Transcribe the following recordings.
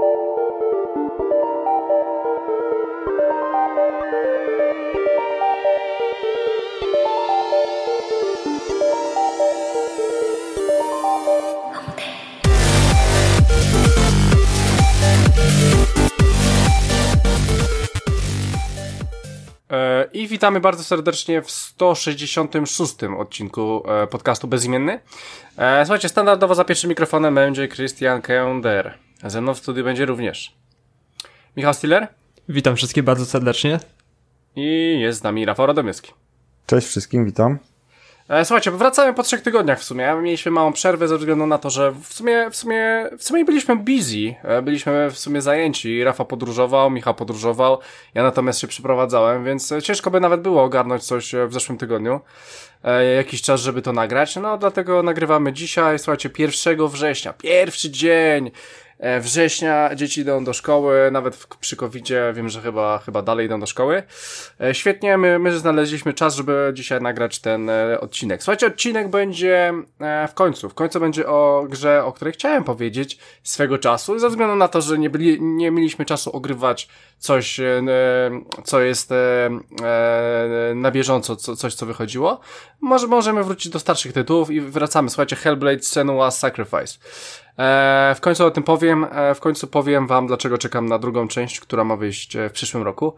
I witamy bardzo serdecznie w 166. odcinku podcastu Bezimienny. Słuchajcie, standardowo za pierwszym mikrofonem będzie Christian Kender. Ze mną w studiu będzie również Michał Stiller. Witam wszystkich bardzo serdecznie. I jest z nami Rafał Radomyski. Cześć wszystkim, witam. Słuchajcie, wracamy po 3 tygodniach w sumie. Mieliśmy małą przerwę ze względu na to, że w sumie byliśmy busy. Byliśmy w sumie zajęci. Rafa podróżował, Michał podróżował. Ja natomiast się przeprowadzałem, więc ciężko by nawet było ogarnąć coś w zeszłym tygodniu. Jakiś czas, żeby to nagrać. No, dlatego nagrywamy dzisiaj. Słuchajcie, 1 września. Pierwszy dzień września, dzieci idą do szkoły, nawet przy COVID-zie wiem, że chyba dalej idą do szkoły. Świetnie, my znaleźliśmy czas, żeby dzisiaj nagrać ten odcinek. Słuchajcie, odcinek będzie w końcu będzie o grze, o której chciałem powiedzieć swego czasu, ze względu na to, że nie mieliśmy czasu ogrywać coś, co jest na bieżąco, coś, co wychodziło. Możemy wrócić do starszych tytułów i wracamy. Słuchajcie, Hellblade: Senua's Sacrifice. W końcu o tym powiem, w końcu powiem wam, dlaczego czekam na drugą część, która ma wyjść w przyszłym roku.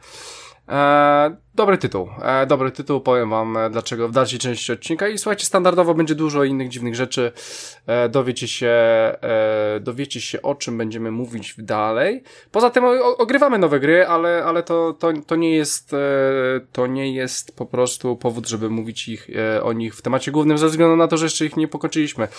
Dobry tytuł, powiem wam dlaczego w dalszej części odcinka i słuchajcie, standardowo będzie dużo innych dziwnych rzeczy, dowiecie się o czym będziemy mówić dalej. Poza tym ogrywamy nowe gry, ale to nie jest po prostu powód, żeby mówić o nich w temacie głównym, ze względu na to, że jeszcze ich nie pokończyliśmy.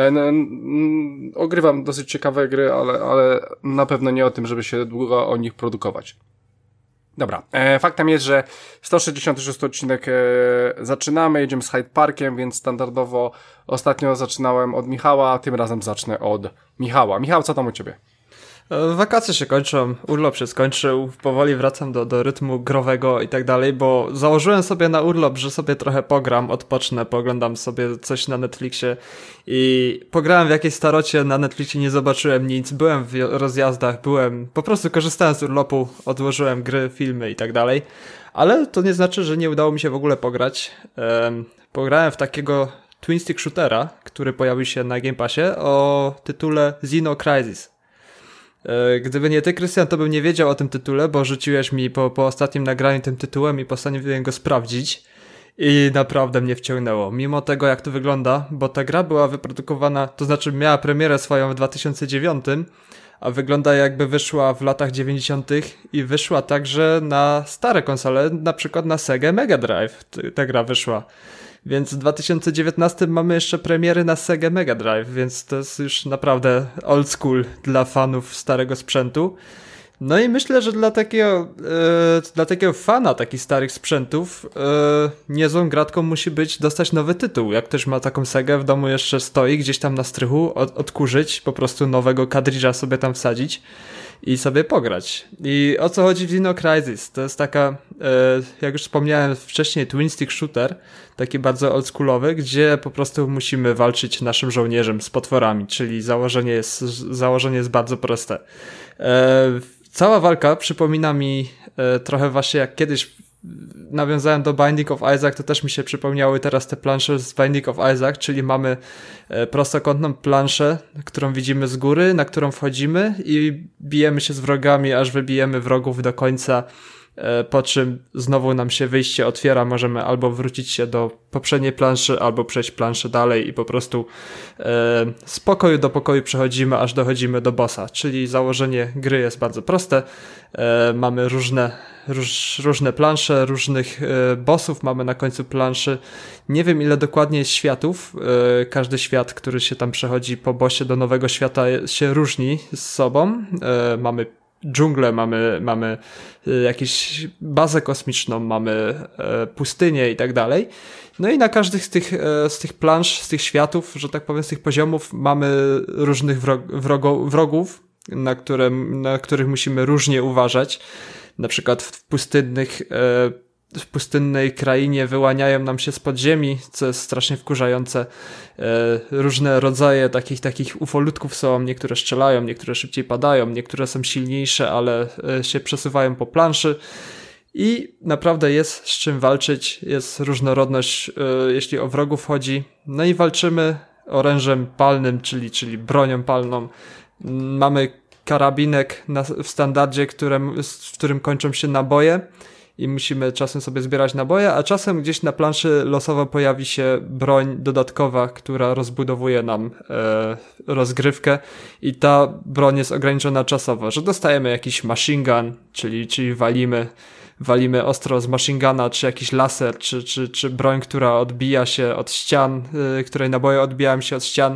Ogrywam dosyć ciekawe gry, ale na pewno nie o tym, żeby się długo o nich produkować. Dobra, faktem jest, że 166 odcinek zaczynamy, jedziemy z Hyde Parkiem, więc standardowo ostatnio zaczynałem od Michała, a tym razem zacznę od Michała. Michał, co tam u ciebie? Wakacje się kończą, urlop się skończył, powoli wracam do rytmu growego i tak dalej, bo założyłem sobie na urlop, że sobie trochę pogram, odpocznę, pooglądam sobie coś na Netflixie i pograłem w jakiejś starocie na Netflixie, nie zobaczyłem nic, byłem w rozjazdach, po prostu korzystałem z urlopu, odłożyłem gry, filmy i tak dalej, ale to nie znaczy, że nie udało mi się w ogóle pograć. Pograłem w takiego twin stick shootera, który pojawił się na Game Passie o tytule Xeno Crisis. Gdyby nie ty, Krystian, to bym nie wiedział o tym tytule, bo rzuciłeś mi po ostatnim nagraniu tym tytułem i postanowiłem go sprawdzić i naprawdę mnie wciągnęło. Mimo tego, jak to wygląda, bo ta gra była wyprodukowana, to znaczy miała premierę swoją w 2009, a wygląda jakby wyszła w latach 90. i wyszła także na stare konsole, na przykład na Sega Mega Drive ta gra wyszła. Więc w 2019 mamy jeszcze premiery na Sega Mega Drive, więc to jest już naprawdę old school dla fanów starego sprzętu. No i myślę, że dla takiego fana takich starych sprzętów niezłą gratką musi być dostać nowy tytuł. Jak ktoś ma taką Segę w domu, jeszcze stoi gdzieś tam na strychu, odkurzyć, po prostu nowego kadridża sobie tam wsadzić i sobie pograć. I o co chodzi w Xeno Crisis? To jest taka, jak już wspomniałem wcześniej, twin stick shooter, taki bardzo oldschoolowy, gdzie po prostu musimy walczyć naszym żołnierzem z potworami, czyli założenie jest bardzo proste. Cała walka przypomina mi trochę właśnie jak kiedyś nawiązałem do Binding of Isaac, to też mi się przypomniały teraz te plansze z Binding of Isaac, czyli mamy prostokątną planszę, którą widzimy z góry, na którą wchodzimy i bijemy się z wrogami, aż wybijemy wrogów do końca, po czym znowu nam się wyjście otwiera, możemy albo wrócić się do poprzedniej planszy, albo przejść planszę dalej i po prostu z pokoju do pokoju przechodzimy, aż dochodzimy do bossa, czyli założenie gry jest bardzo proste, mamy różne plansze, różnych bossów mamy na końcu planszy, nie wiem ile dokładnie jest światów, każdy świat, który się tam przechodzi po bossie do nowego świata się różni z sobą, mamy dżunglę, mamy jakąś bazę kosmiczną, mamy pustynię i tak dalej. No i na każdym z tych plansz, z tych światów, że tak powiem, z tych poziomów mamy różnych wrogów, na których musimy różnie uważać. Na przykład w pustynnych w pustynnej krainie wyłaniają nam się z podziemi, co jest strasznie wkurzające. Różne rodzaje takich ufolutków są, niektóre strzelają, niektóre szybciej padają, niektóre są silniejsze, ale się przesuwają po planszy. I naprawdę jest z czym walczyć, jest różnorodność, jeśli o wrogów chodzi. No i walczymy orężem palnym, czyli bronią palną. Mamy karabinek w standardzie, w którym kończą się naboje i musimy czasem sobie zbierać naboje, a czasem gdzieś na planszy losowo pojawi się broń dodatkowa, która rozbudowuje nam rozgrywkę i ta broń jest ograniczona czasowo, że dostajemy jakiś machine gun, czyli walimy ostro z machine guna, czy jakiś laser, czy broń, która odbija się od ścian, której naboje odbijają się od ścian,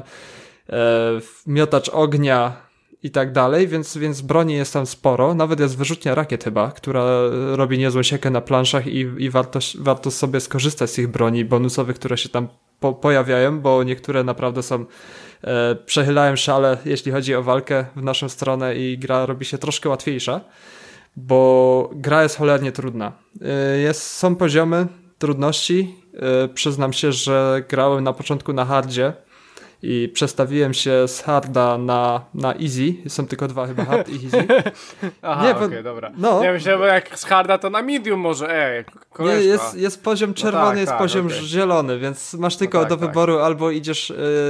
miotacz ognia i tak dalej, więc broni jest tam sporo. Nawet jest wyrzutnia rakiet chyba, która robi niezłą siekę na planszach i warto sobie skorzystać z tych broni bonusowych, które się tam pojawiają, bo niektóre naprawdę są przechylają szale, jeśli chodzi o walkę w naszą stronę i gra robi się troszkę łatwiejsza, bo gra jest cholernie trudna. Są poziomy trudności. Przyznam się, że grałem na początku na hardzie i przestawiłem się z harda na easy. Są tylko dwa chyba, hard i easy. Aha, okej, dobra. No. Ja myślałem, że jak z harda to na medium może, koleżka. Nie, jest poziom czerwony, tak, jest poziom zielony, więc masz tylko do wyboru albo idziesz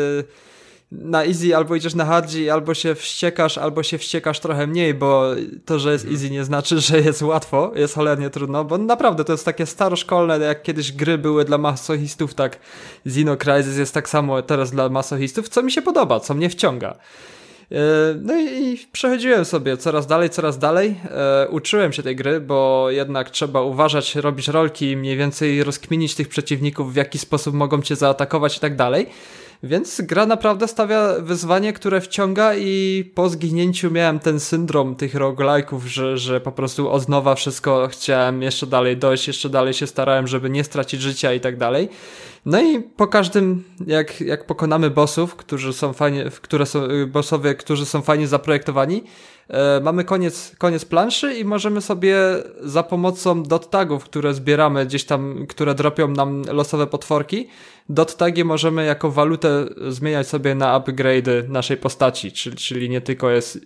na easy, albo idziesz na hardzie, albo się wściekasz trochę mniej, bo to, że jest easy nie znaczy, że jest łatwo, jest cholernie trudno, bo naprawdę to jest takie staroszkolne, jak kiedyś gry były dla masochistów, tak Xeno Crisis jest tak samo teraz dla masochistów, co mi się podoba, co mnie wciąga. No i przechodziłem sobie coraz dalej. Uczyłem się tej gry, bo jednak trzeba uważać, robić rolki, mniej więcej rozkminić tych przeciwników, w jaki sposób mogą cię zaatakować i tak dalej. Więc gra naprawdę stawia wyzwanie, które wciąga i po zginięciu miałem ten syndrom tych roguelike'ów, że po prostu od nowa wszystko chciałem jeszcze dalej dojść, jeszcze dalej się starałem, żeby nie stracić życia i tak dalej. No i po każdym, jak pokonamy bossów, którzy są fajnie zaprojektowani, mamy koniec planszy i możemy sobie za pomocą dot tagów, które zbieramy gdzieś tam, które dropią nam losowe potworki, dot tagi możemy jako walutę zmieniać sobie na upgrade'y naszej postaci, czyli nie tylko jest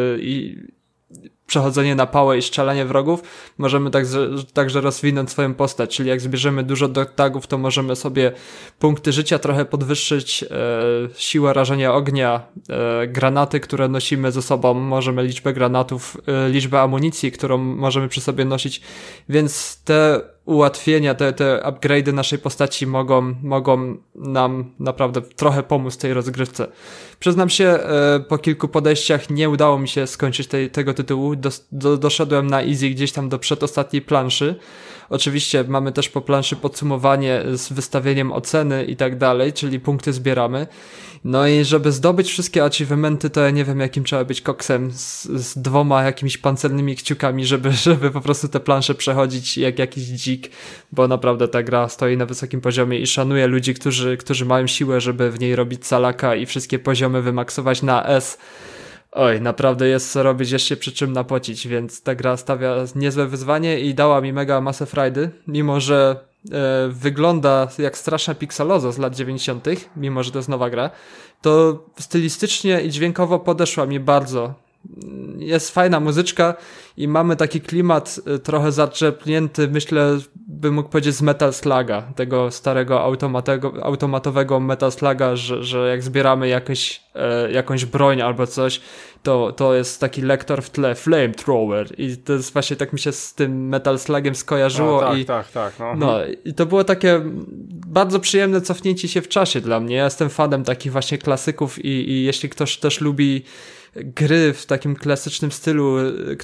przechodzenie na pałę i strzelanie wrogów, możemy także rozwinąć swoją postać, czyli jak zbierzemy dużo dot tagów, to możemy sobie punkty życia trochę podwyższyć, siłę rażenia ognia, granaty, które nosimy ze sobą, możemy liczbę granatów, liczbę amunicji, którą możemy przy sobie nosić, więc te ułatwienia, te upgrade'y naszej postaci mogą nam naprawdę trochę pomóc w tej rozgrywce. Przyznam się, po kilku podejściach nie udało mi się skończyć tego tytułu. Doszedłem na easy gdzieś tam do przedostatniej planszy. Oczywiście mamy też po planszy podsumowanie z wystawieniem oceny i tak dalej, czyli punkty zbieramy. No i żeby zdobyć wszystkie achievementy, to ja nie wiem, jakim trzeba być koksem z dwoma jakimiś pancernymi kciukami, żeby po prostu te plansze przechodzić jak jakiś dzik, bo naprawdę ta gra stoi na wysokim poziomie i szanuję ludzi, którzy mają siłę, żeby w niej robić salaka i wszystkie poziomy wymaksować na S. Oj, naprawdę jest co robić, jest się przy czym napocić, więc ta gra stawia niezłe wyzwanie i dała mi mega masę frajdy, mimo że wygląda jak straszna pikseloza z lat 90., mimo że to jest nowa gra, to stylistycznie i dźwiękowo podeszła mi bardzo. Jest fajna muzyczka i mamy taki klimat trochę zaczerpnięty, myślę, bym mógł powiedzieć z Metal Sluga, tego starego automatowego Metal Sluga, że jak zbieramy jakąś broń albo coś, to jest taki lektor w tle, flamethrower, i to jest właśnie tak mi się z tym Metal Slugiem skojarzyło. Tak. No i to było takie bardzo przyjemne cofnięcie się w czasie dla mnie. Ja jestem fanem takich właśnie klasyków i jeśli ktoś też lubi gry w takim klasycznym stylu,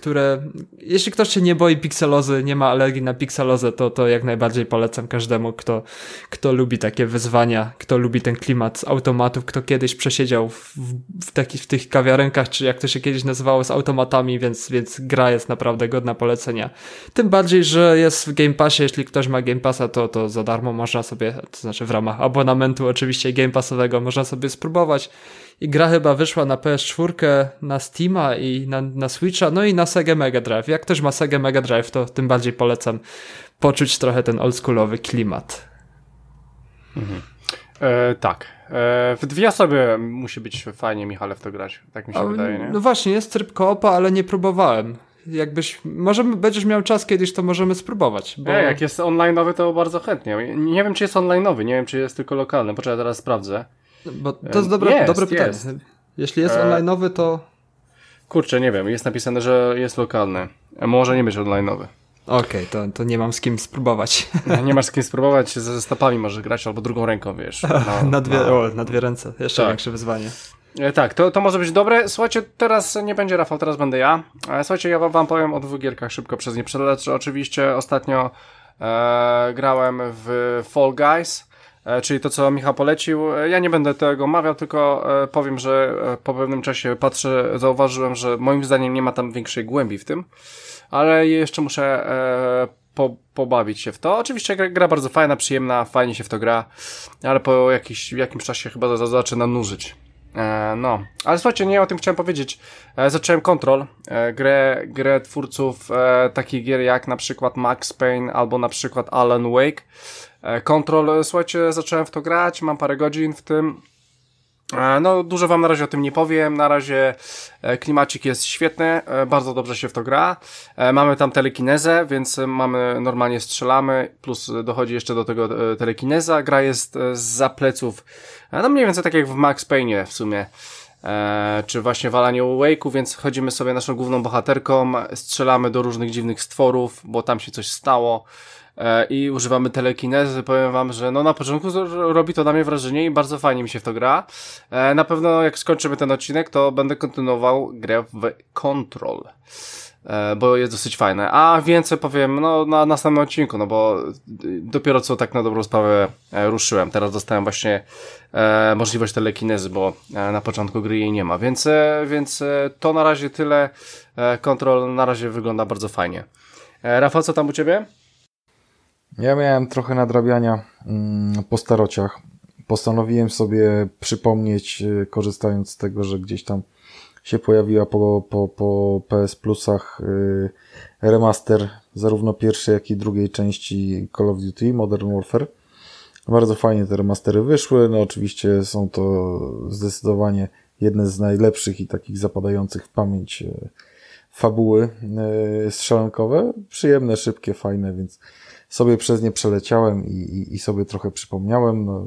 jeśli ktoś się nie boi pikselozy, nie ma alergii na pikselozę, to jak najbardziej polecam każdemu, kto lubi takie wyzwania, kto lubi ten klimat z automatów, kto kiedyś przesiedział w tych kawiarenkach, czy jak to się kiedyś nazywało, z automatami, więc gra jest naprawdę godna polecenia. Tym bardziej, że jest w Game Passie, jeśli ktoś ma Game Passa, to za darmo można sobie, to znaczy w ramach abonamentu oczywiście Game Passowego, można sobie spróbować i gra chyba wyszła na PS4, na Steama i na Switcha, no i na Sega Mega Drive. Jak ktoś ma Sega Mega Drive, to tym bardziej polecam poczuć trochę ten oldschoolowy klimat. Tak. W dwie osoby musi być fajnie, Michale, w to grać. Tak mi się wydaje, nie? No właśnie, jest tryb koopa, ale nie próbowałem. Może będziesz miał czas kiedyś, to możemy spróbować. Bo... Jak jest online'owy, to bardzo chętnie. Nie wiem, czy jest online'owy, nie wiem, czy jest tylko lokalny. Poczekaj, teraz sprawdzę. Bo to jest dobre pytanie. Jest. Jeśli jest online'owy, to... Kurczę, nie wiem, jest napisane, że jest lokalny. Może nie być online'owy. Okej, to nie mam z kim spróbować. Nie masz z kim spróbować, ze stopami możesz grać, albo drugą ręką, wiesz. Na dwie ręce, jeszcze tak. Większe wyzwanie. Tak, to może być dobre. Słuchajcie, teraz nie będzie Rafał, teraz będę ja. Słuchajcie, ja wam powiem o 2 gierkach, szybko przez nie przeleczę. Oczywiście ostatnio grałem w Fall Guys, czyli to, co Michał polecił. Ja nie będę tego omawiał, tylko powiem, że po pewnym czasie zauważyłem, że moim zdaniem nie ma tam większej głębi w tym, ale jeszcze muszę pobawić się w to. Oczywiście gra bardzo fajna, przyjemna, fajnie się w to gra, ale po jakimś czasie chyba zaczyna nużyć. No, ale słuchajcie, nie o tym chciałem powiedzieć. Zacząłem Control, grę twórców takich gier jak na przykład Max Payne albo na przykład Alan Wake. Control, słuchajcie, zacząłem w to grać, mam parę godzin w tym. No, dużo wam na razie o tym nie powiem. Na razie klimacik jest świetny, bardzo dobrze się w to gra. Mamy tam telekinezę, więc normalnie strzelamy, plus dochodzi jeszcze do tego telekineza. Gra jest zza pleców, no mniej więcej tak jak w Max Payne w sumie, czy właśnie w Alanie Wake'u, więc chodzimy sobie naszą główną bohaterką, strzelamy do różnych dziwnych stworów, bo tam się coś stało. I używamy telekinezy. Powiem wam, że no na początku robi to na mnie wrażenie i bardzo fajnie mi się w to gra. Na pewno jak skończymy ten odcinek, to będę kontynuował grę w Control, bo jest dosyć fajne. A więcej powiem no na następnym odcinku, no bo dopiero co tak na dobrą sprawę ruszyłem. Teraz dostałem właśnie możliwość telekinezy, bo na początku gry jej nie ma. Więc to na razie tyle. Control na razie wygląda bardzo fajnie. Rafał, co tam u ciebie? Ja miałem trochę nadrabiania po starociach. Postanowiłem sobie przypomnieć, korzystając z tego, że gdzieś tam się pojawiła po PS Plusach remaster zarówno pierwszej, jak i drugiej części Call of Duty Modern Warfare. Bardzo fajnie te remastery wyszły. No oczywiście są to zdecydowanie jedne z najlepszych i takich zapadających w pamięć fabuły strzelankowe. Przyjemne, szybkie, fajne, więc sobie przez nie przeleciałem i sobie trochę przypomniałem. No,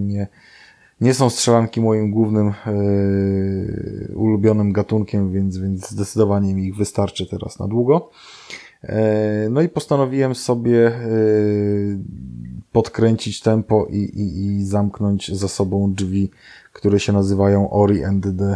nie są strzelanki moim głównym ulubionym gatunkiem, więc zdecydowanie mi ich wystarczy teraz na długo. No i postanowiłem sobie podkręcić tempo i zamknąć za sobą drzwi, które się nazywają Ori and the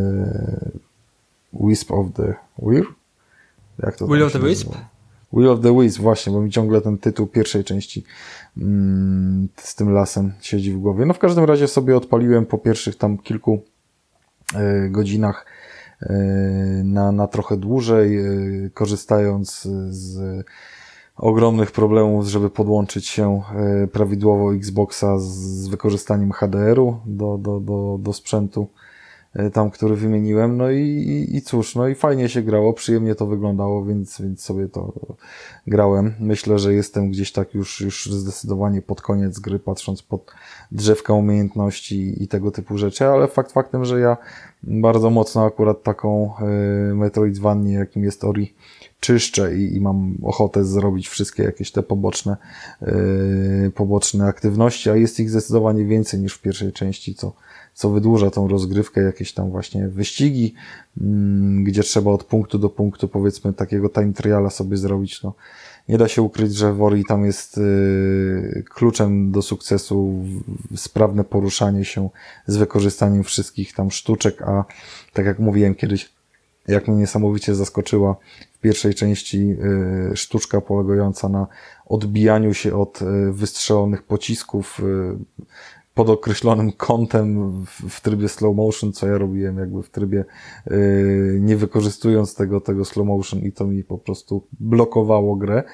Wisp of the Will? Jak to Will of the Wisp? Will of the Wisp, właśnie, bo mi ciągle ten tytuł pierwszej części z tym lasem siedzi w głowie. No w każdym razie sobie odpaliłem po pierwszych tam kilku godzinach na trochę dłużej, korzystając z ogromnych problemów, żeby podłączyć się prawidłowo Xboxa z wykorzystaniem HDR-u do sprzętu tam, który wymieniłem, no i cóż, no i fajnie się grało, przyjemnie to wyglądało, więc sobie to grałem. Myślę, że jestem gdzieś tak już zdecydowanie pod koniec gry, patrząc pod drzewka umiejętności i tego typu rzeczy, ale fakt faktem, że ja bardzo mocno akurat taką Metroidvanię, jakim jest Ori, czyszczę i mam ochotę zrobić wszystkie jakieś te poboczne aktywności, a jest ich zdecydowanie więcej niż w pierwszej części, co wydłuża tą rozgrywkę, jakieś tam właśnie wyścigi, gdzie trzeba od punktu do punktu, powiedzmy, takiego time triala sobie zrobić. No, nie da się ukryć, że w Ori tam jest kluczem do sukcesu sprawne poruszanie się z wykorzystaniem wszystkich tam sztuczek, a tak jak mówiłem kiedyś, jak mnie niesamowicie zaskoczyła w pierwszej części sztuczka polegająca na odbijaniu się od wystrzelonych pocisków pod określonym kątem w trybie slow motion, co ja robiłem jakby w trybie nie wykorzystując tego slow motion i to mi po prostu blokowało grę.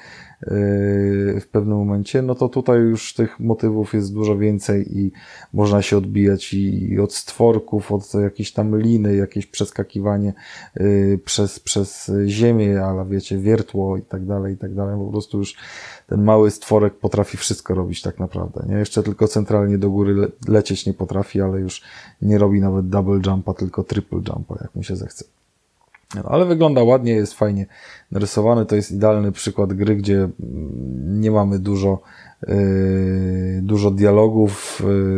w pewnym momencie, no to tutaj już tych motywów jest dużo więcej i można się odbijać i od stworków, od jakiejś tam liny, jakieś przeskakiwanie przez ziemię, ale wiecie, wiertło i tak dalej, po prostu już ten mały stworek potrafi wszystko robić tak naprawdę, nie? Jeszcze tylko centralnie do góry lecieć nie potrafi, ale już nie robi nawet double jumpa, tylko triple jumpa, jak mu się zechce. No, ale wygląda ładnie, jest fajnie narysowany, to jest idealny przykład gry, gdzie nie mamy dużo dialogów,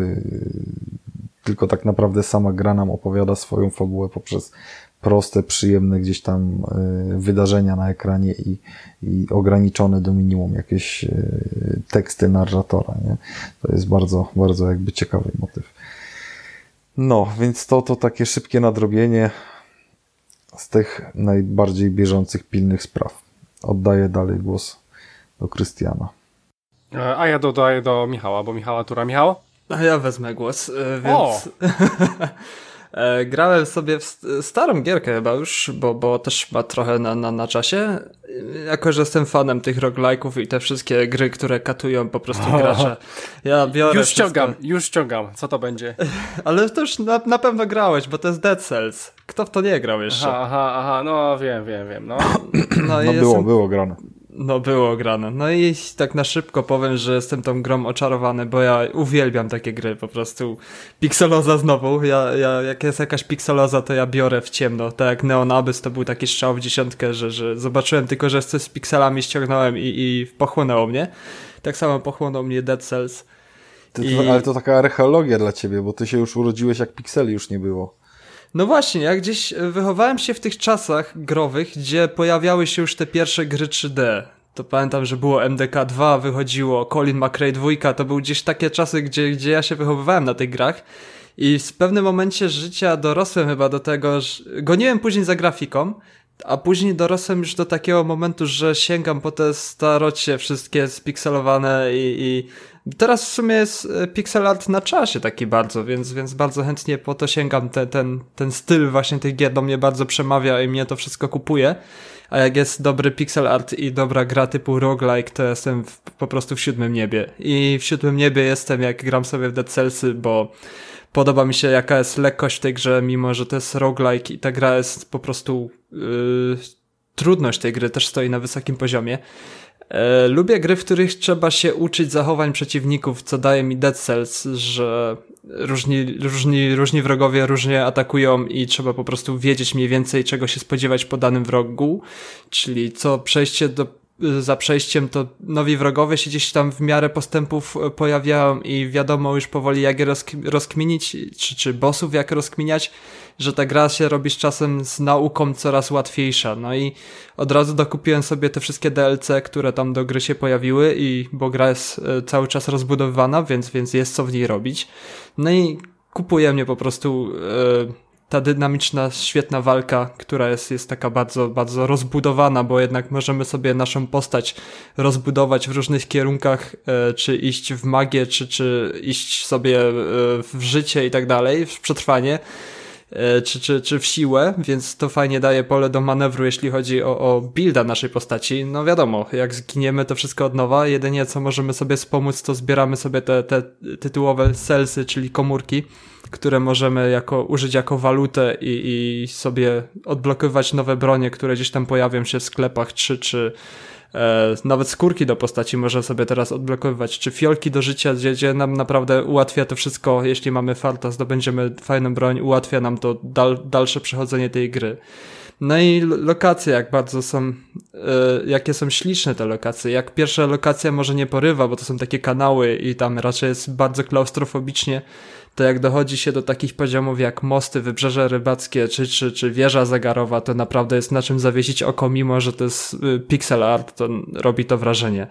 tylko tak naprawdę sama gra nam opowiada swoją fabułę poprzez proste, przyjemne gdzieś tam wydarzenia na ekranie i ograniczone do minimum jakieś teksty narratora, nie? To jest bardzo, bardzo jakby ciekawy motyw. No, więc to takie szybkie nadrobienie z tych najbardziej bieżących, pilnych spraw. Oddaję dalej głos do Krystiana. A ja dodaję do Michała, bo Michała tura. Michał? A ja wezmę głos, więc... Grałem sobie w starą gierkę chyba już, bo też ma trochę na czasie. Jako, że jestem fanem tych roguelike'ów i te wszystkie gry, które katują po prostu gracza. Ja biorę Już ściągam. Co to będzie? Ale to już na pewno grałeś, bo to jest Dead Cells. Kto w to nie grał jeszcze? Aha, no wiem. No, Było grane. No było grane. No i tak na szybko powiem, że jestem tą grą oczarowany, bo ja uwielbiam takie gry, po prostu pikseloza znowu. Jak jest jakaś pikseloza, to ja biorę w ciemno. Tak jak Neon Abyss to był taki strzał w dziesiątkę, że zobaczyłem tylko, że coś z pikselami, ściągnąłem i pochłonęło mnie. Tak samo pochłonął mnie Dead Cells. Ale to taka archeologia dla ciebie, bo ty się już urodziłeś, jak pikseli już nie było. No właśnie, ja gdzieś wychowałem się w tych czasach growych, gdzie pojawiały się już te pierwsze gry 3D. To pamiętam, że było MDK 2, wychodziło Colin McRae 2, to były gdzieś takie czasy, gdzie ja się wychowywałem na tych grach i w pewnym momencie życia dorosłem chyba do tego, że goniłem później za grafiką, a później dorosłem już do takiego momentu, że sięgam po te starocie wszystkie spikselowane i teraz w sumie jest pixel art na czasie taki bardzo, więc bardzo chętnie po to sięgam. Ten styl właśnie tych gier do mnie bardzo przemawia i mnie to wszystko kupuje. A jak jest dobry pixel art i dobra gra typu roguelike, to jestem po prostu w siódmym niebie. I w siódmym niebie jestem, jak gram sobie w Dead Cellsy, bo podoba mi się, jaka jest lekkość w tej grze, mimo że to jest roguelike i ta gra jest po prostu... trudność tej gry też stoi na wysokim poziomie. Lubię gry, w których trzeba się uczyć zachowań przeciwników, co daje mi Dead Cells, że różni wrogowie różnie atakują i trzeba po prostu wiedzieć mniej więcej, czego się spodziewać po danym wrogu, czyli za przejściem to nowi wrogowie się gdzieś tam w miarę postępów pojawiają i wiadomo już powoli, jak je rozkminić, czy bossów jak rozkminiać, że ta gra się robi z czasem z nauką coraz łatwiejsza. No i od razu dokupiłem sobie te wszystkie DLC, które tam do gry się pojawiły bo gra jest cały czas rozbudowywana, więc jest co w niej robić. No i kupuje mnie po prostu ta dynamiczna, świetna walka, która jest taka bardzo, bardzo rozbudowana, bo jednak możemy sobie naszą postać rozbudować w różnych kierunkach, czy iść w magię, czy iść sobie w życie i tak dalej, w przetrwanie, czy w siłę, więc to fajnie daje pole do manewru, jeśli chodzi o builda naszej postaci. No wiadomo, jak zginiemy, to wszystko od nowa, jedynie co możemy sobie wspomóc, to zbieramy sobie te tytułowe cellsy, czyli komórki, które możemy użyć jako walutę i sobie odblokowywać nowe bronie, które gdzieś tam pojawią się w sklepach, czy nawet skórki do postaci można sobie teraz odblokowywać, czy fiolki do życia, gdzie nam naprawdę ułatwia to wszystko, jeśli mamy farta, zdobędziemy fajną broń, ułatwia nam to dalsze przechodzenie tej gry. No i lokacje, jak bardzo są, jakie są śliczne te lokacje. Jak pierwsza lokacja może nie porywa, bo to są takie kanały i tam raczej jest bardzo klaustrofobicznie, to jak dochodzi się do takich poziomów jak mosty, wybrzeże rybackie czy wieża zegarowa, to naprawdę jest na czym zawiesić oko, mimo że to jest pixel art, to robi to wrażenie.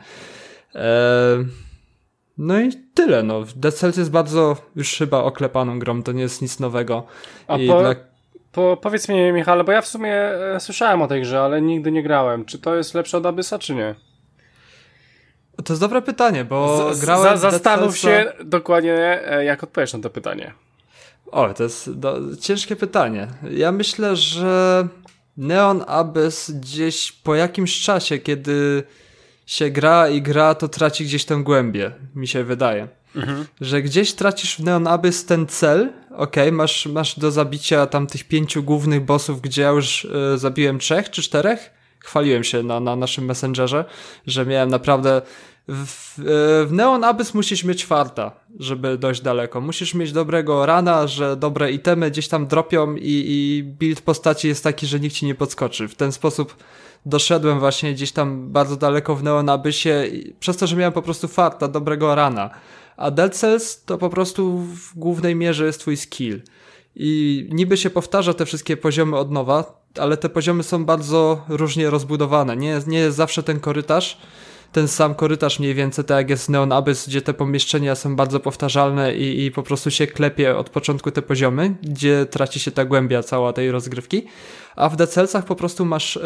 No i tyle, no. Dead Cells jest bardzo już chyba oklepaną grą, to nie jest nic nowego. Powiedz mi, Michale, bo ja w sumie słyszałem o tej grze, ale nigdy nie grałem. Czy to jest lepsze od Abyssa, czy nie? To jest dobre pytanie, bo grałem zastanów się dokładnie, jak odpowiesz na to pytanie. O, to jest ciężkie pytanie. Ja myślę, że Neon Abyss gdzieś po jakimś czasie, kiedy się gra i gra, to traci gdzieś tę głębię, mi się wydaje. Że gdzieś tracisz w Neon Abyss ten cel, masz do zabicia tam tych 5 głównych bossów, gdzie ja już zabiłem 3 czy 4. Chwaliłem się na naszym Messengerze, że miałem naprawdę... W Neon Abyss musisz mieć farta, żeby dojść daleko. Musisz mieć dobrego rana, że dobre itemy gdzieś tam dropią i build postaci jest taki, że nikt ci nie podskoczy. W ten sposób doszedłem właśnie gdzieś tam bardzo daleko w Neon Abyssie, przez to, że miałem po prostu farta, dobrego rana. A Dead Cells to po prostu w głównej mierze jest twój skill. I niby się powtarza te wszystkie poziomy od nowa, ale te poziomy są bardzo różnie rozbudowane. Nie jest zawsze ten sam korytarz mniej więcej, tak jak jest Neon Abyss, gdzie te pomieszczenia są bardzo powtarzalne i po prostu się klepie od początku te poziomy, gdzie traci się ta głębia cała tej rozgrywki. A w Dead Cellsach po prostu masz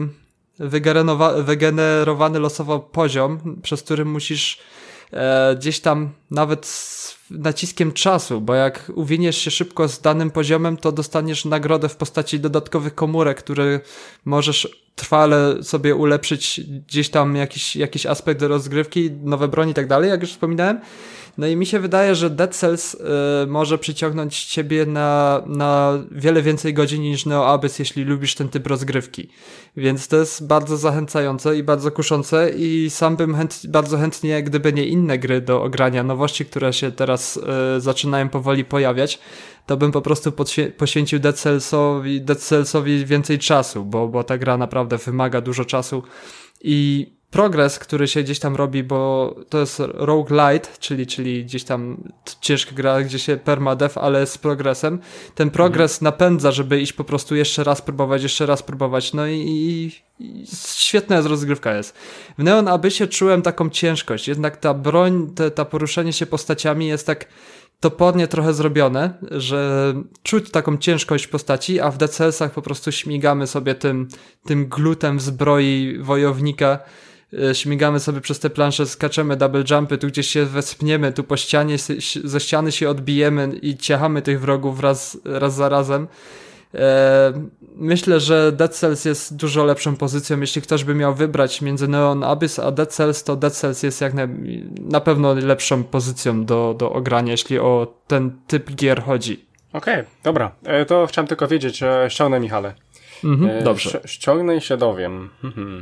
wygenerowany losowo poziom, przez który musisz gdzieś tam nawet z naciskiem czasu, bo jak uwiniesz się szybko z danym poziomem, to dostaniesz nagrodę w postaci dodatkowych komórek, które możesz trwale sobie ulepszyć gdzieś tam jakiś aspekt rozgrywki, nowe broni i tak dalej, jak już wspominałem. No i mi się wydaje, że Dead Cells może przyciągnąć ciebie na wiele więcej godzin niż Neo Abyss, jeśli lubisz ten typ rozgrywki. Więc to jest bardzo zachęcające i bardzo kuszące i sam bym bardzo chętnie, gdyby nie inne gry do ogrania, nowości, które się teraz zaczynają powoli pojawiać, to bym po prostu poświęcił Dead Cellsowi więcej czasu, bo ta gra naprawdę wymaga dużo czasu i progres, który się gdzieś tam robi, bo to jest roguelite, czyli gdzieś tam ciężka gra, gdzie się permadeath, ale z progresem. Ten progres napędza, żeby iść po prostu jeszcze raz próbować, no i świetna rozgrywka jest. W Neon Abyssie czułem taką ciężkość, jednak ta broń, ta poruszenie się postaciami jest tak topornie trochę zrobione, że czuć taką ciężkość postaci, a w Dead Cellsach po prostu śmigamy sobie tym glutem zbroi wojownika, śmigamy sobie przez te plansze, skaczemy double jumpy, tu gdzieś się wespniemy, tu po ścianie, ze ściany się odbijemy i ciachamy tych wrogów raz za razem. Myślę, że Dead Cells jest dużo lepszą pozycją. Jeśli ktoś by miał wybrać między Neon Abyss a Dead Cells, to Dead Cells jest na pewno lepszą pozycją do ogrania, jeśli o ten typ gier chodzi. Okej, dobra. To chciałem tylko wiedzieć, ściągnę Michale. Dobrze. Ściągnę i się dowiem.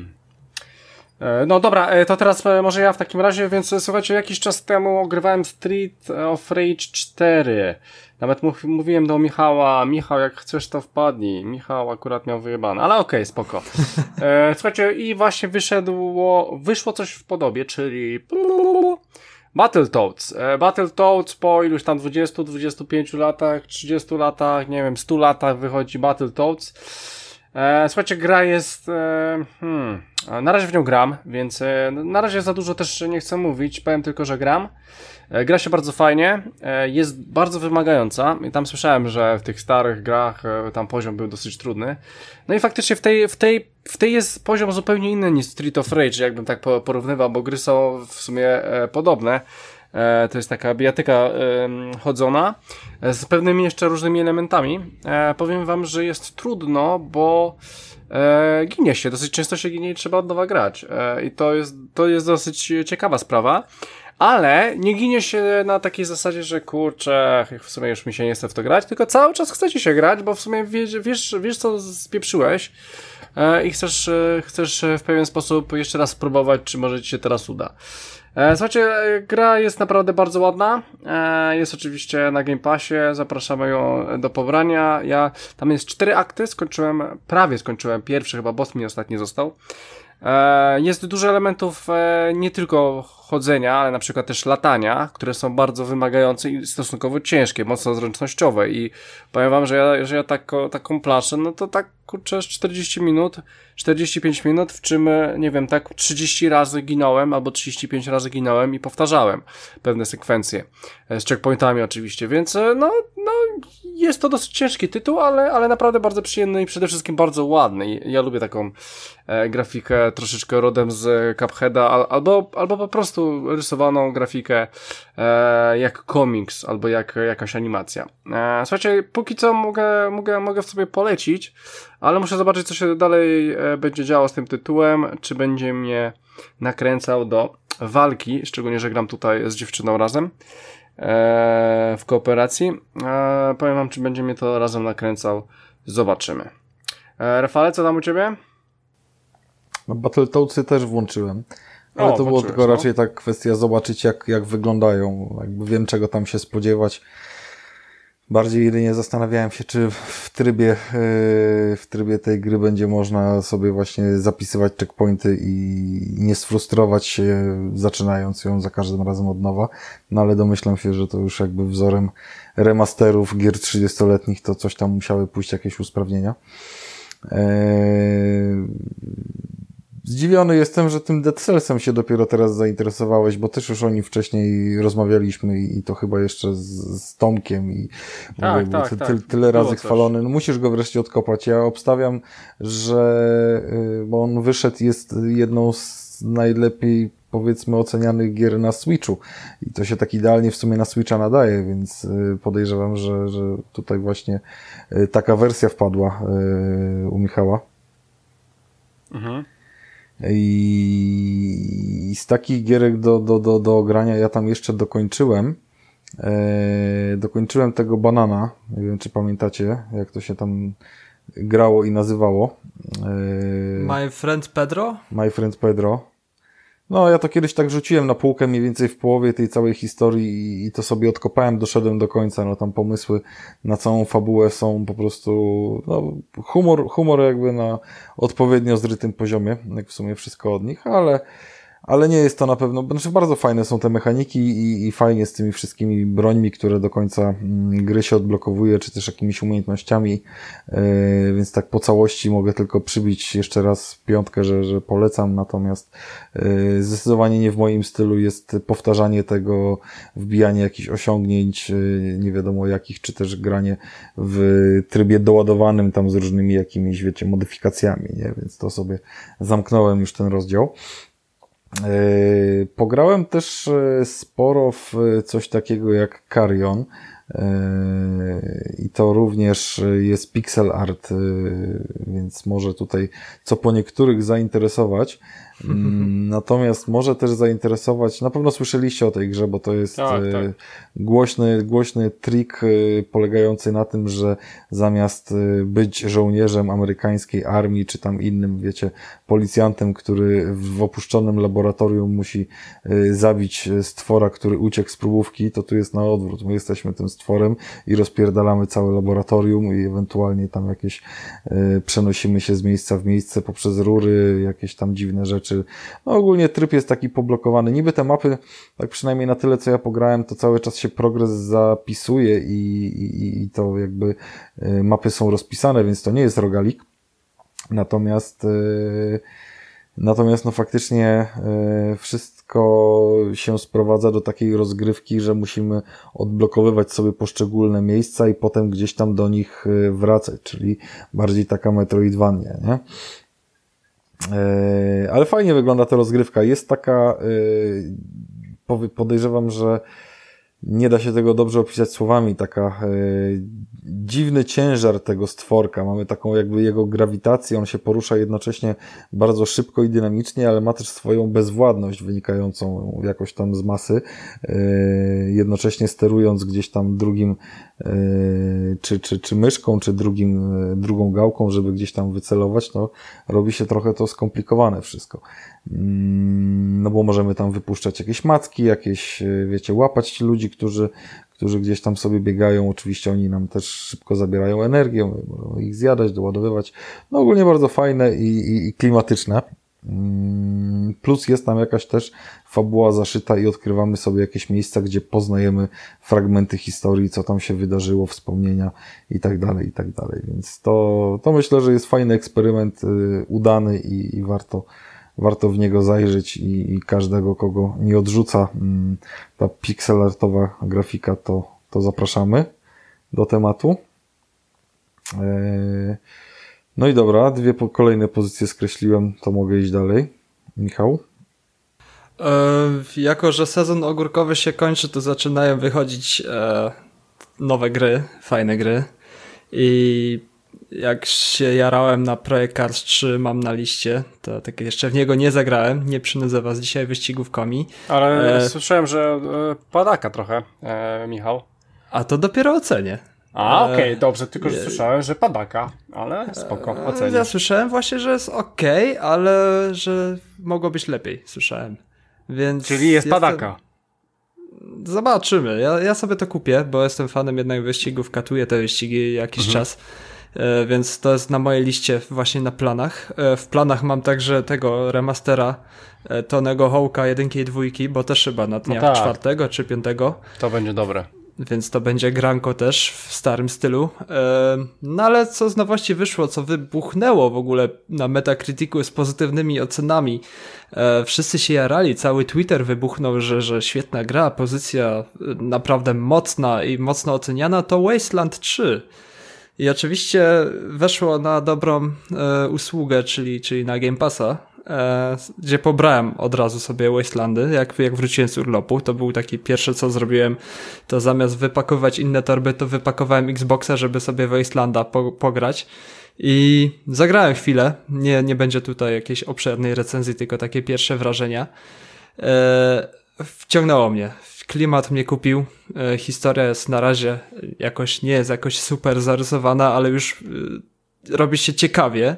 No dobra, to teraz może ja w takim razie, więc słuchajcie, jakiś czas temu ogrywałem Street of Rage 4. Nawet mówiłem do Michała, Michał, jak chcesz to wpadnij. Michał akurat miał wyjebane, ale okej, spoko. Słuchajcie, i właśnie wyszło coś w podobie, czyli Battletoads. Battletoads po iluś tam 20, 25 latach, 30 latach, nie wiem, 100 latach wychodzi Battletoads. Słuchajcie, gra jest... na razie w nią gram, więc na razie za dużo też nie chcę mówić, powiem tylko, że gram. Gra się bardzo fajnie, jest bardzo wymagająca i tam słyszałem, że w tych starych grach tam poziom był dosyć trudny. No i faktycznie w tej jest poziom zupełnie inny niż Street of Rage, jakbym tak porównywał, bo gry są w sumie podobne. To jest taka bijatyka chodzona z pewnymi jeszcze różnymi elementami. Powiem wam, że jest trudno, bo ginie się, dosyć często się ginie i trzeba od nowa grać. I to jest dosyć ciekawa sprawa. Ale nie ginie się na takiej zasadzie, że kurczę, w sumie już mi się nie chce w to grać, tylko cały czas chcecie się grać, bo w sumie wiesz co spieprzyłeś i chcesz w pewien sposób jeszcze raz spróbować, czy może ci się teraz uda. Słuchajcie, gra jest naprawdę bardzo ładna, jest oczywiście na Game Passie, zapraszamy ją do pobrania. Tam jest 4 akty, prawie skończyłem pierwszy, chyba boss mi ostatni został. Jest dużo elementów nie tylko chodzenia, ale na przykład też latania, które są bardzo wymagające i stosunkowo ciężkie, mocno zręcznościowe i powiem wam, że ja taką planszę, no to tak kurczę 45 minut, w czym nie wiem, tak 30 razy ginąłem albo 35 razy ginąłem i powtarzałem pewne sekwencje z checkpointami oczywiście, więc no jest to dosyć ciężki tytuł, ale naprawdę bardzo przyjemny i przede wszystkim bardzo ładny. Ja lubię taką grafikę troszeczkę rodem z Cupheada, albo po prostu rysowaną grafikę jak komiks, albo jak jakaś animacja. Słuchajcie, póki co mogę w sobie polecić, ale muszę zobaczyć, co się dalej będzie działo z tym tytułem, czy będzie mnie nakręcał do walki, szczególnie, że gram tutaj z dziewczyną razem w kooperacji. Powiem wam, czy będzie mnie to razem nakręcał. Zobaczymy. Rafale, co tam u ciebie? No, Battletoadsy też włączyłem. Ale to było tylko raczej tak kwestia zobaczyć, jak wyglądają. Jakby wiem, czego tam się spodziewać. Bardziej jedynie zastanawiałem się, czy w trybie tej gry będzie można sobie właśnie zapisywać checkpointy i nie sfrustrować się, zaczynając ją za każdym razem od nowa. No ale domyślam się, że to już jakby wzorem remasterów gier 30-letnich to coś tam musiały pójść, jakieś usprawnienia. Zdziwiony jestem, że tym Dead Cellsem się dopiero teraz zainteresowałeś, bo też już o nim wcześniej rozmawialiśmy i to chyba jeszcze z Tomkiem i tak. tyle razy chwalony. No musisz go wreszcie odkopać. Ja obstawiam, że bo on wyszedł, jest jedną z najlepiej powiedzmy ocenianych gier na Switchu i to się tak idealnie w sumie na Switcha nadaje, więc podejrzewam, że tutaj właśnie taka wersja wpadła u Michała. Mhm. I z takich gierek do grania ja tam jeszcze dokończyłem tego Banana. Nie wiem, czy pamiętacie, jak to się tam grało i nazywało. My Friend Pedro? My Friend Pedro. No, ja to kiedyś tak rzuciłem na półkę mniej więcej w połowie tej całej historii i to sobie odkopałem, doszedłem do końca. No, tam pomysły na całą fabułę są po prostu, no, humor jakby na odpowiednio zrytym poziomie, jak w sumie wszystko od nich, ale nie jest to na pewno, znaczy bardzo fajne są te mechaniki i fajnie z tymi wszystkimi brońmi, które do końca gry się odblokowuje, czy też jakimiś umiejętnościami, więc tak po całości mogę tylko przybić jeszcze raz piątkę, że polecam, natomiast zdecydowanie nie w moim stylu jest powtarzanie tego, wbijanie jakichś osiągnięć, nie wiadomo jakich, czy też granie w trybie doładowanym tam z różnymi jakimiś, wiecie, modyfikacjami, nie? Więc to sobie zamknąłem już ten rozdział. Pograłem też sporo w coś takiego jak Carrion i to również jest pixel art, więc może tutaj co po niektórych zainteresować. Natomiast może też zainteresować, na pewno słyszeliście o tej grze, bo to jest głośny trik polegający na tym, że zamiast być żołnierzem amerykańskiej armii, czy tam innym, wiecie, policjantem, który w opuszczonym laboratorium musi zabić stwora, który uciekł z próbówki, to tu jest na odwrót. My jesteśmy tym stworem i rozpierdalamy całe laboratorium i ewentualnie tam jakieś przenosimy się z miejsca w miejsce poprzez rury, jakieś tam dziwne rzeczy. No ogólnie tryb jest taki poblokowany. Niby te mapy, tak przynajmniej na tyle, co ja pograłem, to cały czas się progres zapisuje i to jakby mapy są rozpisane, więc to nie jest rogalik. Natomiast no faktycznie wszystko się sprowadza do takiej rozgrywki, że musimy odblokowywać sobie poszczególne miejsca i potem gdzieś tam do nich wracać, czyli bardziej taka Metroidvania, nie? Ale fajnie wygląda ta rozgrywka. Jest taka, podejrzewam, że nie da się tego dobrze opisać słowami, taka dziwny ciężar tego stworka. Mamy taką jakby jego grawitację, on się porusza jednocześnie bardzo szybko i dynamicznie, ale ma też swoją bezwładność wynikającą jakoś tam z masy, jednocześnie sterując gdzieś tam drugim czy myszką, czy drugą gałką, żeby gdzieś tam wycelować, no robi się trochę to skomplikowane wszystko. No bo możemy tam wypuszczać jakieś macki, jakieś, wiecie, łapać ludzi, którzy gdzieś tam sobie biegają. Oczywiście oni nam też szybko zabierają energię, możemy ich zjadać, doładowywać. No ogólnie bardzo fajne i klimatyczne. Plus jest tam jakaś też fabuła zaszyta i odkrywamy sobie jakieś miejsca, gdzie poznajemy fragmenty historii, co tam się wydarzyło, wspomnienia i tak dalej, i tak dalej. Więc to myślę, że jest fajny eksperyment, udany i warto w niego zajrzeć i każdego, kogo nie odrzuca ta pixelartowa grafika, to zapraszamy. do tematu. No i dobra, kolejne pozycje skreśliłem, to mogę iść dalej. Michał? Jako że sezon ogórkowy się kończy, to zaczynają wychodzić nowe gry, fajne gry. I jak się jarałem na Project Cars 3, mam na liście, to tak jeszcze w niego nie zagrałem, nie przynudzę was dzisiaj wyścigówkami. Ale słyszałem, że padaka trochę, Michał. A to dopiero ocenię. Okej, dobrze, tylko że słyszałem, że padaka, ale spoko, ocenię. Ja słyszałem właśnie, że jest okej, ale że mogło być lepiej, słyszałem. Więc czyli jest padaka. Zobaczymy. Ja sobie to kupię, bo jestem fanem jednak wyścigów, katuję te wyścigi jakiś czas, więc to jest na mojej liście właśnie na planach. W planach mam także tego remastera Tonego Hawk'a 1 i 2, bo też chyba na dniach 4 czy 5. To będzie dobre. Więc to będzie granko też w starym stylu. No ale co z nowości wyszło, co wybuchnęło w ogóle na Metacriticu z pozytywnymi ocenami. Wszyscy się jarali, cały Twitter wybuchnął, że świetna gra, pozycja naprawdę mocna i mocno oceniana, to Wasteland 3. I oczywiście weszło na dobrą usługę, czyli na Game Passa, gdzie pobrałem od razu sobie Wastelandy, jak wróciłem z urlopu. To był taki pierwsze, co zrobiłem, to zamiast wypakować inne torby, to wypakowałem Xboxa, żeby sobie Wastelanda pograć. I zagrałem chwilę, nie będzie tutaj jakiejś obszernej recenzji, tylko takie pierwsze wrażenia. Wciągnęło mnie, klimat mnie kupił, historia jest na razie nie jest jakoś super zarysowana, ale już robi się ciekawie.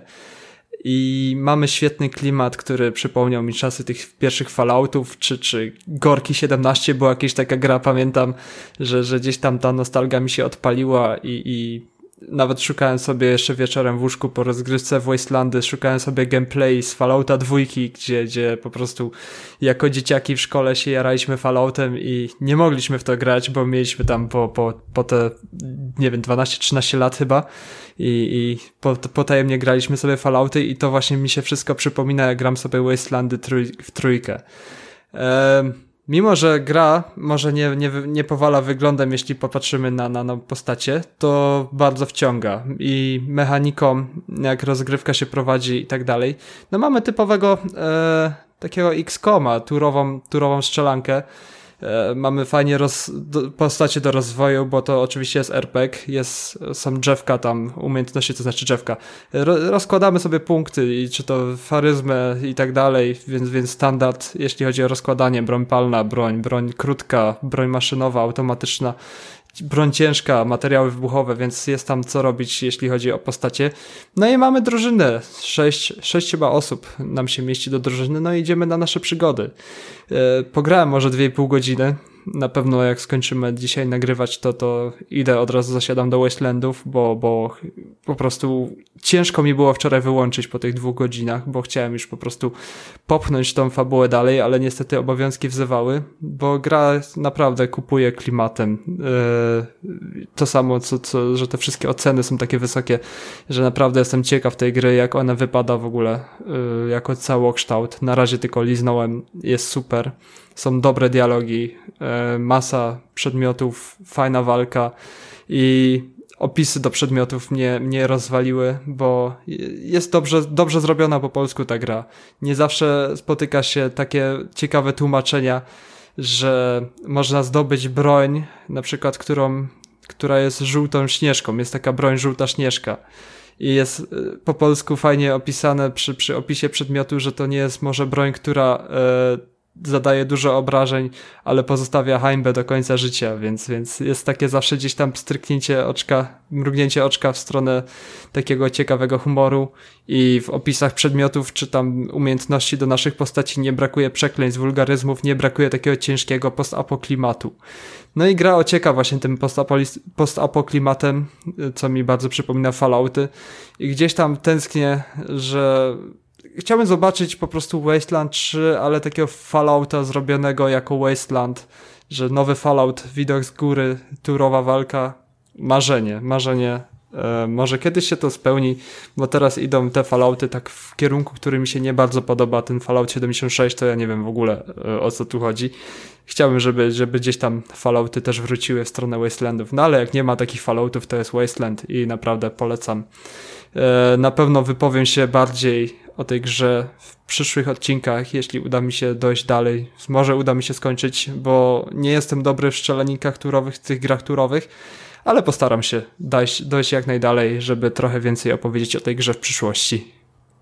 I mamy świetny klimat, który przypomniał mi czasy tych pierwszych Falloutów, czy Gorki 17 była jakaś taka gra, pamiętam, że gdzieś tam ta nostalgia mi się odpaliła i nawet szukałem sobie jeszcze wieczorem w łóżku po rozgrywce w Wastelandy, szukałem sobie gameplay z Fallouta 2, gdzie po prostu jako dzieciaki w szkole się jaraliśmy Falloutem i nie mogliśmy w to grać, bo mieliśmy tam po te, nie wiem, 12-13 lat chyba i potajemnie graliśmy sobie Fallouty i to właśnie mi się wszystko przypomina, jak gram sobie Wastelandy w trójkę. Mimo że gra może nie powala wyglądem, jeśli popatrzymy na postacie, to bardzo wciąga i mechaniką, jak rozgrywka się prowadzi i tak dalej. No mamy typowego takiego XCOM-a, turową strzelankę. Mamy fajnie postacie do rozwoju, bo to oczywiście jest RPG, są drzewka tam, umiejętności, to znaczy drzewka. Rozkładamy sobie punkty, i czy to charyzmę i tak dalej, więc standard, jeśli chodzi o rozkładanie, broń palna, broń krótka, broń maszynowa, automatyczna, broń ciężka, materiały wybuchowe, więc jest tam co robić, jeśli chodzi o postacie. No i mamy drużynę, 6 chyba osób nam się mieści do drużyny, no i idziemy na nasze przygody. Pograłem może 2,5 godziny, na pewno jak skończymy dzisiaj nagrywać, to idę, od razu zasiadam do Wastelandów, bo po prostu ciężko mi było wczoraj wyłączyć po tych 2 godzinach, bo chciałem już po prostu popchnąć tą fabułę dalej, ale niestety obowiązki wzywały, bo gra naprawdę kupuje klimatem. To samo, że te wszystkie oceny są takie wysokie, że naprawdę jestem ciekaw tej gry, jak ona wypada w ogóle jako całokształt. Na razie tylko liznąłem, jest super. Są dobre dialogi, masa przedmiotów, fajna walka i opisy do przedmiotów mnie rozwaliły, bo jest dobrze zrobiona po polsku ta gra. Nie zawsze spotyka się takie ciekawe tłumaczenia, że można zdobyć broń, na przykład która jest żółtą śnieżką. Jest taka broń żółta śnieżka. I jest po polsku fajnie opisane przy opisie przedmiotu, że to nie jest może broń, która zadaje dużo obrażeń, ale pozostawia hańbę do końca życia, więc jest takie zawsze gdzieś tam mrugnięcie oczka w stronę takiego ciekawego humoru i w opisach przedmiotów czy tam umiejętności do naszych postaci nie brakuje przekleństw, wulgaryzmów, nie brakuje takiego ciężkiego post-apoklimatu. No i gra ocieka właśnie tym post-apoklimatem, co mi bardzo przypomina Fallouty i gdzieś tam tęsknię, że chciałbym zobaczyć po prostu Wasteland 3, ale takiego Fallouta zrobionego jako Wasteland, że nowy Fallout, widok z góry, turowa walka, marzenie Może kiedyś się to spełni, bo teraz idą te Fallouty tak w kierunku, który mi się nie bardzo podoba, ten Fallout 76, to ja nie wiem w ogóle o co tu chodzi. Chciałbym, żeby gdzieś tam Fallouty też wróciły w stronę Wastelandów, no ale jak nie ma takich Falloutów, to jest Wasteland i naprawdę polecam. Na pewno wypowiem się bardziej o tej grze w przyszłych odcinkach, jeśli uda mi się dojść dalej. Może uda mi się skończyć, bo nie jestem dobry w strzelanikach turowych, w tych grach turowych, ale postaram się dojść jak najdalej, żeby trochę więcej opowiedzieć o tej grze w przyszłości.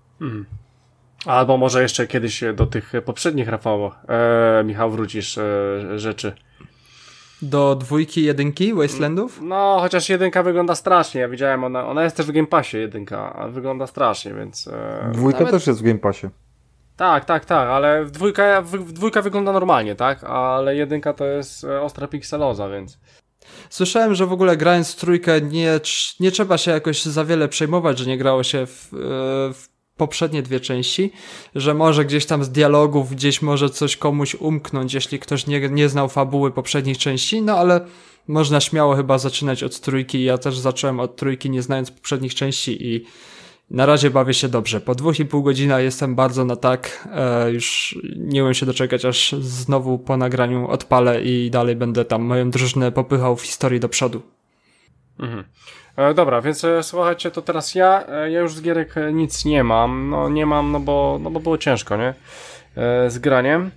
Albo może jeszcze kiedyś do tych poprzednich, Rafał, Michał, wrócisz rzeczy. Do 2, 1 Wastelandów? No, chociaż 1 wygląda strasznie, ja widziałem, ona jest też w Game Passie 1, a wygląda strasznie, więc... 2 nawet... też jest w Game Passie. Tak, ale dwójka wygląda normalnie, tak? Ale 1 to jest ostra pikseloza, więc... Słyszałem, że w ogóle grając w 3 nie trzeba się jakoś za wiele przejmować, że nie grało się w poprzednie 2 części, że może gdzieś tam z dialogów, gdzieś może coś komuś umknąć, jeśli ktoś nie znał fabuły poprzednich części, no ale można śmiało chyba zaczynać od 3. Ja też zacząłem od 3, nie znając poprzednich części i na razie bawię się dobrze. Po 2,5 godziny jestem bardzo na tak. Już nie umiem się doczekać, aż znowu po nagraniu odpalę i dalej będę tam moją drużynę popychał w historii do przodu. Dobra, więc słuchajcie, to teraz ja już z gierek nic nie mam. No nie mam, no bo było ciężko, nie? Z graniem.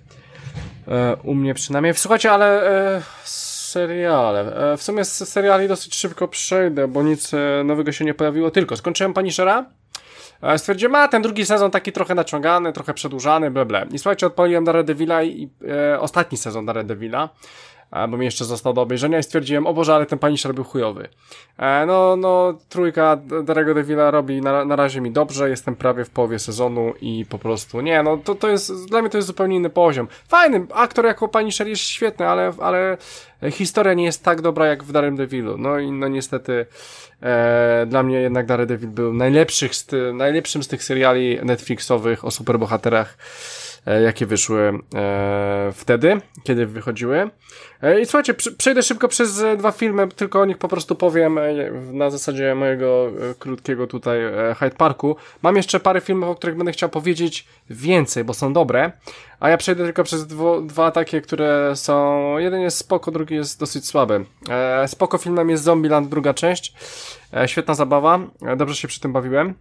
U mnie przynajmniej. Słuchajcie, ale seriale. W sumie z seriali dosyć szybko przejdę, bo nic nowego się nie pojawiło. Tylko skończyłem Punishera. Stwierdziłem, ten drugi sezon taki trochę naciągany, trochę przedłużany, ble. I słuchajcie, odpaliłem Daredevila i ostatni sezon Daredevila, bo mi jeszcze został do obejrzenia i stwierdziłem, o Boże, ale ten Punisher był chujowy. No, 3 Daredevila robi na razie mi dobrze, jestem prawie w połowie sezonu i po prostu, nie, no to jest, dla mnie to jest zupełnie inny poziom. Fajny, aktor jako Punisher jest świetny, ale historia nie jest tak dobra jak w Daredevilu. No i no niestety dla mnie jednak Daredevil był najlepszym z tych seriali Netflixowych o superbohaterach, jakie wyszły wtedy, kiedy wychodziły. I słuchajcie, przejdę szybko przez 2 filmy, tylko o nich po prostu powiem na zasadzie mojego krótkiego tutaj Hyde Parku. Mam jeszcze parę filmów, o których będę chciał powiedzieć więcej, bo są dobre, a ja przejdę tylko przez 2 takie, które są... Jeden jest spoko, drugi jest dosyć słaby. Spoko filmem jest Zombieland, 2 część. Świetna zabawa, dobrze się przy tym bawiłem.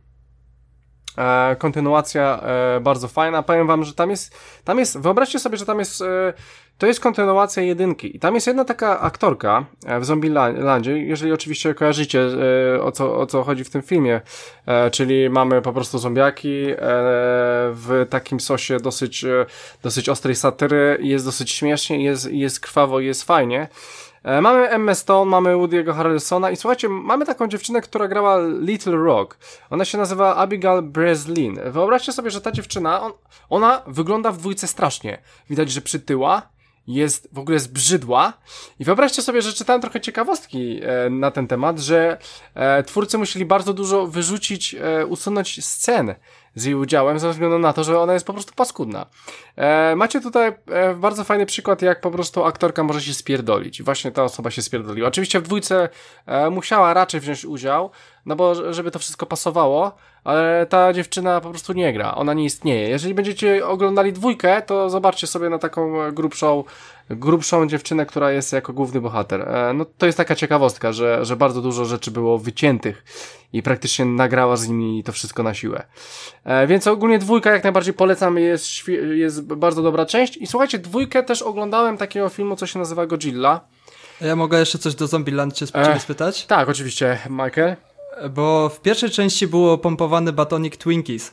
Kontynuacja bardzo fajna. Powiem wam, że tam jest, wyobraźcie sobie, że tam jest, to jest kontynuacja 1 i tam jest jedna taka aktorka w Zombielandzie, jeżeli oczywiście kojarzycie o co chodzi w tym filmie, czyli mamy po prostu zombiaki w takim sosie dosyć ostrej satyry, jest dosyć śmiesznie, jest krwawo, jest fajnie. Mamy Emmę Stone, mamy Woody'ego Harrelsona i słuchajcie, mamy taką dziewczynę, która grała Little Rock. Ona się nazywa Abigail Breslin. Wyobraźcie sobie, że ta dziewczyna, ona wygląda w 2 strasznie. Widać, że przytyła, w ogóle jest brzydła. I wyobraźcie sobie, że czytałem trochę ciekawostki na ten temat, że twórcy musieli bardzo dużo usunąć scen z jej udziałem, ze względu na to, że ona jest po prostu paskudna. Macie tutaj bardzo fajny przykład, jak po prostu aktorka może się spierdolić. I właśnie ta osoba się spierdoliła. Oczywiście w 2 musiała raczej wziąć udział, no bo żeby to wszystko pasowało, ale ta dziewczyna po prostu nie gra. Ona nie istnieje. Jeżeli będziecie oglądali 2, to zobaczcie sobie na taką grubszą dziewczynę, która jest jako główny bohater. No to jest taka ciekawostka, że bardzo dużo rzeczy było wyciętych i praktycznie nagrała z nimi to wszystko na siłę. Więc ogólnie 2 jak najbardziej polecam, jest bardzo dobra część. I słuchajcie, 2 też oglądałem takiego filmu, co się nazywa Godzilla. Ja mogę jeszcze coś do Zombieland ciebie spytać? Tak, oczywiście, Michael. Bo w pierwszej części było pompowany batonik Twinkies.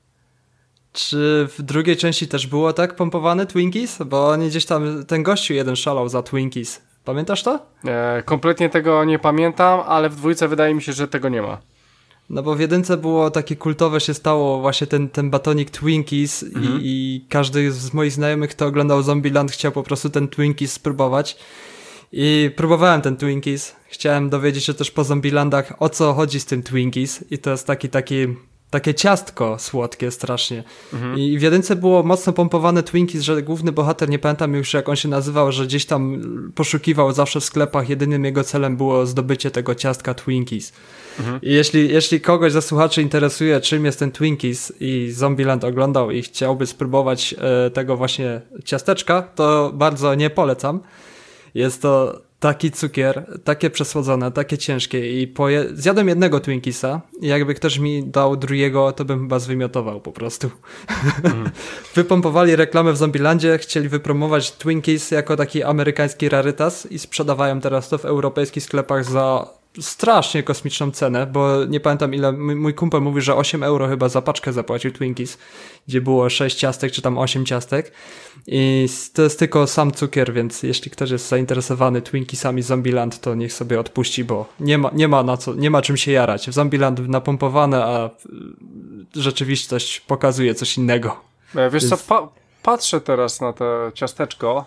Czy w drugiej części też było tak pompowany Twinkies? Bo oni gdzieś tam, ten gościu jeden szalał za Twinkies. Pamiętasz to? Kompletnie tego nie pamiętam, ale w 2 wydaje mi się, że tego nie ma. No bo w 1 było takie kultowe się stało właśnie ten batonik Twinkies i każdy z moich znajomych, kto oglądał Zombieland, chciał po prostu ten Twinkies spróbować. I próbowałem ten Twinkies. Chciałem dowiedzieć się też po Zombielandach, o co chodzi z tym Twinkies. I to jest taki takie ciastko słodkie strasznie. I w jedynce było mocno pompowane Twinkies, że główny bohater, nie pamiętam już jak on się nazywał, że gdzieś tam poszukiwał zawsze w sklepach, jedynym jego celem było zdobycie tego ciastka Twinkies. I jeśli kogoś ze słuchaczy interesuje, czym jest ten Twinkies i Zombieland oglądał i chciałby spróbować tego właśnie ciasteczka, to bardzo nie polecam. Jest to taki cukier, takie przesłodzone, takie ciężkie i zjadłem jednego Twinkiesa i jakby ktoś mi dał drugiego, to bym chyba zwymiotował po prostu. Wypompowali reklamę w Zombielandzie, chcieli wypromować Twinkies jako taki amerykański rarytas i sprzedawają teraz to w europejskich sklepach za strasznie kosmiczną cenę, bo nie pamiętam ile, mój kumpel mówi, że 8 euro chyba za paczkę zapłacił Twinkies, gdzie było 6 ciastek, czy tam 8 ciastek i to jest tylko sam cukier, więc jeśli ktoś jest zainteresowany Twinkiesami Zombieland, to niech sobie odpuści, bo nie ma czym się jarać. W Zombieland napompowane, a rzeczywistość pokazuje coś innego. Wiesz co, patrzę teraz na to ciasteczko.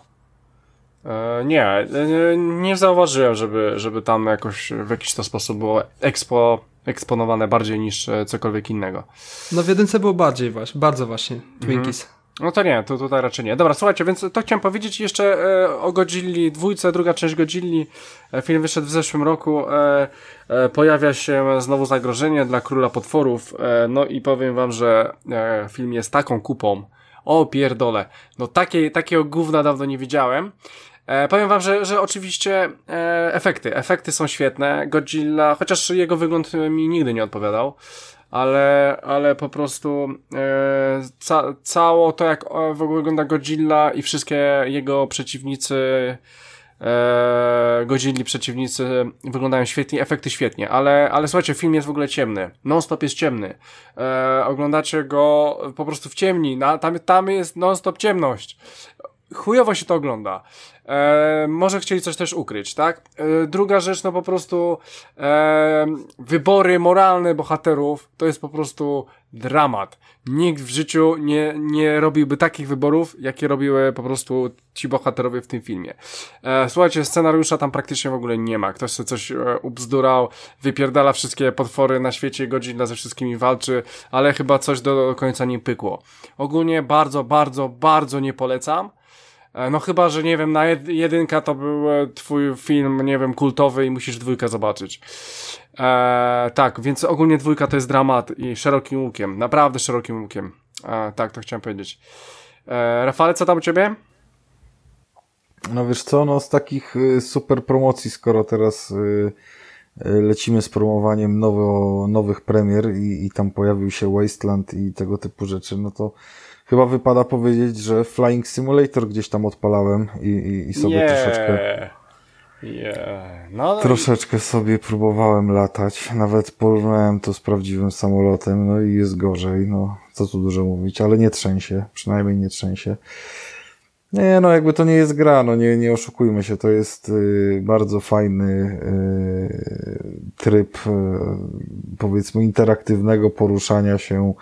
Nie zauważyłem, żeby tam jakoś w jakiś to sposób było eksponowane bardziej niż cokolwiek innego. No w jedynce było bardzo właśnie Twinkies. No to nie, to tutaj raczej nie. Dobra, słuchajcie, więc to chciałem powiedzieć jeszcze o Godzilli 2, druga część Godzilli. Film wyszedł w zeszłym roku. Pojawia się znowu zagrożenie dla Króla Potworów. No i powiem wam, że film jest taką kupą. O pierdole. No takiego gówna dawno nie widziałem. Powiem wam, że oczywiście efekty są świetne. Godzilla, chociaż jego wygląd mi nigdy nie odpowiadał, ale po prostu cało to, jak w ogóle wygląda Godzilla i wszystkie jego przeciwnicy, Godzilli przeciwnicy wyglądają świetnie, efekty świetnie, ale słuchajcie, film jest w ogóle ciemny, non-stop jest ciemny, oglądacie go po prostu w ciemni, tam jest non-stop ciemność, chujowo się to ogląda. Może chcieli coś też ukryć, tak? Druga rzecz, no po prostu wybory moralne bohaterów to jest po prostu dramat. Nikt w życiu nie robiłby takich wyborów, jakie robiły po prostu ci bohaterowie w tym filmie. Słuchajcie, scenariusza tam praktycznie w ogóle nie ma. Ktoś sobie coś ubzdurał, wypierdala wszystkie potwory na świecie, Godzilla ze wszystkimi walczy, ale chyba coś do końca nie pykło. Ogólnie bardzo, bardzo, bardzo nie polecam. No chyba, że nie wiem, na jedynka to był twój film, nie wiem, kultowy i musisz dwójkę zobaczyć. Tak, więc ogólnie dwójka to jest dramat i szerokim łukiem, naprawdę szerokim łukiem. Tak, to chciałem powiedzieć. Rafale, co tam u ciebie? No wiesz co, no z takich super promocji, skoro teraz lecimy z promowaniem nowych premier i tam pojawił się Wasteland i tego typu rzeczy, no to chyba wypada powiedzieć, że Flying Simulator gdzieś tam odpalałem i sobie troszeczkę sobie próbowałem latać. Nawet porównałem to z prawdziwym samolotem, no i jest gorzej, no co tu dużo mówić, ale nie trzęsie, przynajmniej nie trzęsie. Nie, no jakby to nie jest gra, no nie oszukujmy się, to jest bardzo fajny tryb powiedzmy interaktywnego poruszania się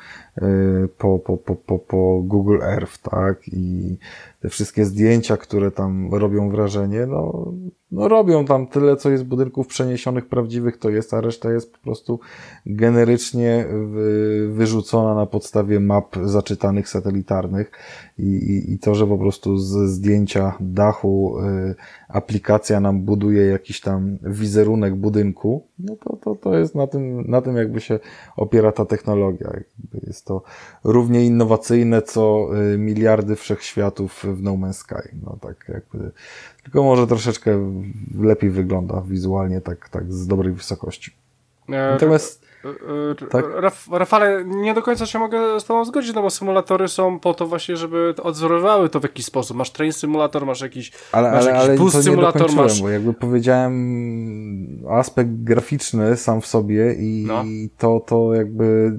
po Google Earth, tak? I te wszystkie zdjęcia, które tam robią wrażenie, no robią tam tyle, co jest budynków przeniesionych prawdziwych, to jest, a reszta jest po prostu generycznie wyrzucona na podstawie map zaczytanych satelitarnych i to, że po prostu z zdjęcia dachu aplikacja nam buduje jakiś tam wizerunek budynku, no to jest na tym jakby się opiera ta technologia. Jest to równie innowacyjne, co miliardy wszechświatów w No Man's Sky. No tak jakby, tylko może troszeczkę lepiej wygląda wizualnie, tak z dobrej wysokości. Natomiast tak? Rafale, nie do końca się mogę z tobą zgodzić, no bo symulatory są po to właśnie, żeby odzorowały to w jakiś sposób. Masz train simulator, masz jakiś bus simulator, masz... bo jakby powiedziałem aspekt graficzny sam w sobie i to jakby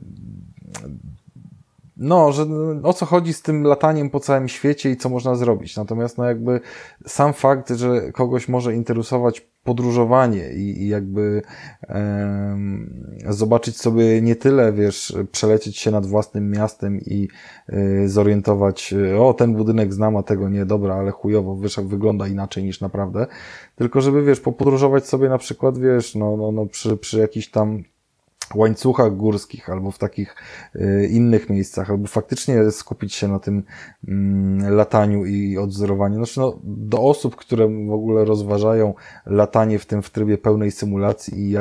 no, że o co chodzi z tym lataniem po całym świecie i co można zrobić. Natomiast no jakby sam fakt, że kogoś może interesować podróżowanie i jakby zobaczyć sobie nie tyle, wiesz, przelecieć się nad własnym miastem i zorientować, o ten budynek znam, a tego nie, dobra, ale chujowo, wiesz, wygląda inaczej niż naprawdę, tylko żeby, wiesz, popodróżować sobie na przykład, wiesz, przy jakichś tam łańcuchach górskich albo w takich innych miejscach, albo faktycznie skupić się na tym lataniu i odwzorowaniu. Znaczy, no, do osób, które w ogóle rozważają latanie w trybie pełnej symulacji i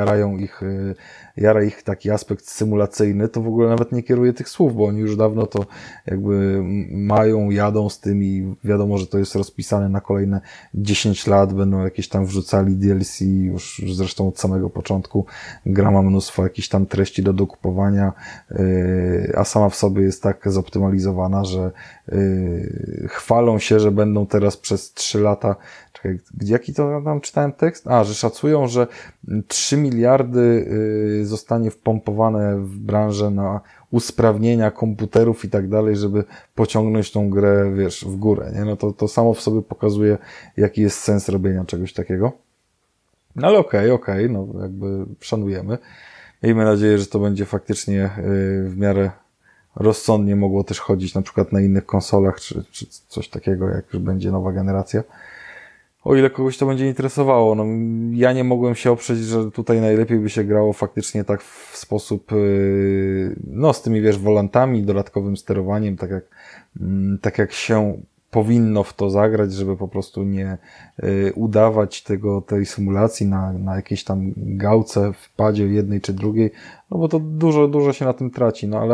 jara ich taki aspekt symulacyjny, to w ogóle nawet nie kieruję tych słów, bo oni już dawno to jakby jadą z tym i wiadomo, że to jest rozpisane na kolejne 10 lat, będą jakieś tam wrzucali DLC, już zresztą od samego początku gra ma mnóstwo jakichś tam treści do dokupowania, a sama w sobie jest tak zoptymalizowana, że chwalą się, że będą teraz przez 3 lata, czekaj, jaki to tam czytałem tekst? Że szacują, że 3 miliardy zostanie wpompowane w branżę na usprawnienia komputerów i tak dalej, żeby pociągnąć tą grę, wiesz, w górę, nie? No to samo w sobie pokazuje, jaki jest sens robienia czegoś takiego. No ale okej, no jakby szanujemy. Miejmy nadzieję, że to będzie faktycznie w miarę rozsądnie mogło też chodzić na przykład na innych konsolach, czy coś takiego, jak już będzie nowa generacja. O ile kogoś to będzie interesowało. No, ja nie mogłem się oprzeć, że tutaj najlepiej by się grało faktycznie tak w sposób, no z tymi, wiesz, wolantami, dodatkowym sterowaniem, tak jak się powinno w to zagrać, żeby po prostu nie udawać tej symulacji na jakiejś tam gałce w padzie jednej czy drugiej, no bo to dużo się na tym traci, no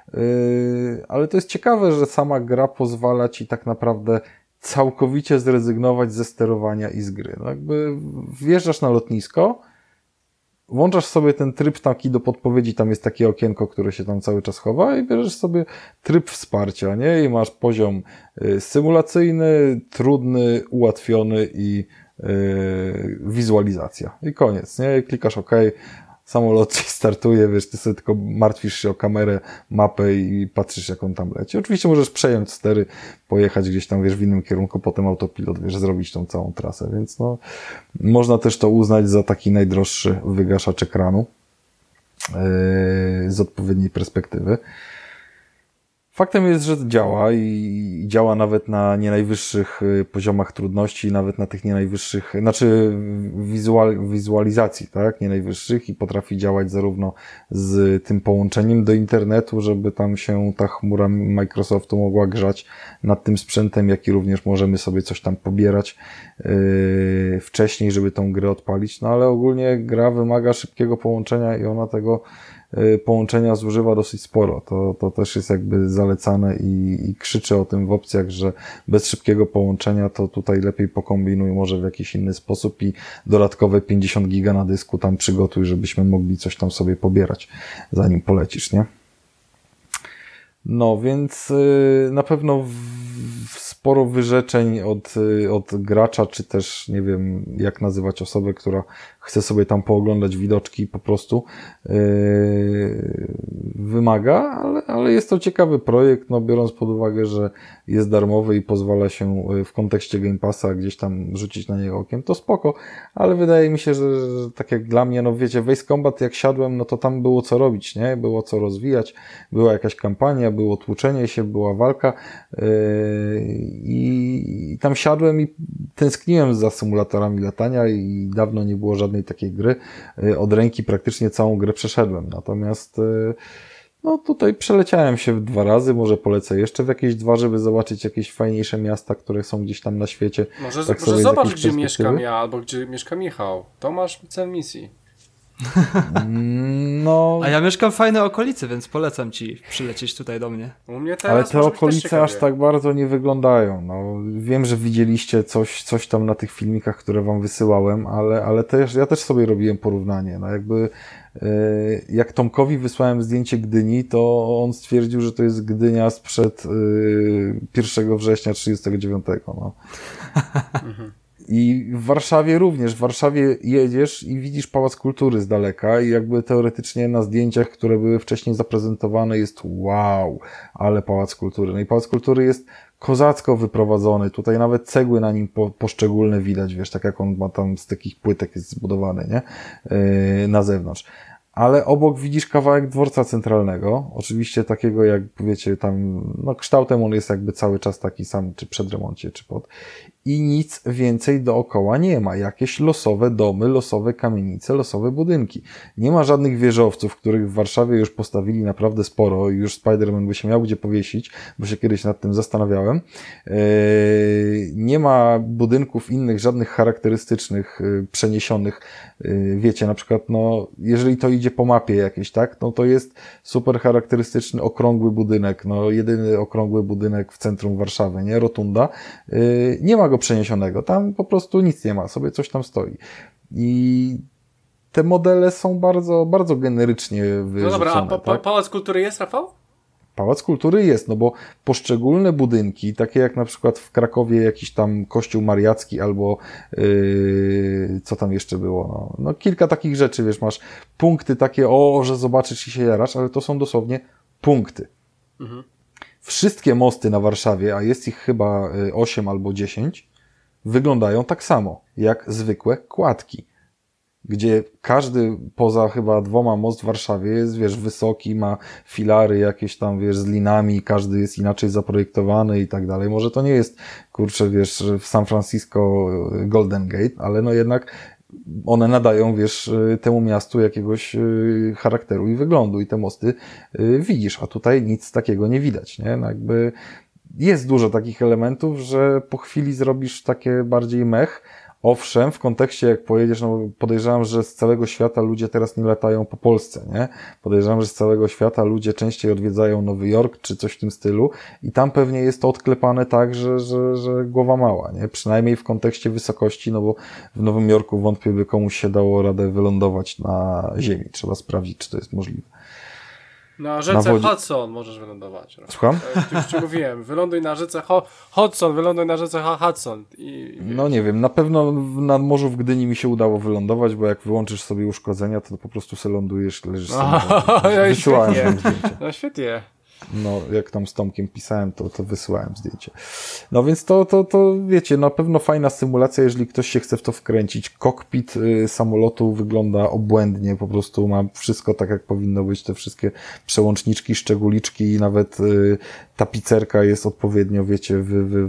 ale to jest ciekawe, że sama gra pozwala ci tak naprawdę całkowicie zrezygnować ze sterowania i z gry. No jakby wjeżdżasz na lotnisko, włączasz sobie ten tryb taki do podpowiedzi, tam jest takie okienko, które się tam cały czas chowa i bierzesz sobie tryb wsparcia, nie? I masz poziom symulacyjny, trudny, ułatwiony i wizualizacja. I koniec, nie? I klikasz OK, samolot ci startuje, wiesz, ty sobie tylko martwisz się o kamerę, mapę i patrzysz, jak on tam leci. Oczywiście możesz przejąć stery, pojechać gdzieś tam, wiesz, w innym kierunku, potem autopilot, wiesz, zrobić tą całą trasę, więc no, można też to uznać za taki najdroższy wygaszacz ekranu z odpowiedniej perspektywy. Faktem jest, że działa i działa nawet na nie najwyższych poziomach trudności, nawet na tych nie najwyższych, znaczy wizualizacji, tak, nie najwyższych i potrafi działać zarówno z tym połączeniem do internetu, żeby tam się ta chmura Microsoftu mogła grzać nad tym sprzętem, jak i również możemy sobie coś tam pobierać wcześniej, żeby tą grę odpalić, no ale ogólnie gra wymaga szybkiego połączenia i ona tego połączenia zużywa dosyć sporo. To też jest jakby zalecane i krzyczy o tym w opcjach, że bez szybkiego połączenia to tutaj lepiej pokombinuj może w jakiś inny sposób i dodatkowe 50 giga na dysku tam przygotuj, żebyśmy mogli coś tam sobie pobierać, zanim polecisz, nie? No, więc na pewno sporo wyrzeczeń od gracza, czy też nie wiem, jak nazywać osobę, która chce sobie tam pooglądać widoczki po prostu wymaga, ale jest to ciekawy projekt, no biorąc pod uwagę, że jest darmowy i pozwala się w kontekście Game Passa gdzieś tam rzucić na niego okiem, to spoko, ale wydaje mi się, że tak jak dla mnie, no wiecie, w Ace Combat jak siadłem, no to tam było co robić, nie? Było co rozwijać, była jakaś kampania, było tłuczenie się, była walka i tam siadłem i tęskniłem za symulatorami latania i dawno nie było żadnej takiej gry. Od ręki praktycznie całą grę przeszedłem. Natomiast no tutaj przeleciałem się 2 razy, może polecę jeszcze w jakieś 2, żeby zobaczyć jakieś fajniejsze miasta, które są gdzieś tam na świecie. Może tak zobacz, gdzie mieszkam ja, albo gdzie mieszka Michał. To masz cel misji. No. A ja mieszkam w fajnej okolicy, więc polecam ci przylecieć tutaj do mnie. U mnie teraz ale te może być okolice aż tak bardzo nie wyglądają. No, wiem, że widzieliście coś tam na tych filmikach, które wam wysyłałem, ale ja też sobie robiłem porównanie. No jakby jak Tomkowi wysłałem zdjęcie Gdyni, to on stwierdził, że to jest Gdynia sprzed 1 września 1939. No. I w Warszawie również. W Warszawie jedziesz i widzisz Pałac Kultury z daleka i jakby teoretycznie na zdjęciach, które były wcześniej zaprezentowane jest wow, ale Pałac Kultury. No i Pałac Kultury jest kozacko wyprowadzony. Tutaj nawet cegły na nim poszczególne widać, wiesz, tak jak on ma tam z takich płytek jest zbudowany, nie? Na zewnątrz. ale obok widzisz kawałek dworca centralnego, oczywiście takiego jak wiecie tam, no kształtem on jest jakby cały czas taki sam, czy przed remoncie, czy pod, i nic więcej dookoła nie ma. Jakieś losowe domy, losowe kamienice, losowe budynki. Nie ma żadnych wieżowców, których w Warszawie już postawili naprawdę sporo i już Spider-Man by się miał gdzie powiesić, bo się kiedyś nad tym zastanawiałem. Nie ma budynków innych, żadnych charakterystycznych, przeniesionych. Wiecie, na przykład, no, jeżeli to idzie po mapie jakieś, tak, no to jest super charakterystyczny, okrągły budynek, no, jedyny okrągły budynek w centrum Warszawy, nie? Rotunda. Nie ma go przeniesionego, tam po prostu nic nie ma, sobie coś tam stoi. I te modele są bardzo, bardzo generycznie wyrzucone. No dobra, a tak? Pałac Kultury jest, Rafał? Pałac Kultury jest, no bo poszczególne budynki, takie jak na przykład w Krakowie jakiś tam kościół mariacki albo co tam jeszcze było, no kilka takich rzeczy, wiesz, masz punkty takie, że zobaczysz i się jarasz, ale to są dosłownie punkty. Mhm. Wszystkie mosty na Warszawie, a jest ich chyba 8 albo 10, wyglądają tak samo, jak zwykłe kładki, gdzie każdy poza chyba 2 most w Warszawie jest, wiesz, wysoki, ma filary jakieś tam, wiesz, z linami, każdy jest inaczej zaprojektowany i tak dalej. Może to nie jest, kurczę, wiesz, w San Francisco Golden Gate, ale no jednak one nadają, wiesz, temu miastu jakiegoś charakteru i wyglądu i te mosty widzisz, a tutaj nic takiego nie widać, nie? No jakby jest dużo takich elementów, że po chwili zrobisz takie bardziej mech. Owszem, w kontekście jak pojedziesz, no podejrzewam, że z całego świata ludzie teraz nie latają po Polsce, nie? Podejrzewam, że z całego świata ludzie częściej odwiedzają Nowy Jork czy coś w tym stylu i tam pewnie jest to odklepane tak, że głowa mała, nie? Przynajmniej w kontekście wysokości, no bo w Nowym Jorku wątpię, by komuś się dało radę wylądować na ziemi. Trzeba sprawdzić, czy to jest możliwe. Na rzece Hudson możesz wylądować. Słucham? Już ci mówiłem, wyląduj na rzece Hudson, wyląduj na rzece Hudson. No nie wiem, na pewno na morzu w Gdyni mi się udało wylądować, bo jak wyłączysz sobie uszkodzenia, to po prostu se lądujesz, leżysz sobie. Wysyłałem wam zdjęcie. No świetnie. No, jak tam z Tomkiem pisałem, to wysyłałem zdjęcie. No więc to wiecie, na pewno fajna symulacja, jeżeli ktoś się chce w to wkręcić. Kokpit samolotu wygląda obłędnie, po prostu ma wszystko tak, jak powinno być, te wszystkie przełączniczki, szczególiczki i nawet tapicerka jest odpowiednio, wiecie,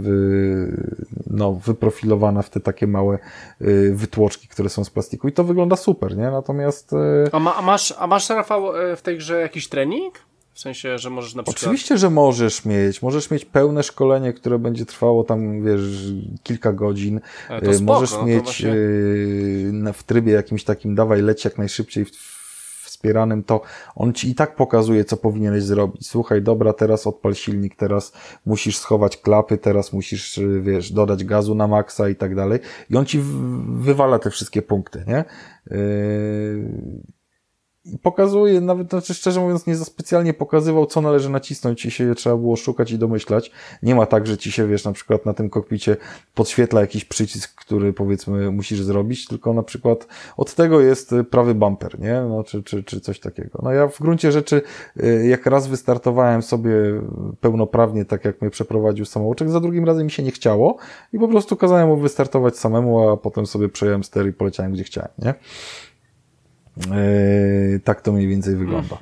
wyprofilowana w te takie małe wytłoczki, które są z plastiku i to wygląda super, nie? Natomiast... A masz, Rafał, w tej grze jakiś trening? W sensie, że możesz na przykład... Oczywiście, że możesz mieć pełne szkolenie, które będzie trwało tam, wiesz, kilka godzin. To spoko, możesz mieć właśnie... w trybie jakimś takim dawaj leć jak najszybciej wspieranym, to on ci i tak pokazuje, co powinieneś zrobić. Słuchaj, dobra, teraz odpal silnik, teraz musisz schować klapy, teraz musisz, wiesz, dodać gazu na maksa i tak dalej. I on ci wywala te wszystkie punkty, nie? I pokazuje, nawet, znaczy szczerze mówiąc, nie za specjalnie pokazywał, co należy nacisnąć i się trzeba było szukać i domyślać. Nie ma tak, że ci się, wiesz, na przykład na tym kokpicie podświetla jakiś przycisk, który powiedzmy musisz zrobić, tylko na przykład od tego jest prawy bumper, nie? No, czy coś takiego. No ja w gruncie rzeczy, jak raz wystartowałem sobie pełnoprawnie, tak jak mnie przeprowadził samouczek, za drugim razem mi się nie chciało i po prostu kazałem mu wystartować samemu, a potem sobie przejąłem ster i poleciałem gdzie chciałem, nie? Tak to mniej więcej wygląda.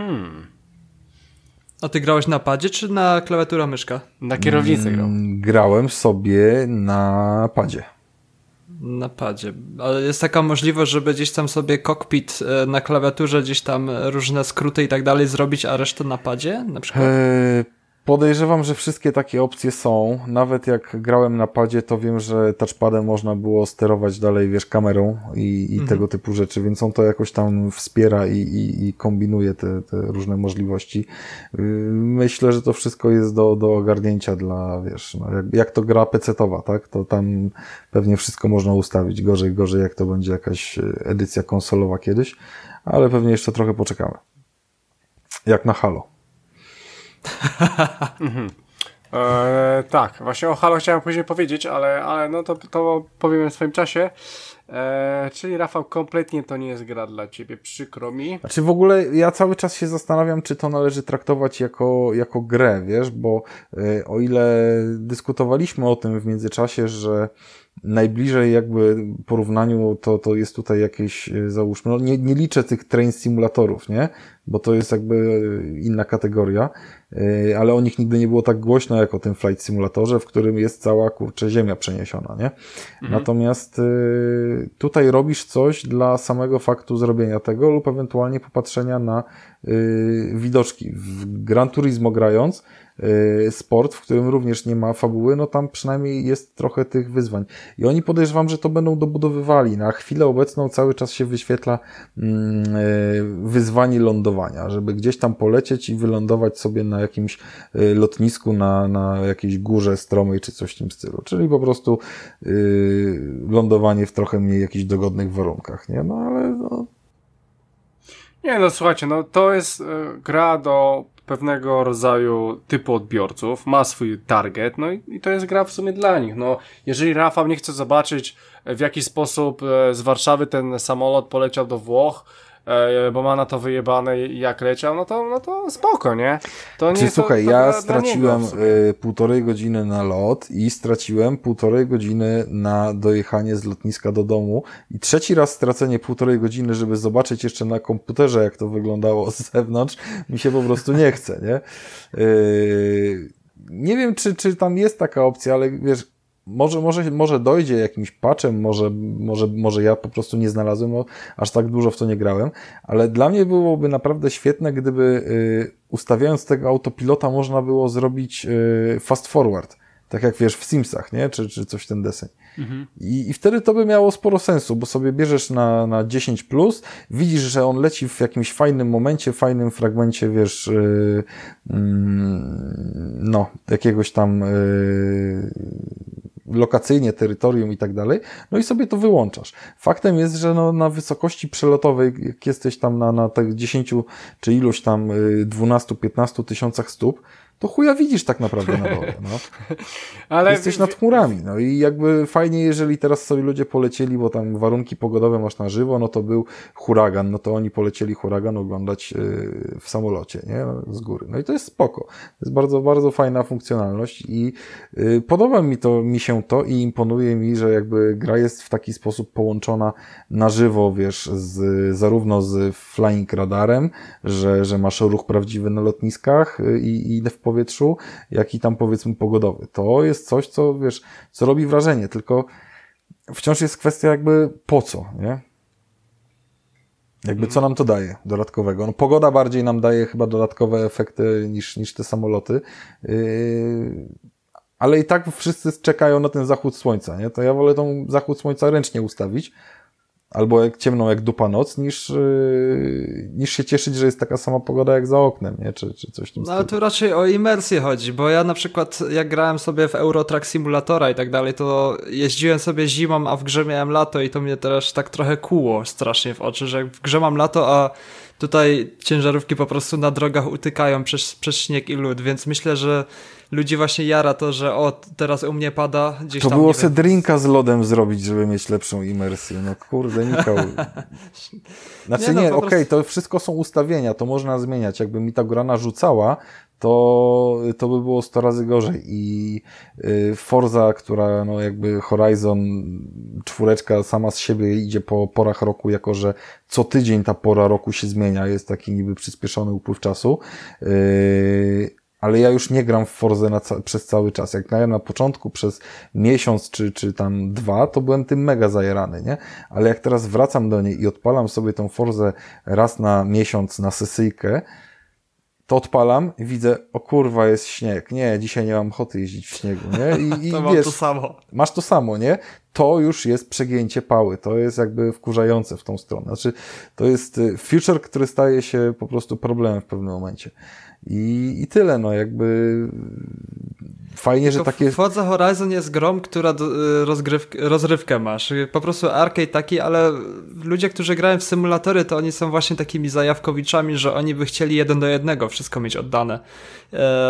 A ty grałeś na padzie czy na klawiatura myszka? Na kierownicę grał. Grałem sobie na padzie. Na padzie. Ale jest taka możliwość, żeby gdzieś tam sobie kokpit na klawiaturze, gdzieś tam różne skróty i tak dalej zrobić, a resztę na padzie na przykład? Podejrzewam, że wszystkie takie opcje są. Nawet jak grałem na padzie, to wiem, że touchpadem można było sterować dalej, wiesz, kamerą i tego typu rzeczy, więc on to jakoś tam wspiera i kombinuje te różne możliwości. Myślę, że to wszystko jest do ogarnięcia dla, wiesz, no jak to gra PC-towa, tak? To tam pewnie wszystko można ustawić. Gorzej, jak to będzie jakaś edycja konsolowa kiedyś, ale pewnie jeszcze trochę poczekamy. Jak na Halo. Tak, właśnie o Halo chciałem później powiedzieć, ale no to powiemy w swoim czasie. Czyli Rafał, kompletnie to nie jest gra dla ciebie, przykro mi. Znaczy w ogóle ja cały czas się zastanawiam, czy to należy traktować jako grę, wiesz, bo o ile dyskutowaliśmy o tym w międzyczasie, że najbliżej jakby porównaniu to jest tutaj jakieś, załóżmy, no nie liczę tych train simulatorów, nie? Bo to jest jakby inna kategoria, ale o nich nigdy nie było tak głośno jak o tym Flight Simulatorze, w którym jest cała, ziemia przeniesiona, nie? Natomiast tutaj robisz coś dla samego faktu zrobienia tego lub ewentualnie popatrzenia na widoczki. W Gran Turismo grając, sport, w którym również nie ma fabuły, no tam przynajmniej jest trochę tych wyzwań. I oni podejrzewam, że to będą dobudowywali. Na chwilę obecną cały czas się wyświetla wyzwanie lądowania, żeby gdzieś tam polecieć i wylądować sobie na jakimś lotnisku, na jakiejś górze stromej czy coś w tym stylu. Czyli po prostu lądowanie w trochę mniej jakichś dogodnych warunkach, nie? No ale no... Nie, no słuchajcie, no to jest gra do pewnego rodzaju typu odbiorców, ma swój target, no i to jest gra w sumie dla nich. No, jeżeli Rafał nie chce zobaczyć, w jaki sposób z Warszawy ten samolot poleciał do Włoch, bo ma na to wyjebane jak leciał, no to spoko, nie? To nie słuchaj, to ja dla straciłem niego 1,5 godziny na lot i straciłem 1,5 godziny na dojechanie z lotniska do domu i trzeci raz stracenie 1,5 godziny, żeby zobaczyć jeszcze na komputerze, jak to wyglądało z zewnątrz, mi się po prostu nie chce, nie? Nie wiem, czy tam jest taka opcja, ale wiesz, może dojdzie jakimś patchem, może ja po prostu nie znalazłem, no, aż tak dużo w to nie grałem, ale dla mnie byłoby naprawdę świetne, gdyby ustawiając tego autopilota można było zrobić fast forward, tak jak wiesz w Simsach, nie? Czy coś w ten deseń. I wtedy to by miało sporo sensu, bo sobie bierzesz na 10+, widzisz, że on leci w jakimś fajnym momencie, fajnym fragmencie, wiesz, no, jakiegoś tam lokacyjnie, terytorium i tak dalej, no i sobie to wyłączasz. Faktem jest, że no, na wysokości przelotowej, jak jesteś tam na tych 10 czy iluś tam 12-15 tysiącach stóp, to chuja widzisz tak naprawdę na dole, no. Ale jesteś nad chmurami, no i jakby fajnie, jeżeli teraz sobie ludzie polecieli, bo tam warunki pogodowe masz na żywo, no to był huragan, no to oni polecieli huragan oglądać w samolocie, nie, z góry. No i to jest spoko. To jest bardzo, bardzo fajna funkcjonalność i podoba mi się to i imponuje mi, że jakby gra jest w taki sposób połączona na żywo, wiesz, zarówno z flying radarem, że masz ruch prawdziwy na lotniskach i w powietrzu, jak i tam powiedzmy pogodowy. To jest coś, co wiesz, co robi wrażenie, tylko wciąż jest kwestia jakby po co, nie? Jakby co nam to daje dodatkowego? No pogoda bardziej nam daje chyba dodatkowe efekty niż te samoloty, ale i tak wszyscy czekają na ten zachód słońca, nie? To ja wolę tą zachód słońca ręcznie ustawić, albo jak ciemną jak dupa noc, niż się cieszyć, że jest taka sama pogoda jak za oknem, nie? Czy coś w tym stylu. Ale tu raczej o imersję chodzi, bo ja na przykład jak grałem sobie w Euro Truck Simulatora i tak dalej, to jeździłem sobie zimą, a w grze miałem lato i to mnie też tak trochę kłuło strasznie w oczy, że w grze mam lato, a tutaj ciężarówki po prostu na drogach utykają przez śnieg i lód, więc myślę, że ludzi właśnie jara to, że teraz u mnie pada gdzieś to tam. To było se drinka z lodem zrobić, żeby mieć lepszą imersję. No kurde, Michał. Znaczy nie, okej, to wszystko są ustawienia, to można zmieniać. Jakby mi ta gra narzucała, to by było 100 razy gorzej. I Forza, która no jakby Horizon 4 sama z siebie idzie po porach roku, jako że co tydzień ta pora roku się zmienia, jest taki niby przyspieszony upływ czasu. Ale ja już nie gram w Forzę przez cały czas. Jak grałem na początku przez miesiąc czy tam 2, to byłem tym mega zajarany, nie? Ale jak teraz wracam do niej i odpalam sobie tą Forzę raz na miesiąc na sesyjkę, to odpalam i widzę, o kurwa, jest śnieg. Nie, dzisiaj nie mam ochoty jeździć w śniegu, nie? I to mam wiesz, to samo. Masz to samo, nie? To już jest przegięcie pały. To jest jakby wkurzające w tą stronę. Znaczy, to jest future, który staje się po prostu problemem w pewnym momencie. I tyle, no jakby fajnie, tylko że takie... Forza Horizon jest grą, która rozrywkę masz. Po prostu arcade taki, ale ludzie, którzy grają w symulatory, to oni są właśnie takimi zajawkowiczami, że oni by chcieli 1:1 wszystko mieć oddane.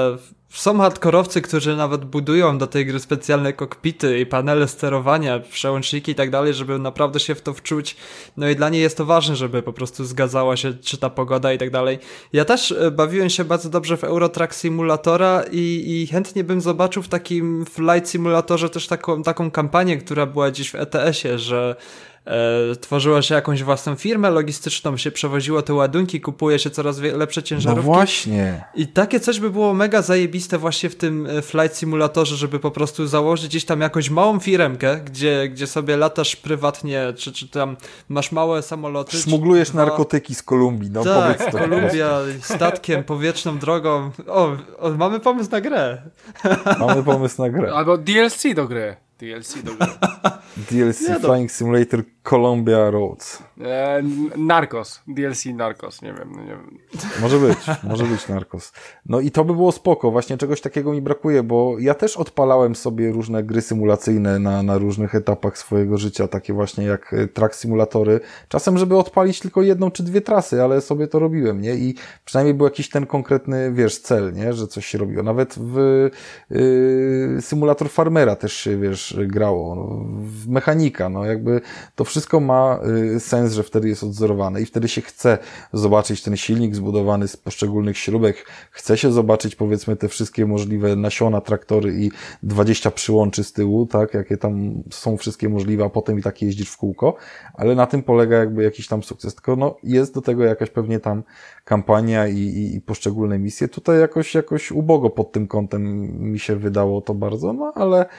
Są hardkorowcy, którzy nawet budują do tej gry specjalne kokpity i panele sterowania, przełączniki i tak dalej, żeby naprawdę się w to wczuć. No i dla niej jest to ważne, żeby po prostu zgadzała się, czy ta pogoda i tak dalej. Ja też bawiłem się bardzo dobrze w Euro Truck Simulatora i chętnie bym zobaczył w takim Flight Simulatorze też taką kampanię, która była dziś w ETS-ie, że tworzyło się jakąś własną firmę logistyczną, się przewoziło te ładunki, kupuje się coraz lepsze ciężarówki. No właśnie. I takie coś by było mega zajebiste właśnie w tym Flight Simulatorze, żeby po prostu założyć gdzieś tam jakąś małą firemkę, gdzie sobie latasz prywatnie, czy tam masz małe samoloty. Szmuglujesz narkotyki z Kolumbii, no tak, powiedz to. Kolumbia, statkiem, powietrzną drogą. O, mamy pomysł na grę. Mamy pomysł na grę. Albo DLC do gry. DLC do gry. DLC Flying Simulator Columbia Roads. Narcos. DLC Narcos, nie wiem. Może być Narcos. No i to by było spoko, właśnie czegoś takiego mi brakuje, bo ja też odpalałem sobie różne gry symulacyjne na różnych etapach swojego życia, takie właśnie jak track simulatory. Czasem, żeby odpalić tylko jedną czy dwie trasy, ale sobie to robiłem, nie? I przynajmniej był jakiś ten konkretny, wiesz, cel, nie? Że coś się robiło. Nawet w symulator farmera też się, wiesz, grało. No, w mechanika, no jakby to wszystko ma sens, że wtedy jest odzorowane i wtedy się chce zobaczyć ten silnik zbudowany z poszczególnych śrubek, chce się zobaczyć, powiedzmy, te wszystkie możliwe nasiona, traktory i 20 przyłączy z tyłu, tak, jakie tam są wszystkie możliwe, a potem i tak jeździsz w kółko, ale na tym polega jakby jakiś tam sukces, tylko no jest do tego jakaś pewnie tam kampania i poszczególne misje. Tutaj jakoś ubogo pod tym kątem mi się wydało to bardzo, no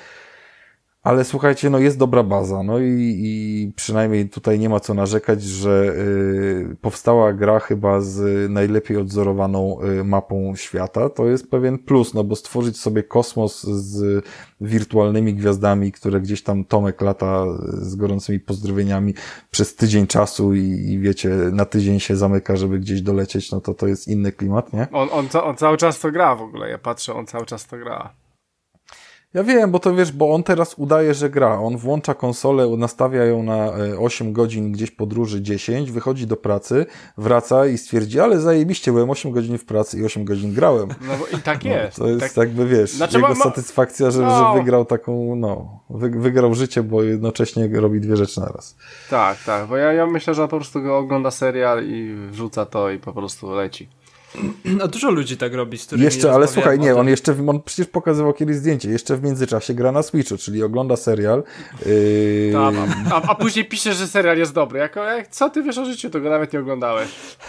ale słuchajcie, no jest dobra baza, no i przynajmniej tutaj nie ma co narzekać, że powstała gra chyba z najlepiej odzorowaną mapą świata. To jest pewien plus, no bo stworzyć sobie kosmos z wirtualnymi gwiazdami, które gdzieś tam Tomek lata z gorącymi pozdrowieniami przez tydzień czasu i wiecie, na tydzień się zamyka, żeby gdzieś dolecieć, no to jest inny klimat, nie? On cały czas to gra w ogóle, ja patrzę, on cały czas to gra. Ja wiem, bo to wiesz, bo on teraz udaje, że gra. On włącza konsolę, nastawia ją na 8 godzin gdzieś podróży 10, wychodzi do pracy, wraca i stwierdzi, ale zajebiście, byłem 8 godzin w pracy i 8 godzin grałem. No bo i tak jest. No, to jest tak... jakby, wiesz, znaczy, jego satysfakcja, że wygrał taką, wygrał życie, bo jednocześnie robi dwie rzeczy naraz. Tak, bo ja myślę, że on po prostu go ogląda serial i wrzuca to i po prostu leci. No dużo ludzi tak robi, z którymi jeszcze, ale słuchaj, nie, on przecież pokazywał kiedyś zdjęcie, jeszcze w międzyczasie gra na Switchu, czyli ogląda serial. A później pisze, że serial jest dobry. Jak co ty wiesz o życiu, to go nawet nie oglądałeś.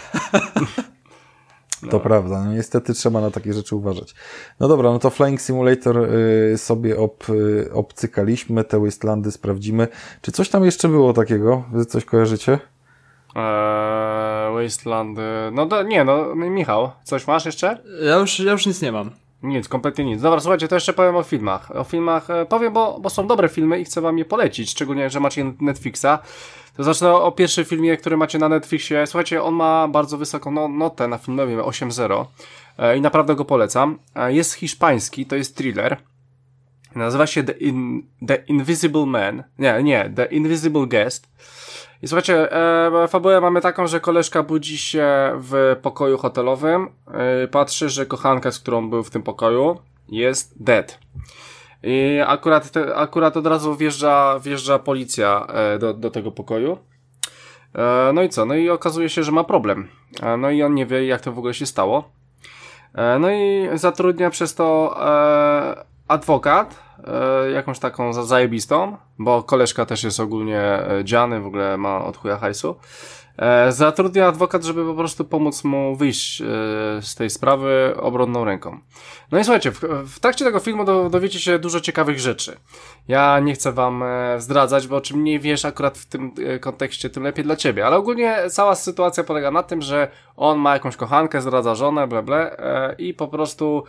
No. To prawda, no niestety trzeba na takie rzeczy uważać. No dobra, no to Flying Simulator sobie obcykaliśmy, te Wastelandy sprawdzimy. Czy coś tam jeszcze było takiego? Wy coś kojarzycie? Wasteland. Michał, coś masz jeszcze? Ja już nic nie mam. Nic, kompletnie nic. Dobra, słuchajcie, to jeszcze powiem o filmach. O filmach powiem, bo są dobre filmy i chcę wam je polecić, szczególnie, że macie Netflixa. To zacznę o pierwszym filmie, który macie na Netflixie. Słuchajcie, on ma bardzo wysoką notę na filmowie, 8.0 i naprawdę go polecam. Jest hiszpański, to jest thriller. Nazywa się The Invisible Man. Nie, The Invisible Guest. I słuchajcie, fabułę mamy taką, że koleżka budzi się w pokoju hotelowym, patrzy, że kochanka, z którą był w tym pokoju, jest dead. I akurat od razu wjeżdża policja do tego pokoju. No i co? No i okazuje się, że ma problem. No i on nie wie, jak to w ogóle się stało. No i zatrudnia przez to adwokat, jakąś taką zajebistą, bo koleżka też jest ogólnie dziany, w ogóle ma od chuja hajsu. Zatrudnia adwokat, żeby po prostu pomóc mu wyjść z tej sprawy obronną ręką. No i słuchajcie, w trakcie tego filmu dowiecie się dużo ciekawych rzeczy. Ja nie chcę wam zdradzać, bo czym mniej wiesz akurat w tym kontekście, tym lepiej dla ciebie. Ale ogólnie cała sytuacja polega na tym, że on ma jakąś kochankę, zdradza żonę, i po prostu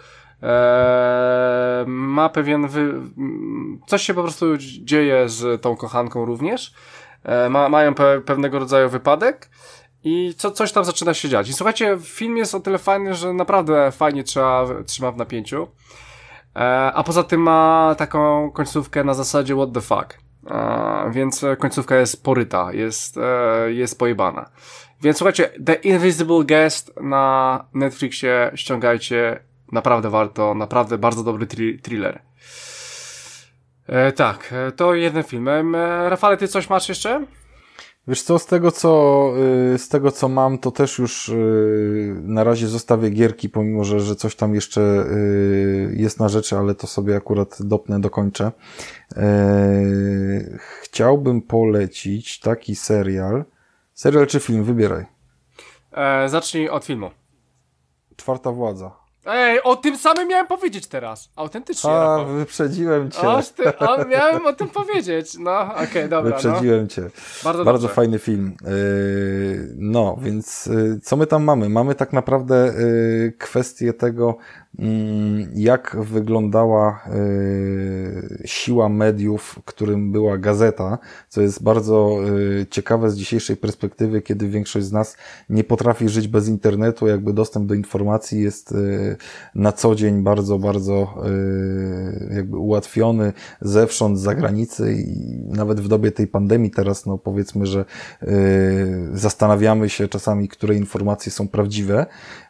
ma pewien coś się po prostu dzieje z tą kochanką również. Mają pewnego rodzaju wypadek i coś tam zaczyna się dziać. I słuchajcie, film jest o tyle fajny, że naprawdę fajnie trzyma w napięciu. A poza tym ma taką końcówkę na zasadzie what the fuck. Więc końcówka jest poryta, jest pojebana. Więc słuchajcie, The Invisible Guest na Netflixie ściągajcie Naprawdę warto, naprawdę bardzo dobry thriller. Tak, to jeden film. Rafale, ty coś masz jeszcze? Wiesz co, z tego co mam, to też już na razie zostawię gierki, pomimo że coś tam jeszcze jest na rzeczy, ale to sobie akurat dopnę, dokończę. Chciałbym polecić taki serial czy film, wybieraj. Zacznij od filmu. Czwarta władza. Ej, o tym samym miałem powiedzieć teraz. Autentycznie, Rafał. Wyprzedziłem cię. Miałem o tym powiedzieć. No, okej, dobra. Wyprzedziłem cię. Bardzo fajny film. No, więc co my tam mamy? Mamy tak naprawdę kwestię tego, jak wyglądała siła mediów, którym była gazeta, co jest bardzo ciekawe z dzisiejszej perspektywy, kiedy większość z nas nie potrafi żyć bez internetu, jakby dostęp do informacji jest na co dzień bardzo, bardzo jakby ułatwiony zewsząd, z zagranicy i nawet w dobie tej pandemii teraz, no powiedzmy, że zastanawiamy się czasami, które informacje są prawdziwe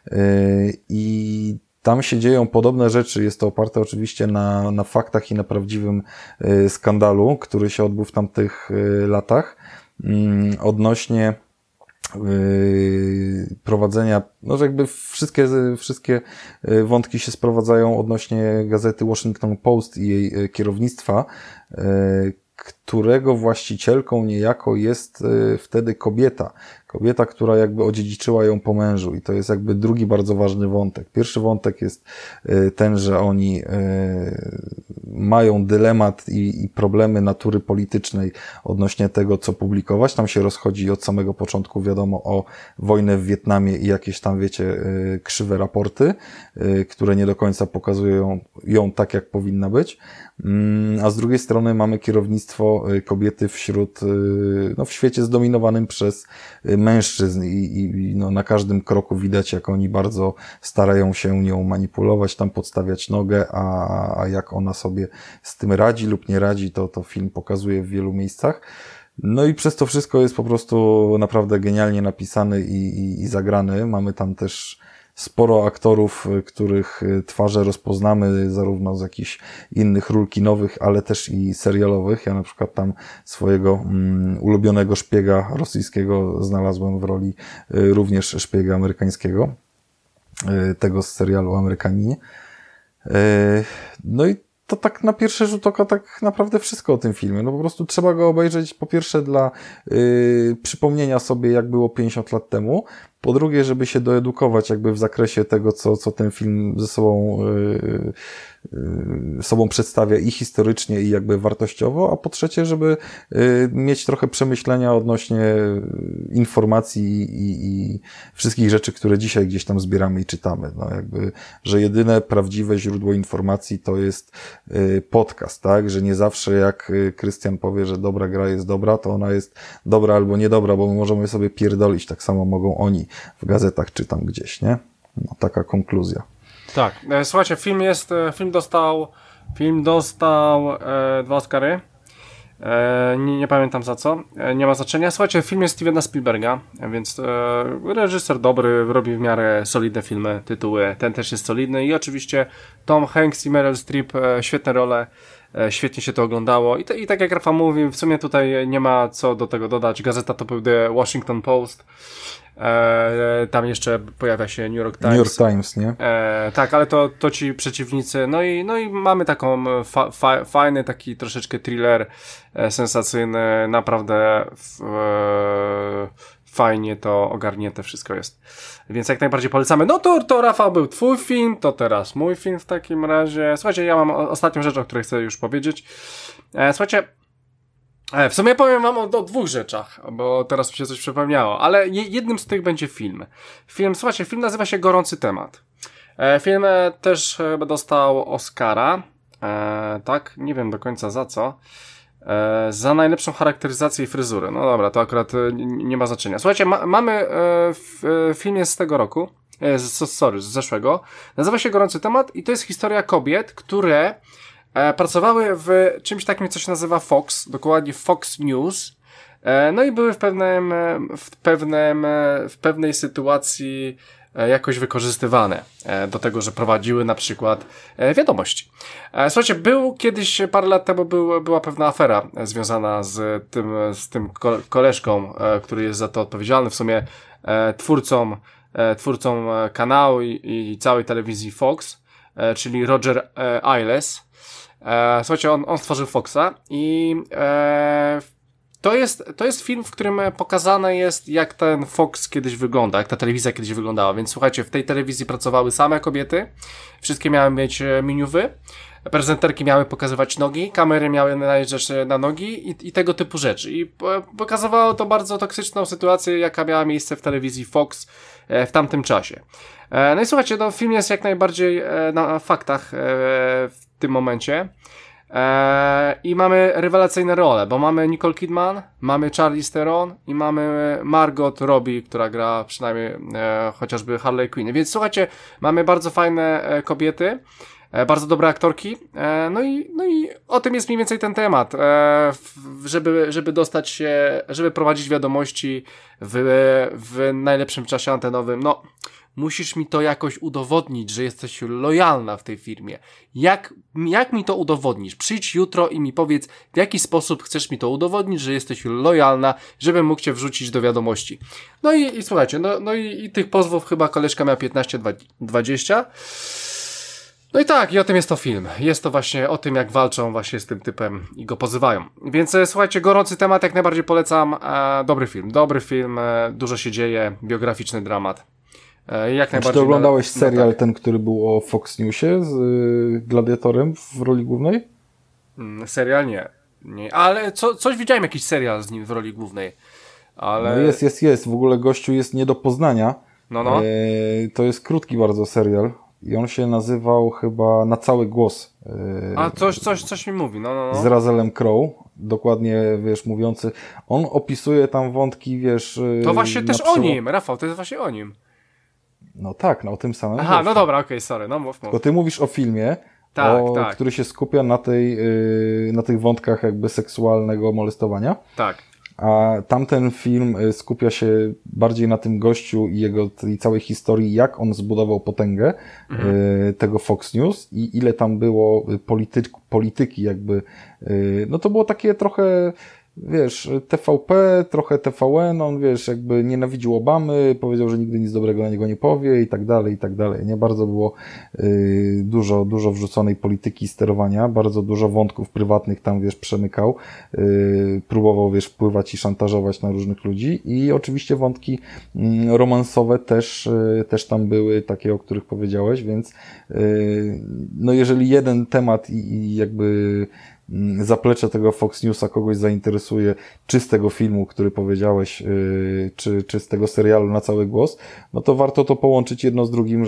i tam się dzieją podobne rzeczy. Jest to oparte oczywiście na faktach i na prawdziwym skandalu, który się odbył w tamtych latach odnośnie prowadzenia, no że jakby wszystkie wątki się sprowadzają odnośnie gazety Washington Post i jej kierownictwa, którego właścicielką niejako jest wtedy kobieta, która jakby odziedziczyła ją po mężu i to jest jakby drugi bardzo ważny wątek. Pierwszy wątek jest ten, że oni mają dylemat i problemy natury politycznej odnośnie tego, co publikować. Tam się rozchodzi od samego początku, wiadomo, o wojnę w Wietnamie i jakieś tam, wiecie, krzywe raporty, które nie do końca pokazują ją tak, jak powinna być. A z drugiej strony mamy kierownictwo kobiety w świecie zdominowanym przez mężczyzn i no, na każdym kroku widać, jak oni bardzo starają się nią manipulować, tam podstawiać nogę, a jak ona sobie z tym radzi lub nie radzi, to film pokazuje w wielu miejscach. No i przez to wszystko jest po prostu naprawdę genialnie napisany i zagrany. Mamy tam też sporo aktorów, których twarze rozpoznamy zarówno z jakichś innych ról kinowych, ale też i serialowych. Ja na przykład tam swojego ulubionego szpiega rosyjskiego znalazłem w roli również szpiega amerykańskiego, tego z serialu Amerykaninie. No i to tak na pierwszy rzut oka tak naprawdę wszystko o tym filmie. No po prostu trzeba go obejrzeć po pierwsze dla przypomnienia sobie, jak było 50 lat temu, po drugie, żeby się doedukować jakby w zakresie tego, co ten film ze sobą przedstawia i historycznie, i jakby wartościowo, a po trzecie, żeby mieć trochę przemyślenia odnośnie informacji i wszystkich rzeczy, które dzisiaj gdzieś tam zbieramy i czytamy. No jakby, że jedyne prawdziwe źródło informacji to jest podcast, tak? Że nie zawsze jak Krystian powie, że dobra gra jest dobra, to ona jest dobra albo niedobra, bo my możemy sobie pierdolić, tak samo mogą oni w gazetach czy tam gdzieś, nie? No, taka konkluzja. Tak, słuchajcie, film dostał 2 Oscary, nie pamiętam za co, nie ma znaczenia. Słuchajcie, film jest Stevena Spielberga, więc reżyser dobry, robi w miarę solidne filmy, tytuły, ten też jest solidny i oczywiście Tom Hanks i Meryl Streep, świetne role, świetnie się to oglądało i tak jak Rafa mówi, w sumie tutaj nie ma co do tego dodać, gazeta to był The Washington Post. Tam jeszcze pojawia się New York Times. New York Times, nie? Tak, ale to ci przeciwnicy. No i mamy taką fajny taki troszeczkę thriller sensacyjny. Naprawdę fajnie to ogarnięte wszystko jest. Więc jak najbardziej polecamy. No to Rafał był twój film, to teraz mój film w takim razie. Słuchajcie, ja mam ostatnią rzecz, o której chcę już powiedzieć. Słuchajcie, w sumie powiem wam o 2 rzeczach, bo teraz mi się coś przypomniało, ale jednym z tych będzie film. Słuchajcie, film nazywa się Gorący temat. Film też dostał Oscara, tak, nie wiem do końca za co, za najlepszą charakteryzację i fryzurę. No dobra, to akurat nie ma znaczenia. Słuchajcie, mamy film jest z tego roku, z zeszłego, nazywa się Gorący temat i to jest historia kobiet, które pracowały w czymś takim, co się nazywa Fox, dokładnie Fox News, no i były w pewnej sytuacji jakoś wykorzystywane do tego, że prowadziły na przykład wiadomości. Słuchajcie, kiedyś, parę lat temu była pewna afera związana z tym koleżką, który jest za to odpowiedzialny, w sumie twórcą kanału i całej telewizji Fox, czyli Roger Ailes. Słuchajcie, on stworzył Foxa i to jest film, w którym pokazane jest, jak ten Fox kiedyś wygląda, jak ta telewizja kiedyś wyglądała. Więc słuchajcie, w tej telewizji pracowały same kobiety, wszystkie miały mieć miniuwy, prezenterki miały pokazywać nogi, kamery miały najeżdżać na nogi i tego typu rzeczy. I pokazywało to bardzo toksyczną sytuację, jaka miała miejsce w telewizji Fox w tamtym czasie. No i słuchajcie, no, film jest jak najbardziej na faktach w tym momencie. I mamy rewelacyjne role, bo mamy Nicole Kidman, mamy Charlize Theron i mamy Margot Robbie, która gra przynajmniej chociażby Harley Quinn. Więc słuchajcie, mamy bardzo fajne kobiety, bardzo dobre aktorki, no i o tym jest mniej więcej ten temat, żeby dostać się, żeby prowadzić wiadomości w najlepszym czasie antenowym, no musisz mi to jakoś udowodnić, że jesteś lojalna w tej firmie. Jak mi to udowodnisz? Przyjdź jutro i mi powiedz, w jaki sposób chcesz mi to udowodnić, że jesteś lojalna, żebym mógł cię wrzucić do wiadomości. No i słuchajcie, no i tych pozwów chyba koleżka miała 15-20. No i tak, i o tym jest to film. Jest to właśnie o tym, jak walczą właśnie z tym typem i go pozywają. Więc słuchajcie, gorący temat, jak najbardziej polecam. Dobry film, dużo się dzieje, biograficzny dramat. Jak najbardziej. Czy ty oglądałeś serial ten, który był o Fox Newsie z Gladiatorem w roli głównej? Serial nie. Ale coś widziałem, jakiś serial z nim w roli głównej. Ale... No jest. W ogóle gościu jest nie do poznania. No. To jest krótki bardzo serial. I on się nazywał chyba Na cały głos. A coś mi mówi, no. Z Russellem Crowe. Dokładnie, wiesz, mówiący. On opisuje tam wątki, wiesz... To właśnie też o nim, Rafał, to jest właśnie o nim. No tak, no o tym samym. Aha, no dobra, okej, sorry, no mów. Tylko ty mówisz o filmie, tak. który się skupia na tych wątkach jakby seksualnego molestowania. Tak. A tamten film skupia się bardziej na tym gościu i jego tej całej historii, jak on zbudował potęgę tego Fox News i ile tam było polityki jakby. No to było takie trochę, wiesz, TVP, trochę TVN, on, wiesz, jakby nienawidził Obamy, powiedział, że nigdy nic dobrego na niego nie powie i tak dalej, nie? Bardzo było dużo wrzuconej polityki sterowania, bardzo dużo wątków prywatnych tam, wiesz, przemykał, próbował, wiesz, wpływać i szantażować na różnych ludzi i oczywiście wątki romansowe też tam były, takie, o których powiedziałeś, więc no jeżeli jeden temat i jakby zaplecze tego Fox Newsa kogoś zainteresuje, czy z tego filmu, który powiedziałeś, czy z tego serialu Na cały głos, no to warto to połączyć jedno z drugim,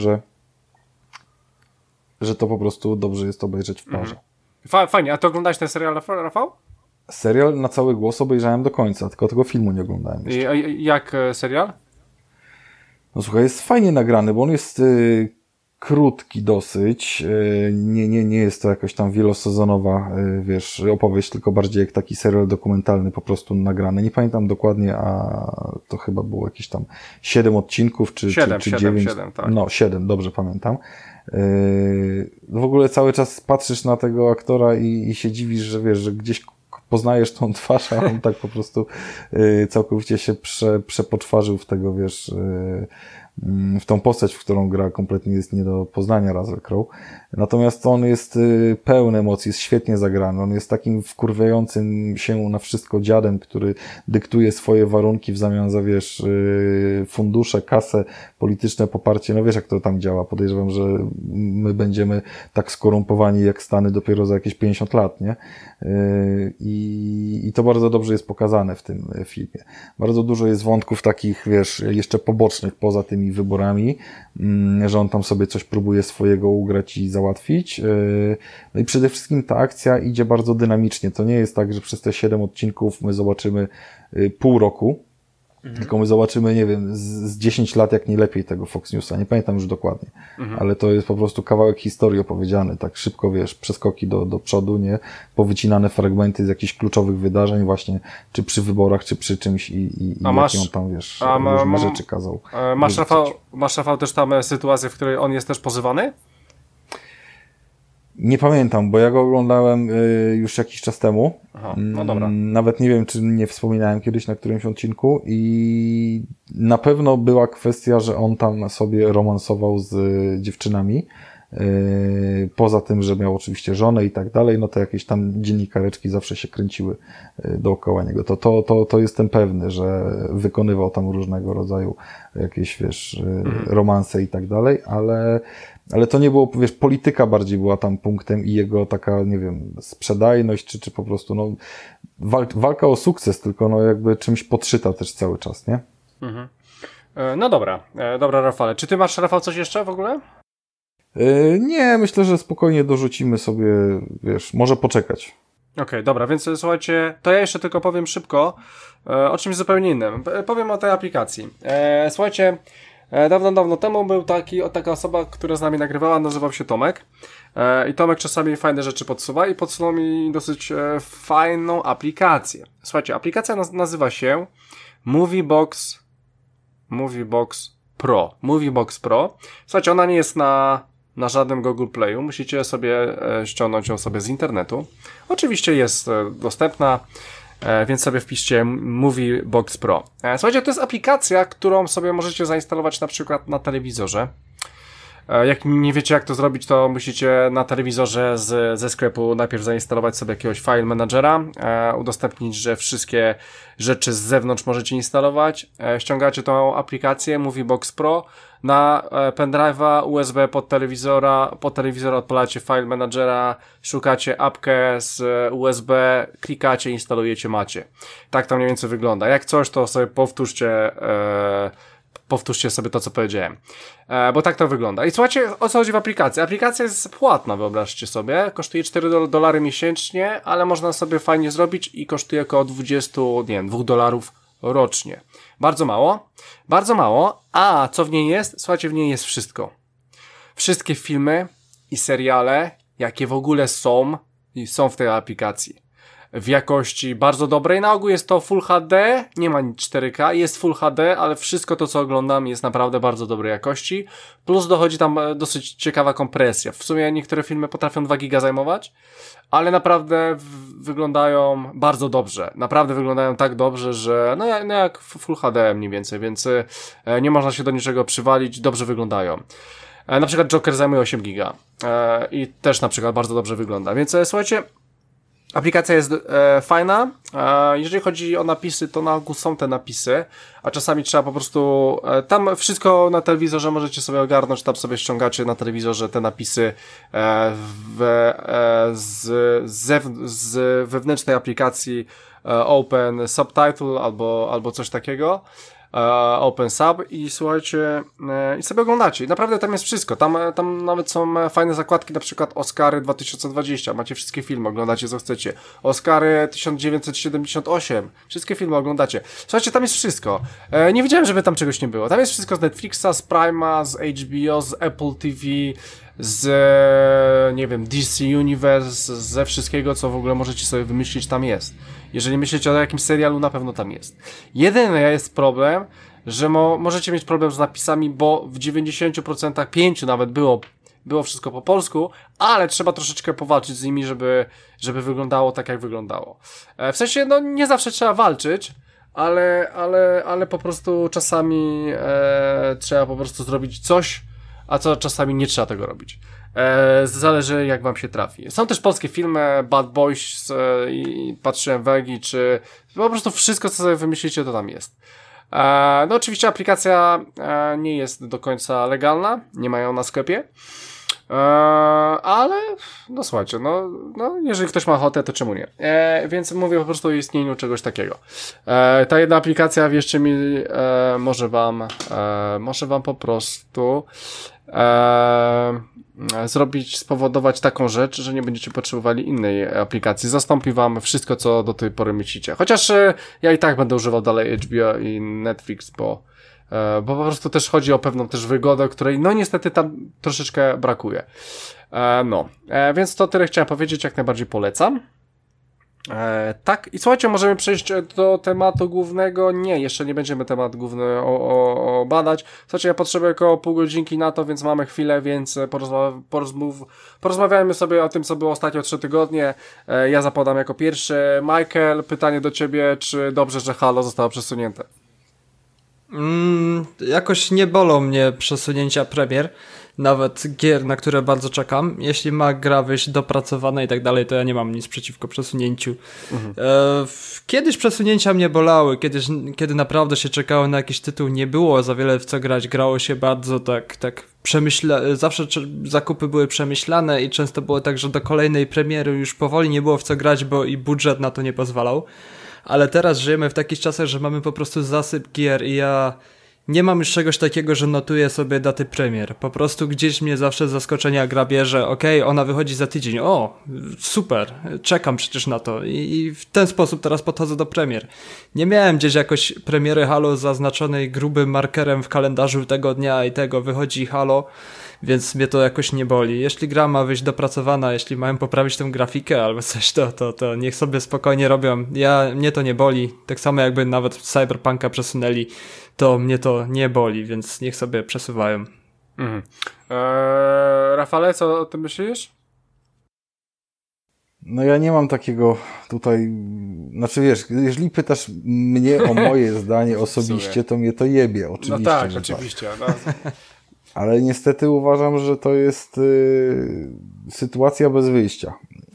że to po prostu dobrze jest obejrzeć w parze. Fajnie, a ty oglądałeś ten serial, Rafał? Serial Na cały głos obejrzałem do końca, tylko tego filmu nie oglądałem jeszcze. Jak serial? No słuchaj, jest fajnie nagrany, bo on jest krótki dosyć, nie jest to jakaś tam wielosezonowa, wiesz, opowieść, tylko bardziej jak taki serial dokumentalny po prostu nagrany. Nie pamiętam dokładnie, a to chyba było jakieś tam 7 odcinków, czy 9. 7, tak. No, 7, dobrze pamiętam. W ogóle cały czas patrzysz na tego aktora i się dziwisz, że wiesz, że gdzieś poznajesz tą twarz, a on tak po prostu całkowicie się przepoczwarzył w tego, wiesz, w tą postać, w którą gra, kompletnie jest nie do poznania Russell Crowe. Natomiast on jest pełen emocji, jest świetnie zagrany. On jest takim wkurwiającym się na wszystko dziadem, który dyktuje swoje warunki w zamian za, wiesz, fundusze, kasę, polityczne poparcie. No wiesz, jak to tam działa. Podejrzewam, że my będziemy tak skorumpowani jak Stany dopiero za jakieś 50 lat, nie? I to bardzo dobrze jest pokazane w tym filmie. Bardzo dużo jest wątków takich, wiesz, jeszcze pobocznych poza tymi wyborami, że on tam sobie coś próbuje swojego ugrać i załatwić. No i przede wszystkim ta akcja idzie bardzo dynamicznie. To nie jest tak, że przez te 7 odcinków my zobaczymy pół roku, Tylko my zobaczymy, nie wiem, z 10 lat jak nie lepiej tego Fox Newsa. Nie pamiętam już dokładnie. Ale to jest po prostu kawałek historii opowiedziany. Tak szybko, wiesz, przeskoki do przodu, nie? Powycinane fragmenty z jakichś kluczowych wydarzeń właśnie, czy przy wyborach, czy przy czymś i jakie on tam, wiesz, różne rzeczy kazał. Masz, Rafał, też tam sytuację, w której on jest też pozywany? Nie pamiętam, bo ja go oglądałem już jakiś czas temu. Aha, no dobra. Nawet nie wiem, czy nie wspominałem kiedyś na którymś odcinku i na pewno była kwestia, że on tam sobie romansował z dziewczynami. Poza tym, że miał oczywiście żonę i tak dalej, no to jakieś tam dziennikareczki zawsze się kręciły dookoła niego. To jestem pewny, że wykonywał tam różnego rodzaju jakieś, wiesz, romanse i tak dalej, ale to nie było, wiesz, polityka bardziej była tam punktem i jego taka, nie wiem, sprzedajność, czy po prostu, no, walka o sukces, tylko no jakby czymś podszyta też cały czas, nie? No dobra, Rafale. Czy ty masz, Rafał, coś jeszcze w ogóle? Nie, myślę, że spokojnie dorzucimy sobie, wiesz, może poczekać. Okej, dobra, więc słuchajcie, to ja jeszcze tylko powiem szybko o czymś zupełnie innym. Powiem o tej aplikacji. Słuchajcie, dawno temu był taka osoba, która z nami nagrywała, nazywał się Tomek. I Tomek czasami fajne rzeczy podsuwa i podsunął mi dosyć fajną aplikację. Słuchajcie, aplikacja nazywa się Moviebox Pro. Moviebox Pro. Słuchajcie, ona nie jest na żadnym Google Playu. Musicie sobie ściągnąć ją sobie z internetu. Oczywiście jest dostępna, więc sobie wpiszcie Moviebox Pro. Słuchajcie, to jest aplikacja, którą sobie możecie zainstalować na przykład na telewizorze. Jak nie wiecie, jak to zrobić, to musicie na telewizorze ze sklepu najpierw zainstalować sobie jakiegoś file managera, udostępnić, że wszystkie rzeczy z zewnątrz możecie instalować. Ściągacie tą aplikację Moviebox Pro na pendrive'a, USB pod telewizora odpalacie file managera, szukacie apkę z USB, klikacie, instalujecie, macie. Tak to mniej więcej wygląda. Jak coś, to sobie powtórzcie sobie to, co powiedziałem. Bo tak to wygląda. I słuchajcie, o co chodzi w aplikacji. Aplikacja jest płatna, wyobraźcie sobie. Kosztuje $4 miesięcznie, ale można sobie fajnie zrobić i kosztuje około $2 rocznie. Bardzo mało. Bardzo mało. A co w niej jest? Słuchajcie, w niej jest wszystko. Wszystkie filmy i seriale, jakie w ogóle są w tej aplikacji. W jakości bardzo dobrej. Na ogół jest to Full HD, nie ma nic 4K, jest Full HD, ale wszystko to, co oglądam, jest naprawdę bardzo dobrej jakości. Plus dochodzi tam dosyć ciekawa kompresja. W sumie niektóre filmy potrafią 2 giga zajmować, ale naprawdę wyglądają bardzo dobrze. Naprawdę wyglądają tak dobrze, że no jak Full HD mniej więcej, więc nie można się do niczego przywalić, dobrze wyglądają. Na przykład Joker zajmuje 8 giga i też na przykład bardzo dobrze wygląda. Więc słuchajcie, aplikacja jest fajna. Jeżeli chodzi o napisy, to na ogół są te napisy, a czasami trzeba po prostu tam wszystko na telewizorze możecie sobie ogarnąć, tam sobie ściągacie na telewizorze te napisy z wewnętrznej aplikacji Open Subtitle albo coś takiego. Open Sub i słuchajcie, i sobie oglądacie. Naprawdę tam jest wszystko. Tam nawet są fajne zakładki, na przykład Oscary 2020. Macie wszystkie filmy, oglądacie co chcecie. Oscary 1978. Wszystkie filmy oglądacie. Słuchajcie, tam jest wszystko. Nie wiedziałem, żeby tam czegoś nie było. Tam jest wszystko z Netflixa, z Prima, z HBO, z Apple TV, z nie wiem, DC Universe, ze wszystkiego, co w ogóle możecie sobie wymyślić, tam jest. Jeżeli myślicie o jakimś serialu, na pewno tam jest. Jedyny jest problem, że możecie mieć problem z napisami, bo w 90%, 5 nawet było wszystko po polsku, ale trzeba troszeczkę powalczyć z nimi, żeby wyglądało tak, jak wyglądało. W sensie, no nie zawsze trzeba walczyć, ale po prostu czasami trzeba po prostu zrobić coś, a co czasami nie trzeba tego robić. Zależy, jak wam się trafi. Są też polskie filmy, Bad Boys i patrzyłem Wegi, czy po prostu wszystko, co sobie wymyślicie, to tam jest. No oczywiście aplikacja nie jest do końca legalna, nie mają na sklepie, Ale, no słuchajcie, no, jeżeli ktoś ma ochotę, to czemu nie? Więc mówię po prostu o istnieniu czegoś takiego. Ta jedna aplikacja, wierzcie mi, może wam po prostu spowodować taką rzecz, że nie będziecie potrzebowali innej aplikacji. Zastąpi wam wszystko, co do tej pory myślicie. Chociaż ja i tak będę używał dalej HBO i Netflix, bo po prostu też chodzi o pewną też wygodę, której no niestety tam troszeczkę brakuje. Więc to tyle chciałem powiedzieć, jak najbardziej polecam. Tak, i słuchajcie, możemy przejść do tematu głównego. Nie, jeszcze nie będziemy temat główny badać. Słuchajcie, ja potrzebuję około pół godzinki na to, więc mamy chwilę, więc porozmawiajmy sobie o tym, co było ostatnio 3 tygodnie. Ja zapodam jako pierwszy. Michael, pytanie do ciebie, czy dobrze, że Halo zostało przesunięte? Jakoś nie bolą mnie przesunięcia premier, nawet gier, na które bardzo czekam. Jeśli ma gra wyjść dopracowana i tak dalej, to ja nie mam nic przeciwko przesunięciu. Kiedyś przesunięcia mnie bolały, kiedy naprawdę się czekało na jakiś tytuł, nie było za wiele w co grać, grało się bardzo tak zawsze zakupy były przemyślane i często było tak, że do kolejnej premiery już powoli nie było w co grać, bo i budżet na to nie pozwalał. Ale teraz żyjemy w takich czasach, że mamy po prostu zasyp gier i ja nie mam już czegoś takiego, że notuję sobie daty premier. Po prostu gdzieś mnie zawsze z zaskoczenia gra bierze, okej, ona wychodzi za tydzień, o, super, czekam przecież na to i w ten sposób teraz podchodzę do premier. Nie miałem gdzieś jakoś premiery Halo zaznaczonej grubym markerem w kalendarzu tego dnia i tego wychodzi Halo, więc mnie to jakoś nie boli. Jeśli gra ma wyjść dopracowana, jeśli mają poprawić tę grafikę albo coś, to niech sobie spokojnie robią. Mnie to nie boli. Tak samo jakby nawet Cyberpunka przesunęli, to mnie to nie boli, więc niech sobie przesuwają. Rafale, co o tym myślisz? No ja nie mam takiego tutaj, znaczy wiesz, jeżeli pytasz mnie o moje zdanie osobiście, to mnie to jebie, oczywiście. No tak, oczywiście. No. Ale niestety uważam, że to jest sytuacja bez wyjścia,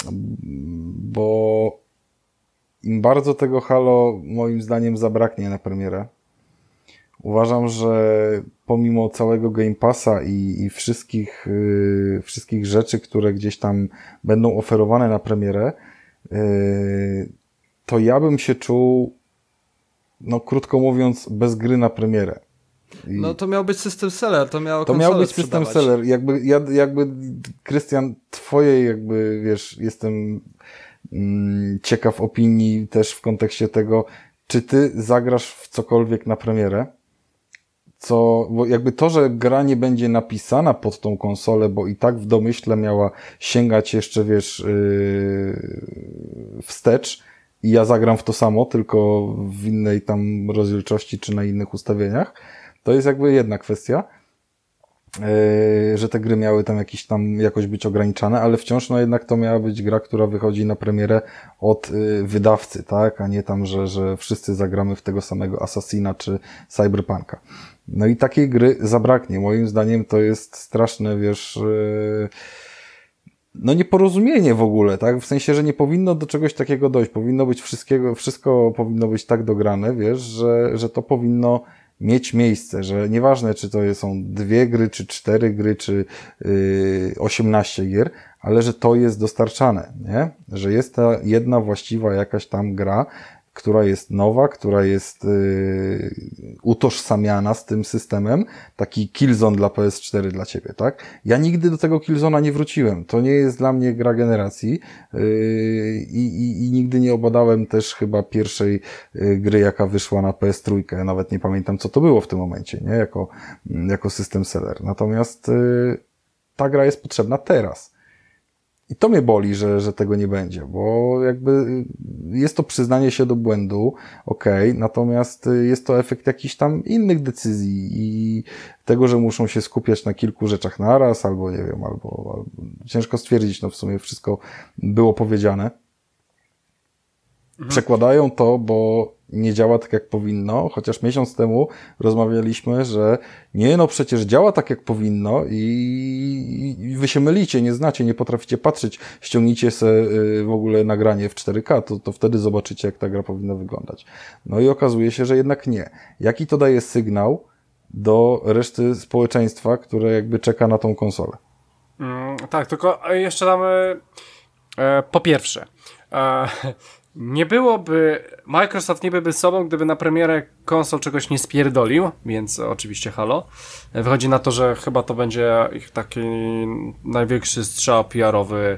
bo im bardzo tego Halo moim zdaniem zabraknie na premierę. Uważam, że pomimo całego Game Passa i wszystkich rzeczy, które gdzieś tam będą oferowane na premierę, to ja bym się czuł, no krótko mówiąc, bez gry na premierę. No to miał być system seller, to miał być system seller. Jakby Krystian, twojej jakby, wiesz, jestem ciekaw opinii też w kontekście tego, czy ty zagrasz w cokolwiek na premierę, bo jakby to, że gra nie będzie napisana pod tą konsolę, bo i tak w domyśle miała sięgać jeszcze, wiesz, wstecz i ja zagram w to samo, tylko w innej tam rozdzielczości czy na innych ustawieniach, to jest jakby jedna kwestia, że te gry miały tam jakoś być ograniczane, ale wciąż no jednak to miała być gra, która wychodzi na premierę od wydawcy, tak, a nie tam, że wszyscy zagramy w tego samego Assassina czy Cyberpunka. No i takiej gry zabraknie. Moim zdaniem to jest straszne, wiesz, no nieporozumienie w ogóle, tak? W sensie, że nie powinno do czegoś takiego dojść. Powinno być wszystko powinno być tak dograne, wiesz, że to powinno mieć miejsce, że nieważne, czy to są 2 gry, czy 4 gry, czy 18 gier, ale że to jest dostarczane, nie? Że jest ta jedna właściwa jakaś tam gra, która jest nowa, która jest utożsamiana z tym systemem, taki Killzone dla PS4 dla ciebie, tak? Ja nigdy do tego Killzona nie wróciłem. To nie jest dla mnie gra generacji i nigdy nie obadałem też chyba pierwszej gry, jaka wyszła na PS3. Ja nawet nie pamiętam, co to było w tym momencie, nie? Jako system seller. Natomiast ta gra jest potrzebna teraz. I to mnie boli, że tego nie będzie, bo jakby jest to przyznanie się do błędu, okej, natomiast jest to efekt jakichś tam innych decyzji i tego, że muszą się skupiać na kilku rzeczach naraz, albo nie wiem, albo ciężko stwierdzić, no w sumie wszystko było powiedziane. Przekładają to, bo nie działa tak jak powinno, chociaż miesiąc temu rozmawialiśmy, że nie, no przecież działa tak jak powinno i wy się mylicie, nie znacie, nie potraficie patrzeć, ściągnijcie sobie w ogóle nagranie w 4K, to wtedy zobaczycie, jak ta gra powinna wyglądać. No i okazuje się, że jednak nie. Jaki to daje sygnał do reszty społeczeństwa, które jakby czeka na tą konsolę? Tak, tylko jeszcze damy po pierwsze, nie byłoby, Microsoft nie byłby sobą, gdyby na premierę konsol czegoś nie spierdolił, więc oczywiście Halo. Wychodzi na to, że chyba to będzie ich taki największy strzał PR-owy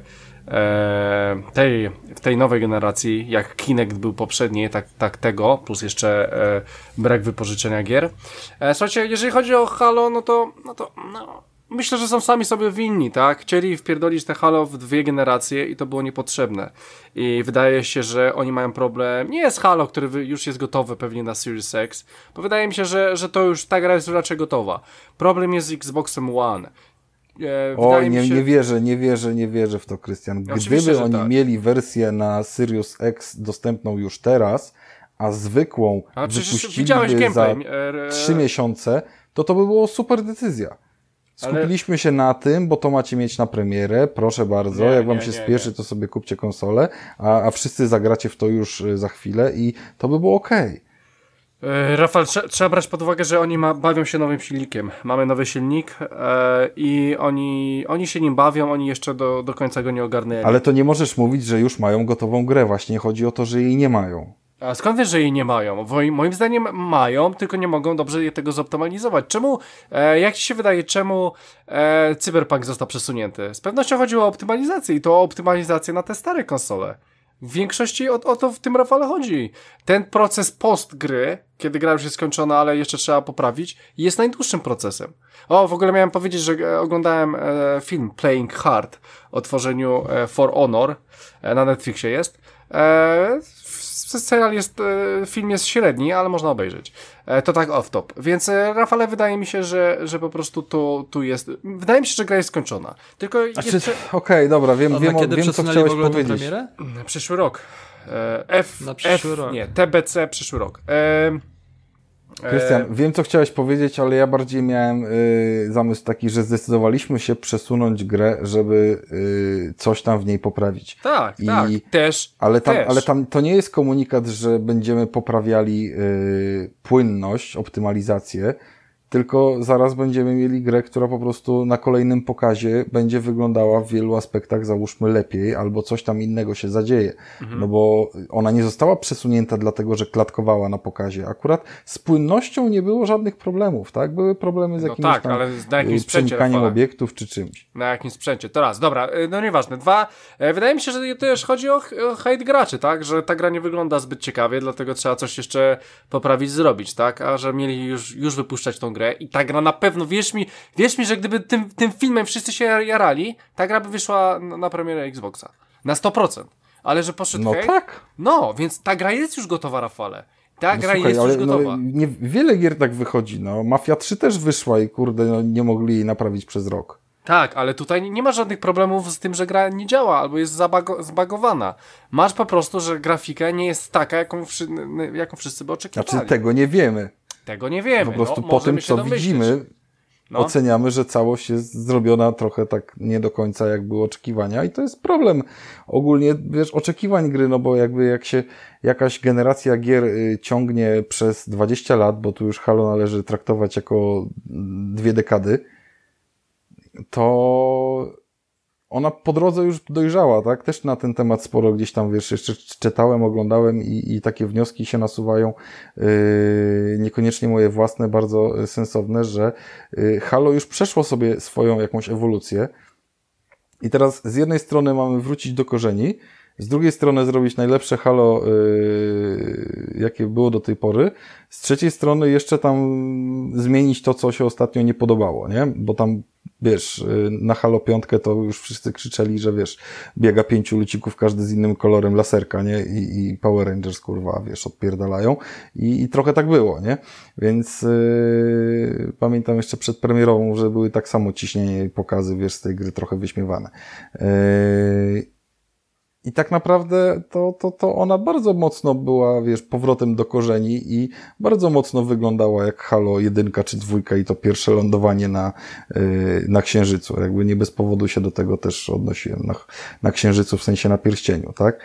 w tej nowej generacji, jak Kinect był poprzedni, tak tego, plus jeszcze brak wypożyczenia gier. Słuchajcie, jeżeli chodzi o Halo, no to myślę, że są sami sobie winni, tak? Chcieli wpierdolić te Halo w 2 generacje i to było niepotrzebne. I wydaje się, że oni mają problem nie z Halo, który już jest gotowy pewnie na Series X, bo wydaje mi się, że to już ta gra jest raczej gotowa. Problem jest z Xboxem One. Oj, nie wierzę w to, Krystian. Gdyby oni mieli wersję na Series X dostępną już teraz, a zwykłą wypuściliby za 3 miesiące, to by było super decyzja. Skupiliśmy się na tym, bo to macie mieć na premierę, proszę bardzo, jak wam się spieszy, to sobie kupcie konsolę, a wszyscy zagracie w to już za chwilę i to by było okej. Rafał, trzeba brać pod uwagę, że oni bawią się nowym silnikiem. Mamy nowy silnik i oni się nim bawią, oni jeszcze do końca go nie ogarnęli. Ale to nie możesz mówić, że już mają gotową grę, właśnie chodzi o to, że jej nie mają. A skąd wiesz, że jej nie mają? Moim zdaniem mają, tylko nie mogą dobrze tego zoptymalizować. Czemu, jak ci się wydaje, czemu Cyberpunk został przesunięty? Z pewnością chodziło o optymalizację i to o optymalizację na te stare konsole. W większości o to w tym, Rafale, chodzi. Ten proces post gry, kiedy gra już jest skończona, ale jeszcze trzeba poprawić, jest najdłuższym procesem. W ogóle miałem powiedzieć, że oglądałem film Playing Hard o tworzeniu For Honor, na Netflixie jest. Serial film jest średni, ale można obejrzeć. To tak off-top. Więc Rafale, wydaje mi się, że po prostu tu jest... Wydaje mi się, że gra jest skończona. Tylko jeszcze... Okej, dobra, wiem co chciałeś powiedzieć. Premierę? Przyszły rok. Na przyszły rok. Nie, TBC przyszły rok. Krystian, wiem co chciałeś powiedzieć, ale ja bardziej miałem zamysł taki, że zdecydowaliśmy się przesunąć grę, żeby coś tam w niej poprawić. Tak, też. Ale tam to nie jest komunikat, że będziemy poprawiali płynność, optymalizację, tylko zaraz będziemy mieli grę, która po prostu na kolejnym pokazie będzie wyglądała w wielu aspektach, załóżmy, lepiej, albo coś tam innego się zadzieje. No bo ona nie została przesunięta dlatego, że klatkowała na pokazie. Akurat z płynnością nie było żadnych problemów, tak? Były problemy z jakimś tam ale na jakimś przemykaniem obiektów czy czymś. Na jakimś sprzęcie. To raz, dobra, no nieważne. 2, wydaje mi się, że też chodzi o hejt graczy, tak? Że ta gra nie wygląda zbyt ciekawie, dlatego trzeba coś jeszcze poprawić, zrobić, tak? A że mieli już wypuszczać tą grę i ta gra na pewno, wierz mi, że gdyby tym filmem wszyscy się jarali, ta gra by wyszła na premierę Xboxa. Na 100%. Ale że poszedł hejt? Tak. No, więc ta gra jest już gotowa, Rafale. Ta gra jest już gotowa. Wiele gier tak wychodzi, Mafia 3 też wyszła i nie mogli jej naprawić przez rok. Tak, ale tutaj nie ma żadnych problemów z tym, że gra nie działa albo jest zbagowana. Masz po prostu, że grafika nie jest taka, jaką wszyscy by oczekiwali. Znaczy, tego nie wiemy. Tego nie wiemy. Po prostu po tym, co widzimy, oceniamy, że całość jest zrobiona trochę tak nie do końca, jak były oczekiwania i to jest problem ogólnie, oczekiwań gry, bo jakby jak się jakaś generacja gier ciągnie przez 20 lat, bo tu już Halo należy traktować jako 2 dekady, to ona po drodze już dojrzała, tak? Też na ten temat sporo gdzieś tam, jeszcze czytałem, oglądałem i takie wnioski się nasuwają, niekoniecznie moje własne, bardzo sensowne, że Halo już przeszło sobie swoją jakąś ewolucję i teraz z jednej strony mamy wrócić do korzeni, z drugiej strony zrobić najlepsze Halo, jakie było do tej pory, z trzeciej strony jeszcze tam zmienić to, co się ostatnio nie podobało, nie? Bo tam na Halo 5 to już wszyscy krzyczeli, że biega 5 lucików, każdy z innym kolorem laserka, nie? I Power Rangers, odpierdalają. I trochę tak było, nie? Więc pamiętam jeszcze przed premierową, że były tak samo ciśnienie i pokazy, z tej gry trochę wyśmiewane. I tak naprawdę to ona bardzo mocno była, powrotem do korzeni i bardzo mocno wyglądała jak Halo 1 czy 2 i to pierwsze lądowanie na Księżycu. Jakby nie bez powodu się do tego też odnosiłem. Na Księżycu, w sensie na pierścieniu, tak?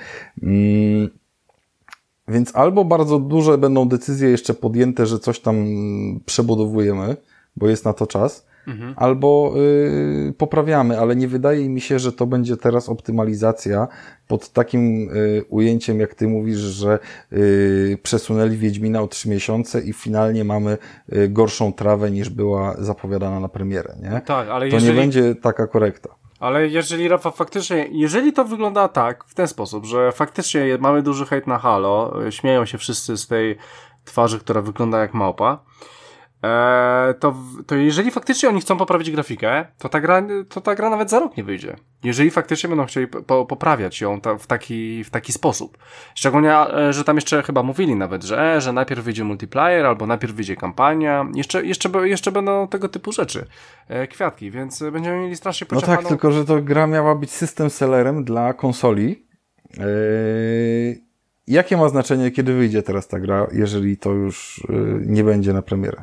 Więc albo bardzo duże będą decyzje jeszcze podjęte, że coś tam przebudowujemy, bo jest na to czas, albo poprawiamy, ale nie wydaje mi się, że to będzie teraz optymalizacja pod takim ujęciem, jak ty mówisz, że przesunęli Wiedźmina o 3 miesiące i finalnie mamy gorszą trawę niż była zapowiadana na premierę, nie? Tak, ale to nie będzie taka korekta. Ale jeżeli, Rafa, faktycznie, jeżeli to wygląda tak, w ten sposób, że faktycznie mamy duży hejt na Halo, śmieją się wszyscy z tej twarzy, która wygląda jak małpa, to jeżeli faktycznie oni chcą poprawić grafikę, to ta gra nawet za rok nie wyjdzie. Jeżeli faktycznie będą chcieli poprawiać ją w taki sposób. Szczególnie, że tam jeszcze chyba mówili nawet, że najpierw wyjdzie multiplayer, albo najpierw wyjdzie kampania. Jeszcze będą tego typu rzeczy. Kwiatki, więc będziemy mieli strasznie poczechaną... No tak, tylko że to gra miała być system sellerem dla konsoli. Jakie ma znaczenie, kiedy wyjdzie teraz ta gra, jeżeli to już nie będzie na premierę?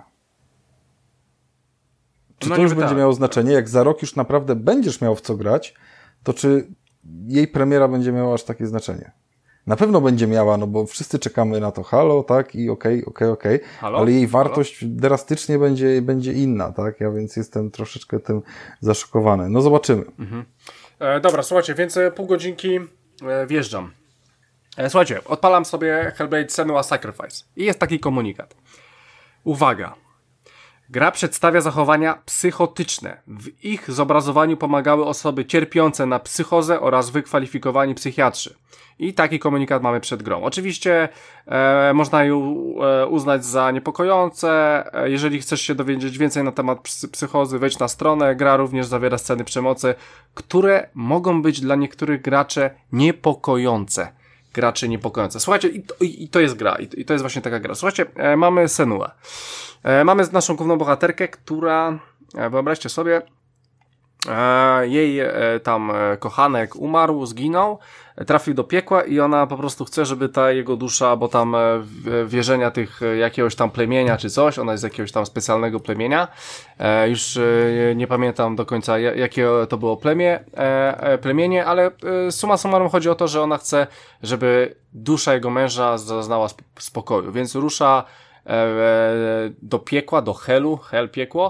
Czy to już będzie miało znaczenie? Jak za rok już naprawdę będziesz miał w co grać, to czy jej premiera będzie miała aż takie znaczenie? Na pewno będzie miała, no bo wszyscy czekamy na to Halo, tak? I okej, ale jej wartość drastycznie będzie inna, tak? Ja więc jestem troszeczkę tym zaszokowany. No zobaczymy. Dobra, słuchajcie, więc pół godzinki wjeżdżam. Słuchajcie, odpalam sobie Hellblade: Senua's Sacrifice i jest taki komunikat. Uwaga! Gra przedstawia zachowania psychotyczne. W ich zobrazowaniu pomagały osoby cierpiące na psychozę oraz wykwalifikowani psychiatrzy. I taki komunikat mamy przed grą. Oczywiście można ją uznać za niepokojące. Jeżeli chcesz się dowiedzieć więcej na temat psychozy, wejdź na stronę. Gra również zawiera sceny przemocy, które mogą być dla niektórych graczy niepokojące. Słuchajcie, i to jest gra. I to jest właśnie taka gra. Słuchajcie, mamy Senuę. Mamy naszą główną bohaterkę, która, wyobraźcie sobie, jej tam kochanek umarł, zginął, trafił do piekła i ona po prostu chce, żeby ta jego dusza, bo tam wierzenia tych jakiegoś tam plemienia czy coś, ona jest z jakiegoś tam specjalnego plemienia, już nie pamiętam do końca jakie to było plemienie, ale summa summarum chodzi o to, że ona chce, żeby dusza jego męża zaznała spokoju, więc rusza do piekła, do hell piekło,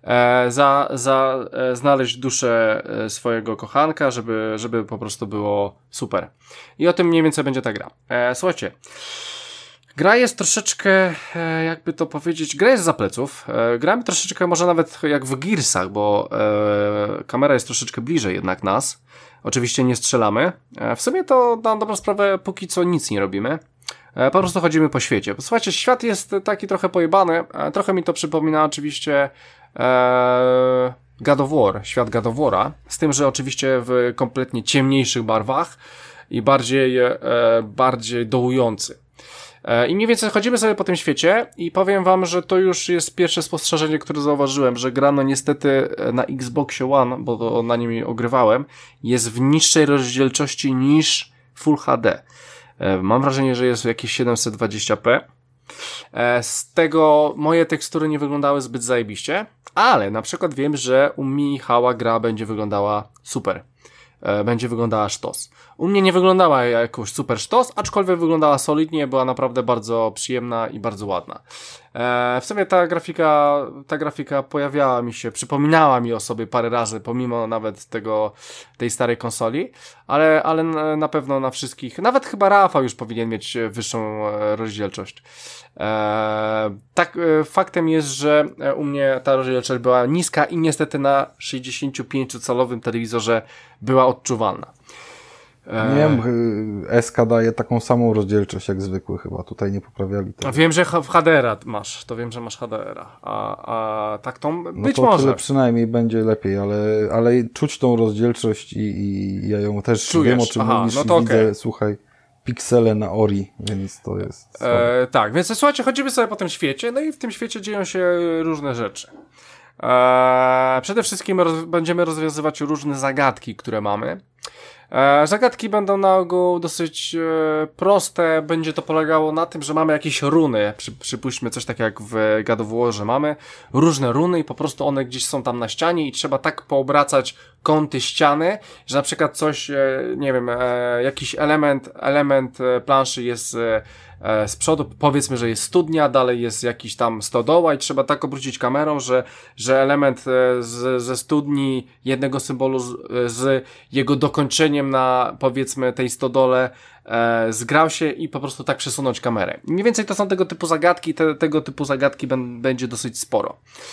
znaleźć duszę swojego kochanka, żeby po prostu było super. I o tym mniej więcej będzie ta gra. Słuchajcie, gra jest troszeczkę, jakby to powiedzieć, gra jest za pleców. Gramy troszeczkę może nawet jak w Gearsach, bo kamera jest troszeczkę bliżej jednak nas. Oczywiście nie strzelamy. W sumie to na dobrą sprawę póki co nic nie robimy. Po prostu chodzimy po świecie. Słuchajcie, świat jest taki trochę pojebany. Trochę mi to przypomina oczywiście God of War, świat God of War'a. Z tym, że oczywiście w kompletnie ciemniejszych barwach i bardziej dołujący. I mniej więcej chodzimy sobie po tym świecie i powiem wam, że to już jest pierwsze spostrzeżenie, które zauważyłem, że gra no niestety na Xboxie One, bo to na nim ogrywałem, jest w niższej rozdzielczości niż Full HD. Mam wrażenie, że jest jakieś 720p. Z tego moje tekstury nie wyglądały zbyt zajebiście, ale na przykład wiem, że u Michała gra będzie wyglądała super. Będzie wyglądała sztos. U mnie nie wyglądała jakoś super sztos, aczkolwiek wyglądała solidnie, była naprawdę bardzo przyjemna i bardzo ładna. W sumie ta grafika pojawiała mi się, przypominała mi o sobie parę razy, pomimo nawet tej starej konsoli, ale na pewno na wszystkich, nawet chyba Rafał już powinien mieć wyższą rozdzielczość. Faktem jest, że u mnie ta rozdzielczość była niska i niestety na 65-calowym telewizorze była odczuwalna. Nie wiem, SK daje taką samą rozdzielczość jak zwykły chyba, tutaj nie poprawiali tego. Wiem, że w HDR-a masz, to wiem, że masz HDR-a, a tak to być no to może. Tyle przynajmniej będzie lepiej, ale czuć tą rozdzielczość i ja ją też czujesz. Wiem, o czym mówisz, no to widzę, okay. Słuchaj, piksele na Ori, więc to jest... Tak, więc słuchajcie, chodzimy sobie po tym świecie, no i w tym świecie dzieją się różne rzeczy. Przede wszystkim będziemy rozwiązywać różne zagadki, które mamy. Zagadki będą na ogół dosyć proste, będzie to polegało na tym, że mamy jakieś runy, przypuśćmy coś takiego jak w God of War, że mamy różne runy i po prostu one gdzieś są tam na ścianie i trzeba tak poobracać kąty ściany, że na przykład coś, nie wiem, jakiś element planszy jest z przodu, powiedzmy, że jest studnia, dalej jest jakiś tam stodoła i trzeba tak obrócić kamerą, że element ze studni, jednego symbolu z jego dokończeniem na, powiedzmy, tej stodole zgrał się i po prostu tak przesunąć kamerę. Mniej więcej to są tego typu zagadki, tego typu zagadki będzie dosyć sporo.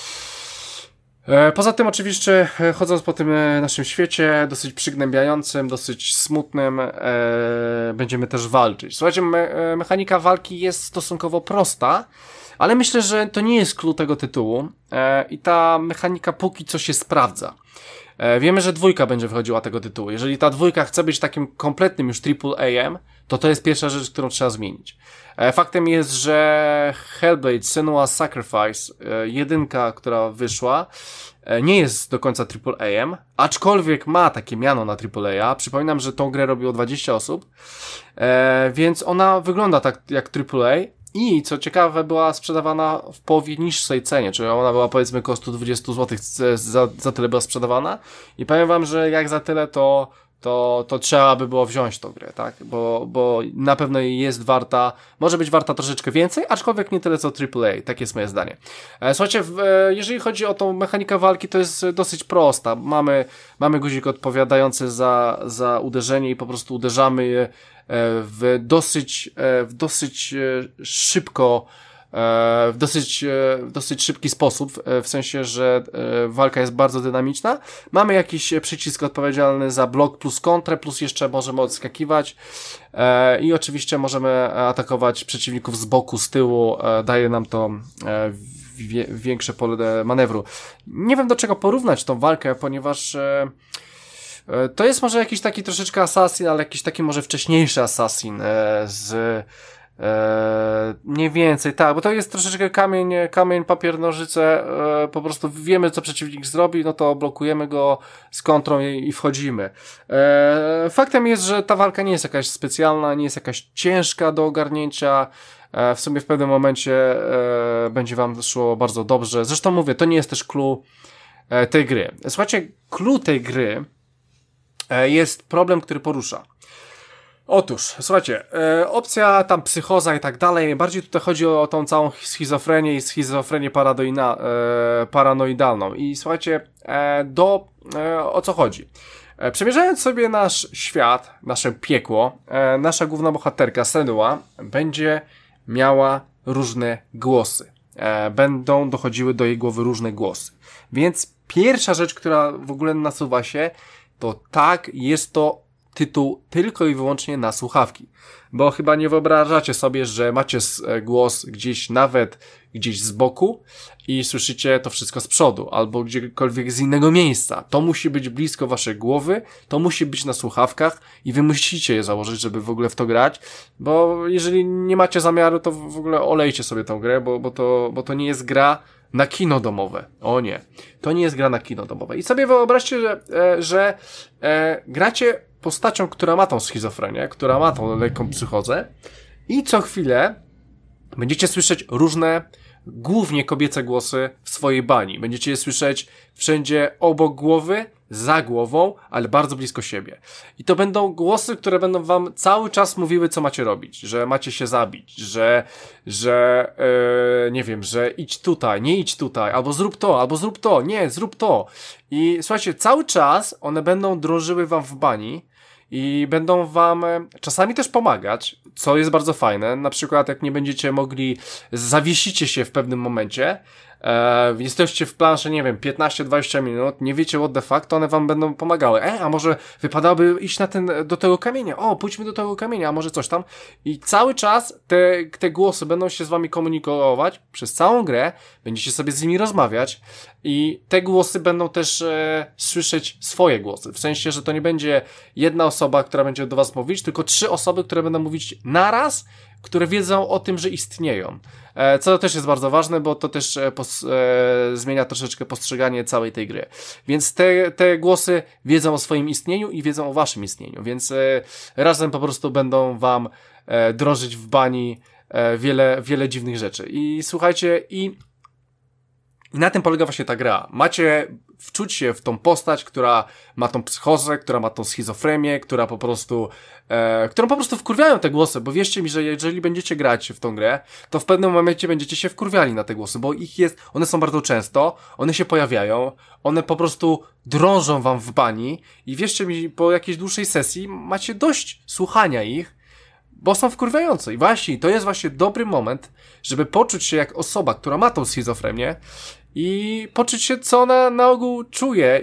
Poza tym oczywiście, chodząc po tym naszym świecie, dosyć przygnębiającym, dosyć smutnym, będziemy też walczyć. Słuchajcie, mechanika walki jest stosunkowo prosta, ale myślę, że to nie jest clue tego tytułu i ta mechanika póki co się sprawdza. Wiemy, że 2 będzie wychodziła tego tytułu. Jeżeli ta 2 chce być takim kompletnym już AAA-em, to jest pierwsza rzecz, którą trzeba zmienić. Faktem jest, że Hellblade Senua's Sacrifice, 1, która wyszła, nie jest do końca AAA-em, aczkolwiek ma takie miano na AAA. Przypominam, że tą grę robiło 20 osób, więc ona wygląda tak jak AAA i co ciekawe była sprzedawana w połowie niższej cenie, czyli ona była powiedzmy koło 120 zł, za tyle była sprzedawana i powiem wam, że jak za tyle to trzeba by było wziąć tą grę, tak? Bo na pewno jest warta, może być warta troszeczkę więcej, aczkolwiek nie tyle co AAA, tak jest moje zdanie. Słuchajcie, jeżeli chodzi o tą mechanikę walki, to jest dosyć prosta. Mamy guzik odpowiadający za uderzenie i po prostu uderzamy je w dosyć szybko, w dosyć szybki sposób, w sensie, że walka jest bardzo dynamiczna. Mamy jakiś przycisk odpowiedzialny za blok plus kontrę, plus jeszcze możemy odskakiwać i oczywiście możemy atakować przeciwników z boku, z tyłu, daje nam to większe pole manewru. Nie wiem, do czego porównać tą walkę, ponieważ to jest może jakiś taki troszeczkę Assassin, ale jakiś taki może wcześniejszy Assassin mniej więcej, tak, bo to jest troszeczkę kamień, papier, nożyce, po prostu wiemy, co przeciwnik zrobi, no to blokujemy go z kontrą i wchodzimy. Faktem jest, że ta walka nie jest jakaś specjalna, nie jest jakaś ciężka do ogarnięcia, w sumie w pewnym momencie będzie wam szło bardzo dobrze. Zresztą mówię, to nie jest też clue tej gry. Słuchajcie, clue tej gry jest problem, który porusza. Otóż, słuchajcie, opcja tam psychoza i tak dalej, bardziej tutaj chodzi o tą całą schizofrenię i schizofrenię paranoidalną. I słuchajcie, o co chodzi? Przemierzając sobie nasz świat, nasze piekło, nasza główna bohaterka, Senua, będzie miała różne głosy. Będą dochodziły do jej głowy różne głosy. Więc pierwsza rzecz, która w ogóle nasuwa się, to tak, jest to tytuł tylko i wyłącznie na słuchawki. Bo chyba nie wyobrażacie sobie, że macie głos nawet gdzieś z boku i słyszycie to wszystko z przodu, albo gdziekolwiek z innego miejsca. To musi być blisko waszej głowy, to musi być na słuchawkach i wy musicie je założyć, żeby w ogóle w to grać, bo jeżeli nie macie zamiaru, to w ogóle olejcie sobie tę grę, bo to nie jest gra na kino domowe. O nie. To nie jest gra na kino domowe. I sobie wyobraźcie, że gracie postacią, która ma tą schizofrenię, która ma tą lekką psychozę i co chwilę będziecie słyszeć różne, głównie kobiece głosy w swojej bani. Będziecie je słyszeć wszędzie obok głowy, za głową, ale bardzo blisko siebie. I to będą głosy, które będą wam cały czas mówiły, co macie robić, że macie się zabić, że nie wiem, że idź tutaj, nie idź tutaj, albo zrób to, nie, zrób to. I słuchajcie, cały czas one będą drążyły wam w bani i będą wam czasami też pomagać, co jest bardzo fajne. Na przykład jak nie będziecie mogli, zawiesicie się w pewnym momencie, jesteście w planszy, nie wiem, 15-20 minut, nie wiecie what the fuck, to one wam będą pomagały. A może wypadałoby iść do tego kamienia, pójdźmy do tego kamienia, a może coś tam. I cały czas te głosy będą się z wami komunikować przez całą grę, będziecie sobie z nimi rozmawiać i te głosy będą też słyszeć swoje głosy. W sensie, że to nie będzie jedna osoba, która będzie do was mówić, tylko 3 osoby, które będą mówić naraz, które wiedzą o tym, że istnieją. Co też jest bardzo ważne, bo to też zmienia troszeczkę postrzeganie całej tej gry. Więc te głosy wiedzą o swoim istnieniu i wiedzą o waszym istnieniu, więc razem po prostu będą wam drążyć w bani wiele dziwnych rzeczy. I słuchajcie, i na tym polega właśnie ta gra. Macie wczuć się w tą postać, która ma tą psychozę, która ma tą schizofrenię, która po prostu, którą po prostu wkurwiają te głosy, bo wierzcie mi, że jeżeli będziecie grać w tą grę, to w pewnym momencie będziecie się wkurwiali na te głosy, bo one są bardzo często, one się pojawiają, one po prostu drążą wam w bani i wierzcie mi, po jakiejś dłuższej sesji macie dość słuchania ich, bo są wkurwiające. I właśnie, to jest właśnie dobry moment, żeby poczuć się jak osoba, która ma tą schizofrenię i poczuć się, co ona na ogół czuje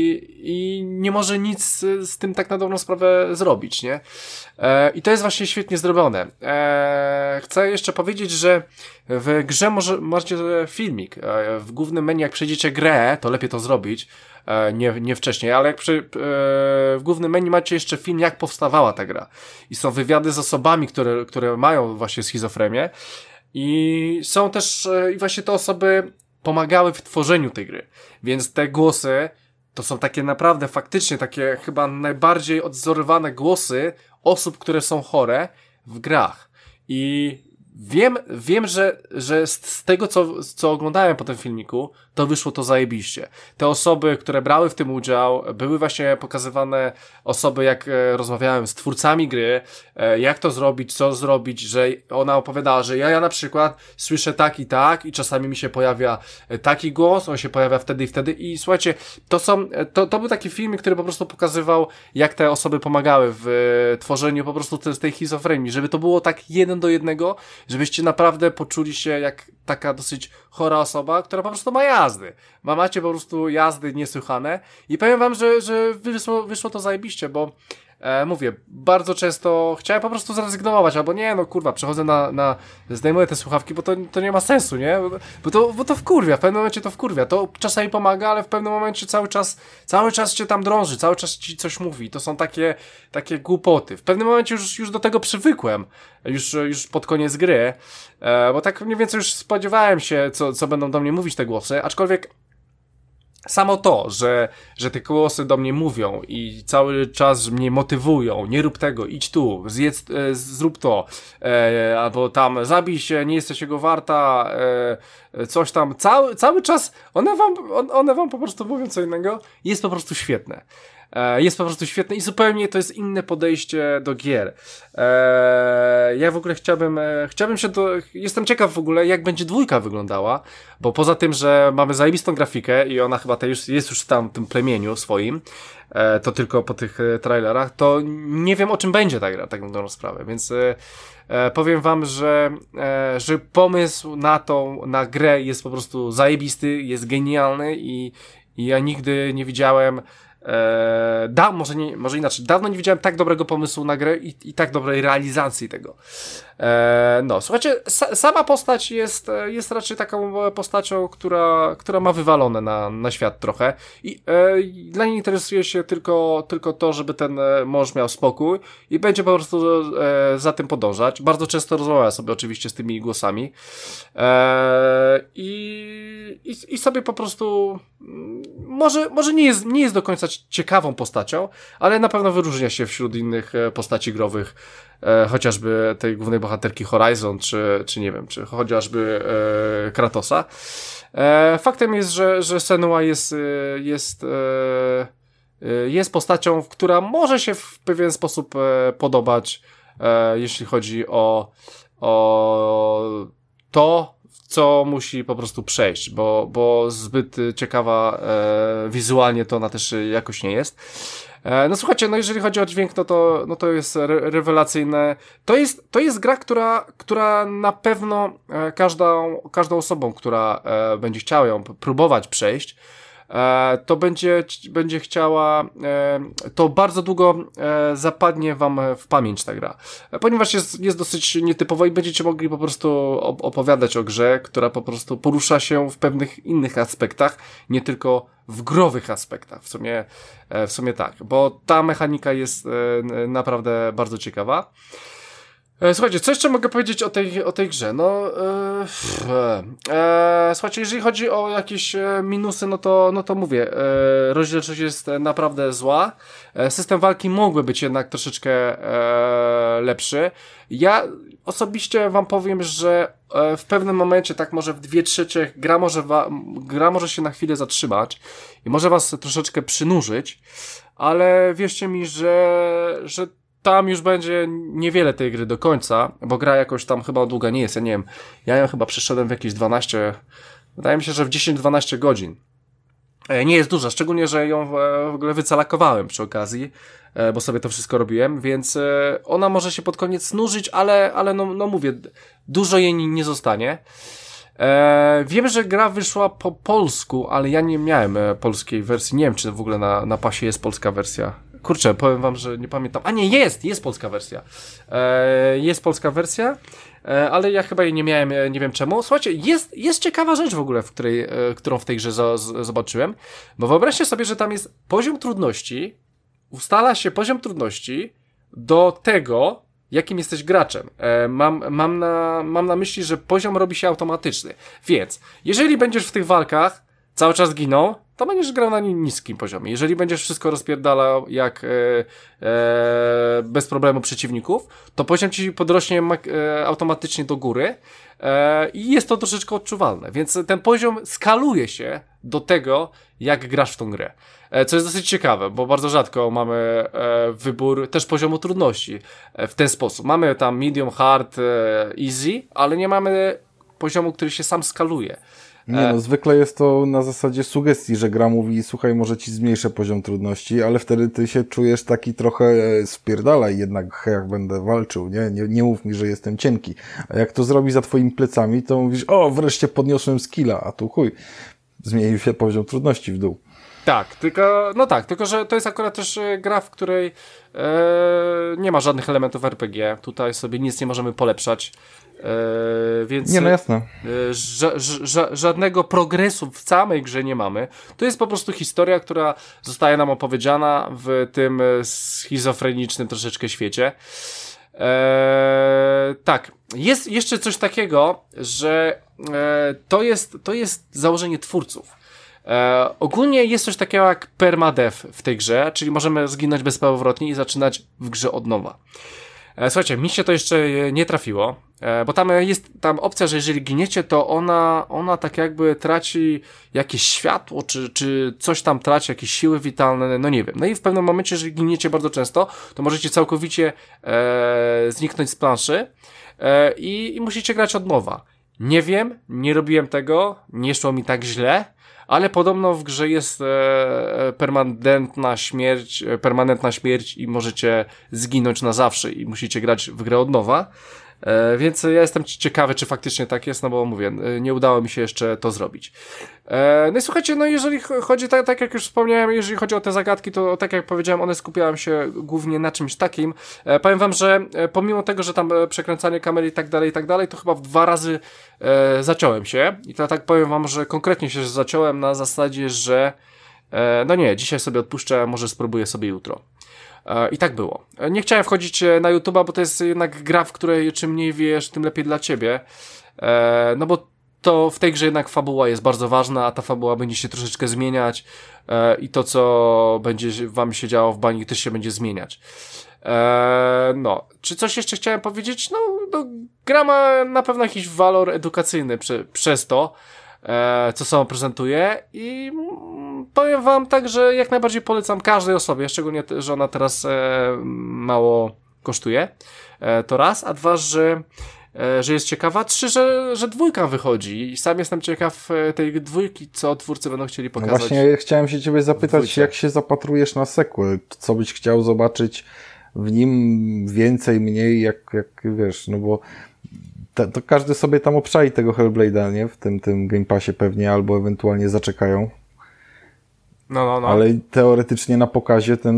i nie może nic z tym tak na dobrą sprawę zrobić, nie? I to jest właśnie świetnie zrobione. Chcę jeszcze powiedzieć, że w grze macie filmik. W głównym menu, jak przejdziecie grę, to lepiej to zrobić, nie wcześniej, ale jak w głównym menu macie jeszcze film, jak powstawała ta gra. I są wywiady z osobami, które mają właśnie schizofrenię i są też i właśnie te osoby pomagały w tworzeniu tej gry. Więc te głosy to są takie naprawdę faktycznie takie chyba najbardziej odzorowane głosy osób, które są chore w grach. I wiem, że z tego, co oglądałem po tym filmiku, to wyszło to zajebiście. Te osoby, które brały w tym udział, były właśnie pokazywane osoby, jak rozmawiałem z twórcami gry, jak to zrobić, co zrobić, że ona opowiadała, że ja na przykład słyszę tak i czasami mi się pojawia taki głos, on się pojawia wtedy i wtedy i słuchajcie, to był taki filmik, który po prostu pokazywał, jak te osoby pomagały w tworzeniu po prostu tej schizofrenii, żeby to było tak 1:1, żebyście naprawdę poczuli się jak taka dosyć chora osoba, która po prostu ma jazdy. Macie po prostu jazdy niesłychane i powiem wam, że wyszło to zajebiście, bo mówię, bardzo często chciałem po prostu zrezygnować, albo nie, no kurwa, przechodzę zdejmuję te słuchawki, bo to nie ma sensu, nie? Bo to wkurwia, w pewnym momencie to wkurwia. To czasami pomaga, ale w pewnym momencie cały czas cię tam drąży, cały czas ci coś mówi. To są takie głupoty. W pewnym momencie już do tego przywykłem, już pod koniec gry, bo tak mniej więcej już spodziewałem się, co będą do mnie mówić te głosy, aczkolwiek samo to, że te głosy do mnie mówią i cały czas mnie motywują, nie rób tego, idź tu, zrób to, albo tam zabij się, nie jesteś jego warta, coś tam, cały czas one wam po prostu mówią co innego, jest po prostu świetne. Jest po prostu świetne i zupełnie to jest inne podejście do gier. Ja w ogóle chciałbym się jestem ciekaw w ogóle, jak będzie 2 wyglądała, bo poza tym, że mamy zajebistą grafikę i ona chyba jest już w tym plemieniu swoim, to tylko po tych trailerach, to nie wiem, o czym będzie ta gra, tak na dobrą sprawę, więc powiem wam, że pomysł na grę jest po prostu zajebisty, jest genialny i ja nigdy nie widziałem może inaczej, dawno nie widziałem tak dobrego pomysłu na grę i tak dobrej realizacji tego. No, słuchajcie, sama postać jest raczej taką postacią, która ma wywalone na świat trochę i dla niej interesuje się tylko to, żeby ten mąż miał spokój i będzie po prostu za tym podążać. Bardzo często rozmawia sobie oczywiście z tymi głosami i sobie po prostu może nie jest do końca ciekawą postacią, ale na pewno wyróżnia się wśród innych postaci growych, chociażby tej głównej bohaterki Horizon, czy nie wiem, czy chociażby Kratosa. Faktem jest, że Senua jest postacią, która może się w pewien sposób podobać, jeśli chodzi o to, co musi po prostu przejść, bo zbyt ciekawa wizualnie to ona też jakoś nie jest. No słuchajcie, no jeżeli chodzi o dźwięk, no to jest rewelacyjne. To jest gra, która na pewno każdą osobą, która będzie chciała ją próbować przejść, to będzie chciała, to bardzo długo zapadnie wam w pamięć ta gra, ponieważ jest dosyć nietypowa i będziecie mogli po prostu opowiadać o grze, która po prostu porusza się w pewnych innych aspektach, nie tylko w growych aspektach, w sumie tak, bo ta mechanika jest naprawdę bardzo ciekawa. Słuchajcie, co jeszcze mogę powiedzieć o tej grze? No, słuchajcie, jeżeli chodzi o jakieś minusy, no to mówię, rozdzielczość jest naprawdę zła. System walki mógłby być jednak troszeczkę lepszy. Ja osobiście wam powiem, że w pewnym momencie, tak może w 2/3, gra może się na chwilę zatrzymać i może was troszeczkę przynurzyć, ale wierzcie mi, że tam już będzie niewiele tej gry do końca, bo gra jakoś tam chyba długa nie jest, ja nie wiem, ja ją chyba przeszedłem w jakieś 12, wydaje mi się, że w 10-12 godzin. Nie jest duża, szczególnie, że ją w ogóle wycalakowałem przy okazji, bo sobie to wszystko robiłem, więc ona może się pod koniec nużyć, ale no mówię, dużo jej nie zostanie. Wiem, że gra wyszła po polsku, ale ja nie miałem polskiej wersji, nie wiem, czy w ogóle na pasie jest polska wersja. Kurczę, powiem wam, że nie pamiętam. A nie, jest polska wersja. Jest polska wersja, ale ja chyba jej nie miałem, nie wiem czemu. Słuchajcie, jest ciekawa rzecz w ogóle, którą w tej grze zobaczyłem, bo wyobraźcie sobie, że tam jest poziom trudności, ustala się poziom trudności do tego, jakim jesteś graczem. Mam na myśli, że poziom robi się automatyczny. Więc, jeżeli będziesz w tych walkach cały czas ginął, to będziesz grał na niskim poziomie. Jeżeli będziesz wszystko rozpierdalał jak bez problemu przeciwników, to poziom ci podrośnie automatycznie do góry i jest to troszeczkę odczuwalne. Więc ten poziom skaluje się do tego, jak grasz w tą grę. Co jest dosyć ciekawe, bo bardzo rzadko mamy wybór też poziomu trudności w ten sposób. Mamy tam medium, hard, easy, ale nie mamy poziomu, który się sam skaluje. Nie no, zwykle jest to na zasadzie sugestii, że gra mówi, słuchaj, może ci zmniejszę poziom trudności, ale wtedy ty się czujesz taki trochę spierdalaj jednak, jak będę walczył, nie mów mi, że jestem cienki. A jak to zrobi za twoimi plecami, to mówisz, o, wreszcie podniosłem skilla, a tu chuj, zmienił się poziom trudności w dół. Tak, tylko że to jest akurat też gra, w której nie ma żadnych elementów RPG. Tutaj sobie nic nie możemy polepszać. Więc nie, no jasne. Żadnego progresu w samej grze nie mamy. To jest po prostu historia, która zostaje nam opowiedziana w tym schizofrenicznym troszeczkę świecie. Tak, jest jeszcze coś takiego, że to jest założenie twórców. Ogólnie jest coś takiego jak permadeath w tej grze, czyli możemy zginąć bezpowrotnie i zaczynać w grze od nowa. Słuchajcie, mi się to jeszcze nie trafiło, bo tam jest opcja, że jeżeli giniecie, to ona tak jakby traci jakieś światło, czy coś tam traci, jakieś siły witalne, no nie wiem. No i w pewnym momencie, jeżeli giniecie bardzo często, to możecie całkowicie zniknąć z planszy i musicie grać od nowa. Nie wiem, nie robiłem tego, nie szło mi tak źle, ale podobno w grze jest permanentna śmierć i możecie zginąć na zawsze i musicie grać w grę od nowa. Więc ja jestem ciekawy, czy faktycznie tak jest, no bo mówię, nie udało mi się jeszcze to zrobić. No i słuchajcie, no jeżeli chodzi, tak jak już wspomniałem, jeżeli chodzi o te zagadki, to tak jak powiedziałem, one skupiają się głównie na czymś takim. Powiem wam, że pomimo tego, że tam przekręcanie kamery i tak dalej, to chyba w 2 razy zaciąłem się. I to tak powiem wam, że konkretnie się zaciąłem na zasadzie, że no nie, dzisiaj sobie odpuszczę, może spróbuję sobie jutro. I tak było. Nie chciałem wchodzić na YouTube'a, bo to jest jednak gra, w której czym mniej wiesz, tym lepiej dla ciebie. No bo to w tej grze jednak fabuła jest bardzo ważna, a ta fabuła będzie się troszeczkę zmieniać i to, co będzie wam się działo w bani, też się będzie zmieniać. No, czy coś jeszcze chciałem powiedzieć? No gra ma na pewno jakiś walor edukacyjny przez to, co samo prezentuje i powiem wam tak, że jak najbardziej polecam każdej osobie, szczególnie, że ona teraz mało kosztuje, to raz, a dwa, że jest ciekawa, 3, że 2 wychodzi i sam jestem ciekaw tej 2, co twórcy będą chcieli pokazać. No właśnie chciałem się ciebie zapytać, jak się zapatrujesz na sequel, co byś chciał zobaczyć w nim więcej, mniej, jak wiesz, no bo to każdy sobie tam obczai tego Hellblade'a, nie? W tym Game Passie pewnie, albo ewentualnie zaczekają. No. Ale teoretycznie na pokazie ten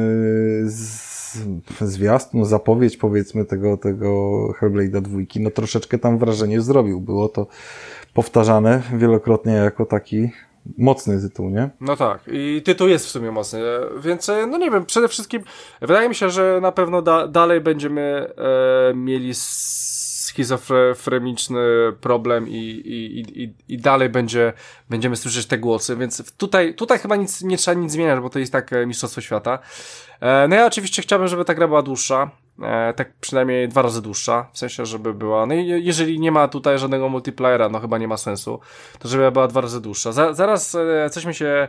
zwiastun, zapowiedź powiedzmy tego Hellblade'a 2, no troszeczkę tam wrażenie zrobił. Było to powtarzane wielokrotnie jako taki Mocny tytuł, nie? No tak, i tytuł jest w sumie mocny, więc no nie wiem, przede wszystkim wydaje mi się, że na pewno dalej będziemy mieli schizofreniczny problem i dalej będziemy słyszeć te głosy, więc tutaj chyba nie trzeba nic zmieniać, bo to jest tak Mistrzostwo Świata. No ja oczywiście chciałbym, żeby ta gra była dłuższa, tak przynajmniej 2 razy dłuższa, w sensie, żeby była, no i jeżeli nie ma tutaj żadnego multiplayera, no chyba nie ma sensu, to żeby była 2 razy dłuższa. Zaraz coś mi się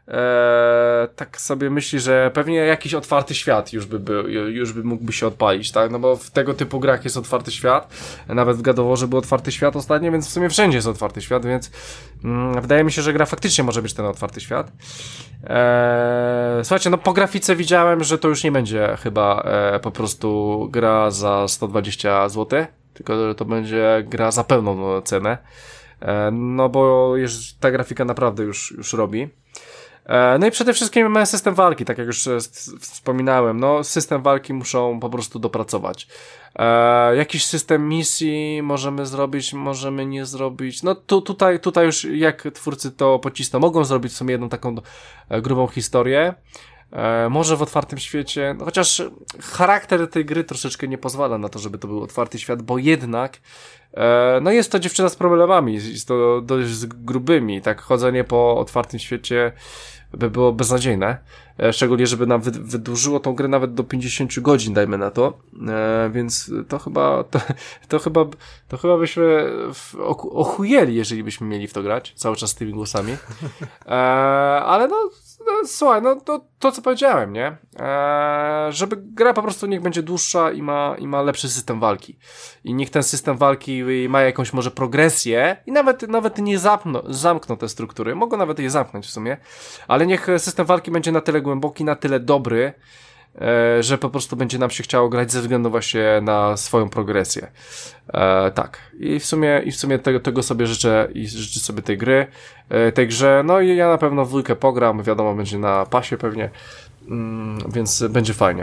tak sobie myśli, że pewnie jakiś otwarty świat już by mógłby się odpalić, tak? No bo w tego typu grach jest otwarty świat, nawet w God of Warze był otwarty świat ostatnio, więc w sumie wszędzie jest otwarty świat, więc wydaje mi się, że gra faktycznie może być ten otwarty świat. Słuchajcie, no po grafice widziałem, że to już nie będzie chyba po prostu gra za 120 zł, tylko to będzie gra za pełną cenę, no bo ta grafika naprawdę już robi. No i przede wszystkim system walki, tak jak już wspominałem, no system walki muszą po prostu dopracować. Jakiś system misji możemy zrobić, możemy nie zrobić, no tutaj już jak twórcy to pocisną, mogą zrobić w sumie jedną taką grubą historię, może w otwartym świecie, no chociaż charakter tej gry troszeczkę nie pozwala na to, żeby to był otwarty świat, bo jednak no jest to dziewczyna z problemami, jest to dość grubymi, tak chodzenie po otwartym świecie by było beznadziejne, szczególnie żeby nam wydłużyło tą grę nawet do 50 godzin, dajmy na to, więc to chyba byśmy ochujeli, jeżeli byśmy mieli w to grać, cały czas z tymi głosami, ale no słuchaj, no to co powiedziałem, nie? Żeby gra po prostu niech będzie dłuższa i ma lepszy system walki. I niech ten system walki ma jakąś może progresję i nawet nie zamkną te struktury. Mogą nawet je zamknąć w sumie, ale niech system walki będzie na tyle głęboki, na tyle dobry, że po prostu będzie nam się chciało grać ze względu właśnie na swoją progresję. Tak. I w sumie tego sobie życzę i życzę sobie tej gry, tej grze. No i ja na pewno w 2 pogram, wiadomo, będzie na pasie pewnie, więc będzie fajnie.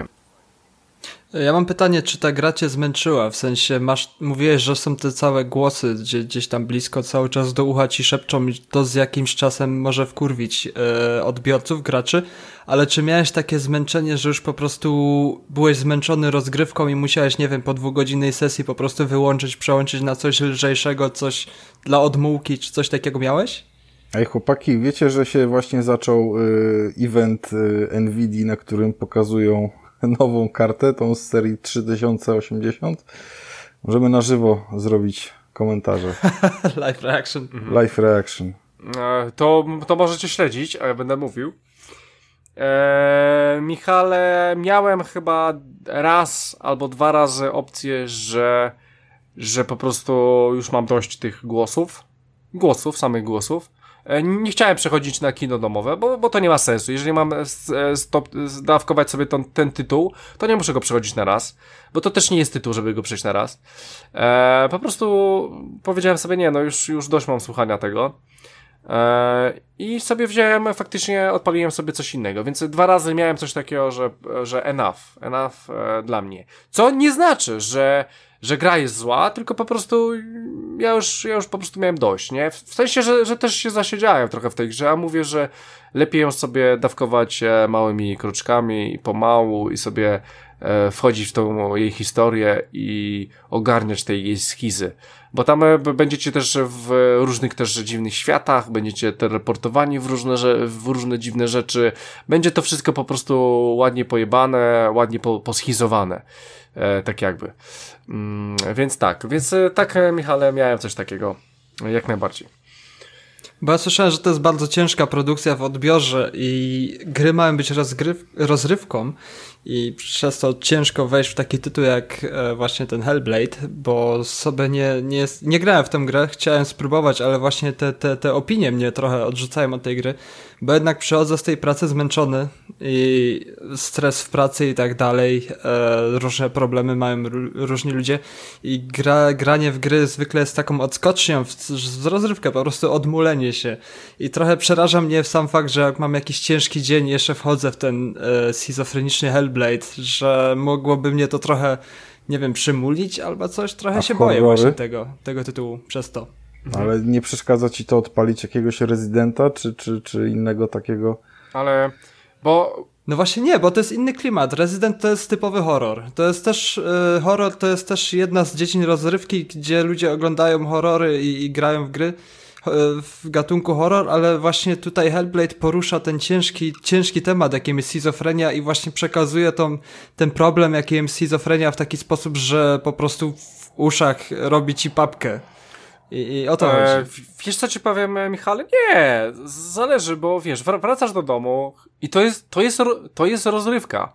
Ja mam pytanie, czy ta gra cię zmęczyła? W sensie mówiłeś, że są te całe głosy gdzieś tam blisko, cały czas do ucha ci szepczą i to z jakimś czasem może wkurwić odbiorców, graczy, ale czy miałeś takie zmęczenie, że już po prostu byłeś zmęczony rozgrywką i musiałeś, nie wiem, po 2-godzinnej sesji po prostu wyłączyć, przełączyć na coś lżejszego, coś dla odmułki, czy coś takiego miałeś? Ej chłopaki, wiecie, że się właśnie zaczął event Nvidia, na którym pokazują nową kartę, tą z serii 3080. Możemy na żywo zrobić komentarze. Live reaction. Live reaction. To możecie śledzić, a ja będę mówił. Michale, miałem chyba raz albo 2 razy opcję, że po prostu już mam dość tych samych głosów. Nie chciałem przechodzić na kino domowe, bo to nie ma sensu. Jeżeli mam dawkować sobie ten tytuł, to nie muszę go przechodzić na raz, bo to też nie jest tytuł, żeby go przejść na raz. Po prostu powiedziałem sobie, nie, no już dość mam słuchania tego. I sobie wziąłem, faktycznie odpaliłem sobie coś innego, więc 2 razy miałem coś takiego, że enough dla mnie. Co nie znaczy, że gra jest zła, tylko po prostu ja już po prostu miałem dość, nie? W sensie, że też się zasiedziałem trochę w tej grze, a mówię, że lepiej ją sobie dawkować małymi kroczkami i pomału i sobie wchodzić w tą jej historię i ogarniać tej jej schizy. Bo tam będziecie też w różnych też dziwnych światach, będziecie teleportowani w różne dziwne rzeczy. Będzie to wszystko po prostu ładnie pojebane, ładnie poschizowane. Tak jakby. Więc tak, Michale, miałem coś takiego. Jak najbardziej. Bo ja słyszałem, że to jest bardzo ciężka produkcja w odbiorze i gry mają być rozrywką i przez to ciężko wejść w taki tytuł jak właśnie ten Hellblade, bo sobie nie grałem w tę grę, chciałem spróbować, ale właśnie te opinie mnie trochę odrzucają od tej gry, bo jednak przychodzę z tej pracy zmęczony i stres w pracy i tak dalej, różne problemy mają różni ludzie i granie w gry zwykle jest taką odskocznią z rozrywkę, po prostu odmulenie się i trochę przeraża mnie sam fakt, że jak mam jakiś ciężki dzień jeszcze wchodzę w ten schizofreniczny Hellblade, że mogłoby mnie to trochę, nie wiem, przymulić albo coś, trochę się boję właśnie tego tytułu przez to. Ale nie przeszkadza ci to odpalić jakiegoś Residenta, czy innego takiego? Ale, bo... No właśnie nie, bo to jest inny klimat. Resident to jest typowy horror. To jest też horror, to jest też jedna z dziedzin rozrywki, gdzie ludzie oglądają horrory i grają w gry w gatunku horror, ale właśnie tutaj Hellblade porusza ten ciężki temat, jakim jest schizofrenia i właśnie przekazuje ten problem, jakim jest schizofrenia w taki sposób, że po prostu w uszach robi ci papkę. I o to chodzi. Wiesz co ci powiem, Michale? Nie, zależy, bo wiesz, wracasz do domu i to jest rozrywka.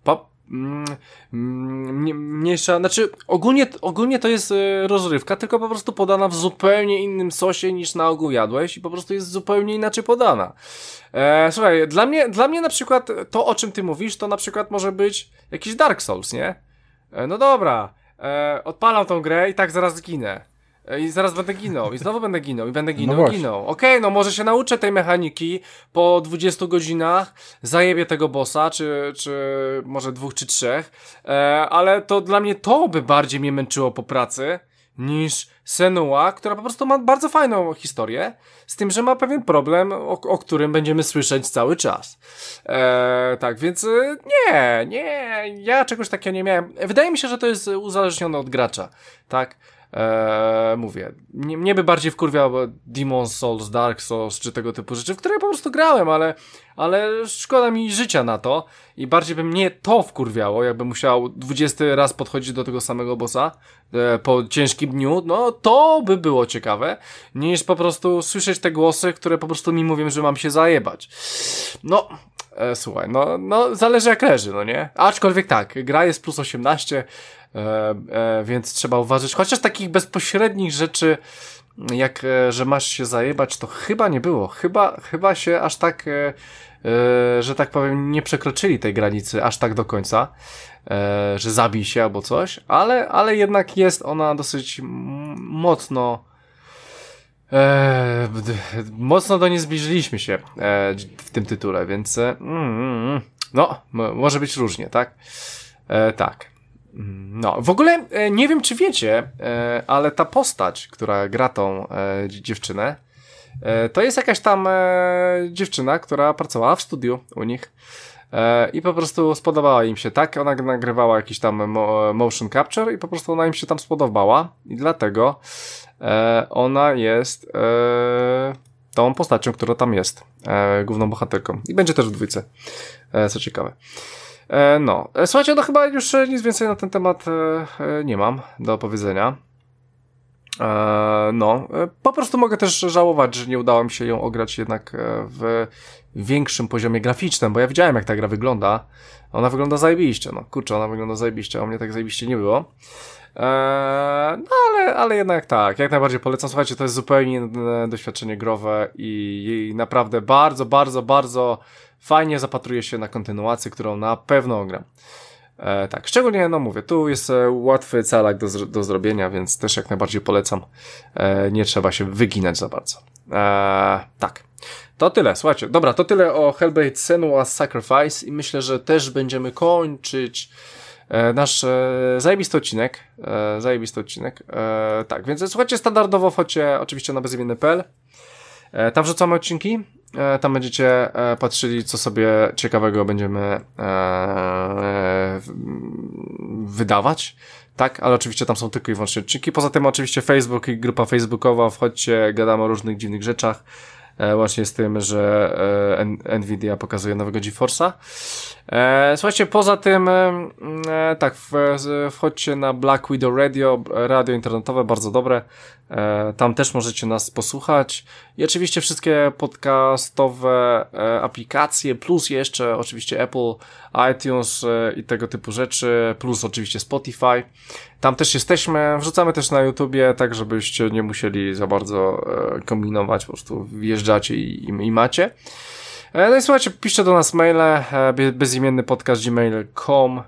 Mniejsza, znaczy ogólnie to jest rozrywka, tylko po prostu podana w zupełnie innym sosie niż na ogół jadłeś i po prostu jest zupełnie inaczej podana. Słuchaj, dla mnie na przykład to, o czym ty mówisz, to na przykład może być jakiś Dark Souls, nie? No dobra, odpalam tą grę i tak zaraz zginę. I zaraz będę ginął, i znowu będę ginął, i będę ginął. Okej, no może się nauczę tej mechaniki po 20 godzinach, zajebię tego bossa, czy może 2 czy 3, ale to dla mnie to by bardziej mnie męczyło po pracy, niż Senua, która po prostu ma bardzo fajną historię, z tym, że ma pewien problem, o którym będziemy słyszeć cały czas. Tak, więc nie, ja czegoś takiego nie miałem. Wydaje mi się, że to jest uzależnione od gracza, tak? Mówię, mnie by bardziej wkurwiał Demon's Souls, Dark Souls czy tego typu rzeczy, w które po prostu grałem, ale szkoda mi życia na to i bardziej by mnie to wkurwiało, jakbym musiał 20 raz podchodzić do tego samego bossa po ciężkim dniu, no to by było ciekawe, niż po prostu słyszeć te głosy, które po prostu mi mówią, że mam się zajebać. No, słuchaj, no zależy jak leży, no nie? Aczkolwiek tak, gra jest plus 18, więc trzeba uważać. Chociaż takich bezpośrednich rzeczy, jak że masz się zajebać, to chyba nie było. Chyba się aż tak, że tak powiem, nie przekroczyli tej granicy aż tak do końca, że zabij się albo coś, ale jednak jest ona dosyć mocno mocno do niej zbliżyliśmy się w tym tytule, więc no, może być różnie, tak? Tak. No, w ogóle nie wiem, czy wiecie, ale ta postać, która gra tą dziewczynę, to jest jakaś tam dziewczyna, która pracowała w studiu u nich i po prostu spodobała im się, tak? Ona nagrywała jakiś tam motion capture i po prostu ona im się tam spodobała i dlatego ona jest tą postacią, która tam jest, główną bohaterką i będzie też w 2, co ciekawe. No, słuchajcie, no chyba już nic więcej na ten temat nie mam do opowiedzenia. No, po prostu mogę też żałować, że nie udało mi się ją ograć jednak w większym poziomie graficznym, bo ja widziałem jak ta gra wygląda. Ona wygląda zajebiście, no kurczę, ona wygląda zajebiście, a u mnie tak zajebiście nie było. No ale jednak tak, jak najbardziej polecam. Słuchajcie, to jest zupełnie inne doświadczenie growe i jej naprawdę bardzo, bardzo, bardzo fajnie zapatruje się na kontynuację, którą na pewno ogram. Tak, szczególnie, no mówię, tu jest łatwy calak do zrobienia, więc też jak najbardziej polecam. Nie trzeba się wyginać za bardzo. Tak. To tyle, słuchajcie. Dobra, to tyle o Hellblade: Senua's Sacrifice i myślę, że też będziemy kończyć nasz zajebisty odcinek. Tak, więc słuchajcie, standardowo wchodźcie oczywiście na bezimienny.pl. Tam wrzucamy odcinki. Tam będziecie patrzyli, co sobie ciekawego będziemy wydawać. Tak, ale oczywiście tam są tylko i wyłącznie odcinki. Poza tym oczywiście Facebook i grupa facebookowa. Wchodźcie, gadamy o różnych dziwnych rzeczach. Łącznie z tym, że Nvidia pokazuje nowego GeForce'a. Słuchajcie, poza tym tak, wchodźcie na Black Widow radio internetowe, bardzo dobre. Tam też możecie nas posłuchać. I oczywiście wszystkie podcastowe aplikacje, plus jeszcze oczywiście Apple, iTunes i tego typu rzeczy, plus oczywiście Spotify. Tam też jesteśmy, wrzucamy też na YouTubie, tak żebyście nie musieli za bardzo kombinować, po prostu wjeżdżacie i macie. No i słuchajcie, piszcie do nas maile, bezimienny podcast gmail.com.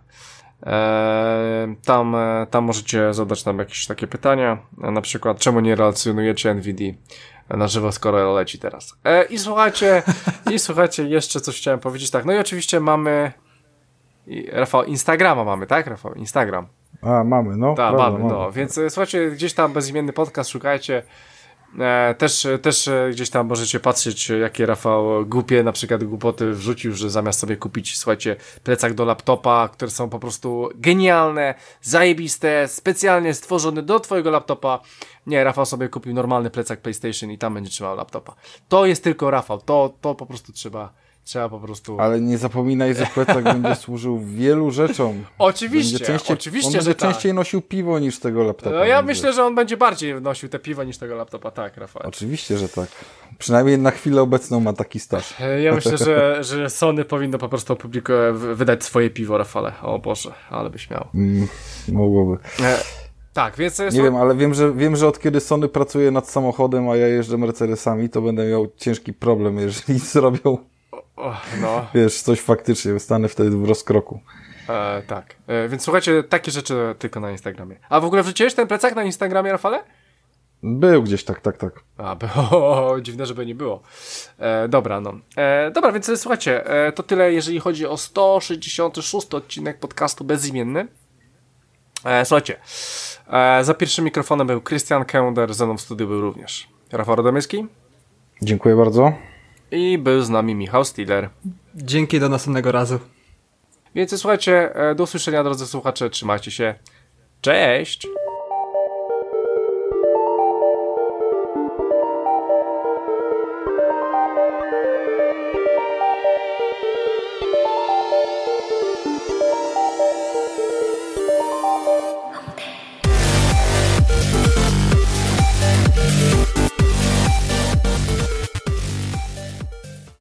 Tam możecie zadać nam jakieś takie pytania, na przykład czemu nie relacjonujecie NVIDII na żywo, skoro leci teraz. I słuchajcie, jeszcze coś chciałem powiedzieć, tak, no i oczywiście mamy Rafał, Instagrama mamy, tak Rafał? Instagram. A, mamy, no. Tak, mamy, no, więc słuchajcie, gdzieś tam bezimienny podcast szukajcie Też gdzieś tam możecie patrzeć, jakie Rafał głupie na przykład głupoty wrzucił, że zamiast sobie kupić, słuchajcie, plecak do laptopa, które są po prostu genialne, zajebiste, specjalnie stworzone do twojego laptopa. Nie, Rafał sobie kupił normalny plecak PlayStation i tam będzie trzymał laptopa. To jest tylko Rafał, to po prostu trzeba po prostu... Ale nie zapominaj, że plecak będzie służył wielu rzeczom. Oczywiście, Będzie oczywiście, on że będzie tak. częściej nosił piwo niż tego laptopa. No ja będzie. myślę, że on będzie bardziej nosił te piwo niż tego laptopa, tak, Rafał. Oczywiście, że tak. Przynajmniej na chwilę obecną ma taki staż. Ja myślę, że Sony powinno po prostu wydać swoje piwo, Rafale. O Boże, ale byś miał. Mogłoby. Tak, więc... Nie wiem, ale wiem, że od kiedy Sony pracuje nad samochodem, a ja jeżdżę Mercedesami, to będę miał ciężki problem, jeżeli zrobią no. wiesz, coś faktycznie. Stanę wtedy w rozkroku. Tak. Więc słuchajcie, takie rzeczy tylko na Instagramie. A w ogóle wrzuciłeś ten plecak na Instagramie, Rafale? Był gdzieś, tak. A, było. Dziwne, żeby nie było. Dobra, no. Dobra, więc słuchajcie, to tyle, jeżeli chodzi o 166 odcinek podcastu Bezimienny. Słuchajcie, za pierwszym mikrofonem był Krystian Kender, ze mną w studiu był również Rafał Radomyski. Dziękuję bardzo. I był z nami Michał Stiller. Dzięki, do następnego razu. Więc słuchajcie, do usłyszenia, drodzy słuchacze, trzymajcie się. Cześć!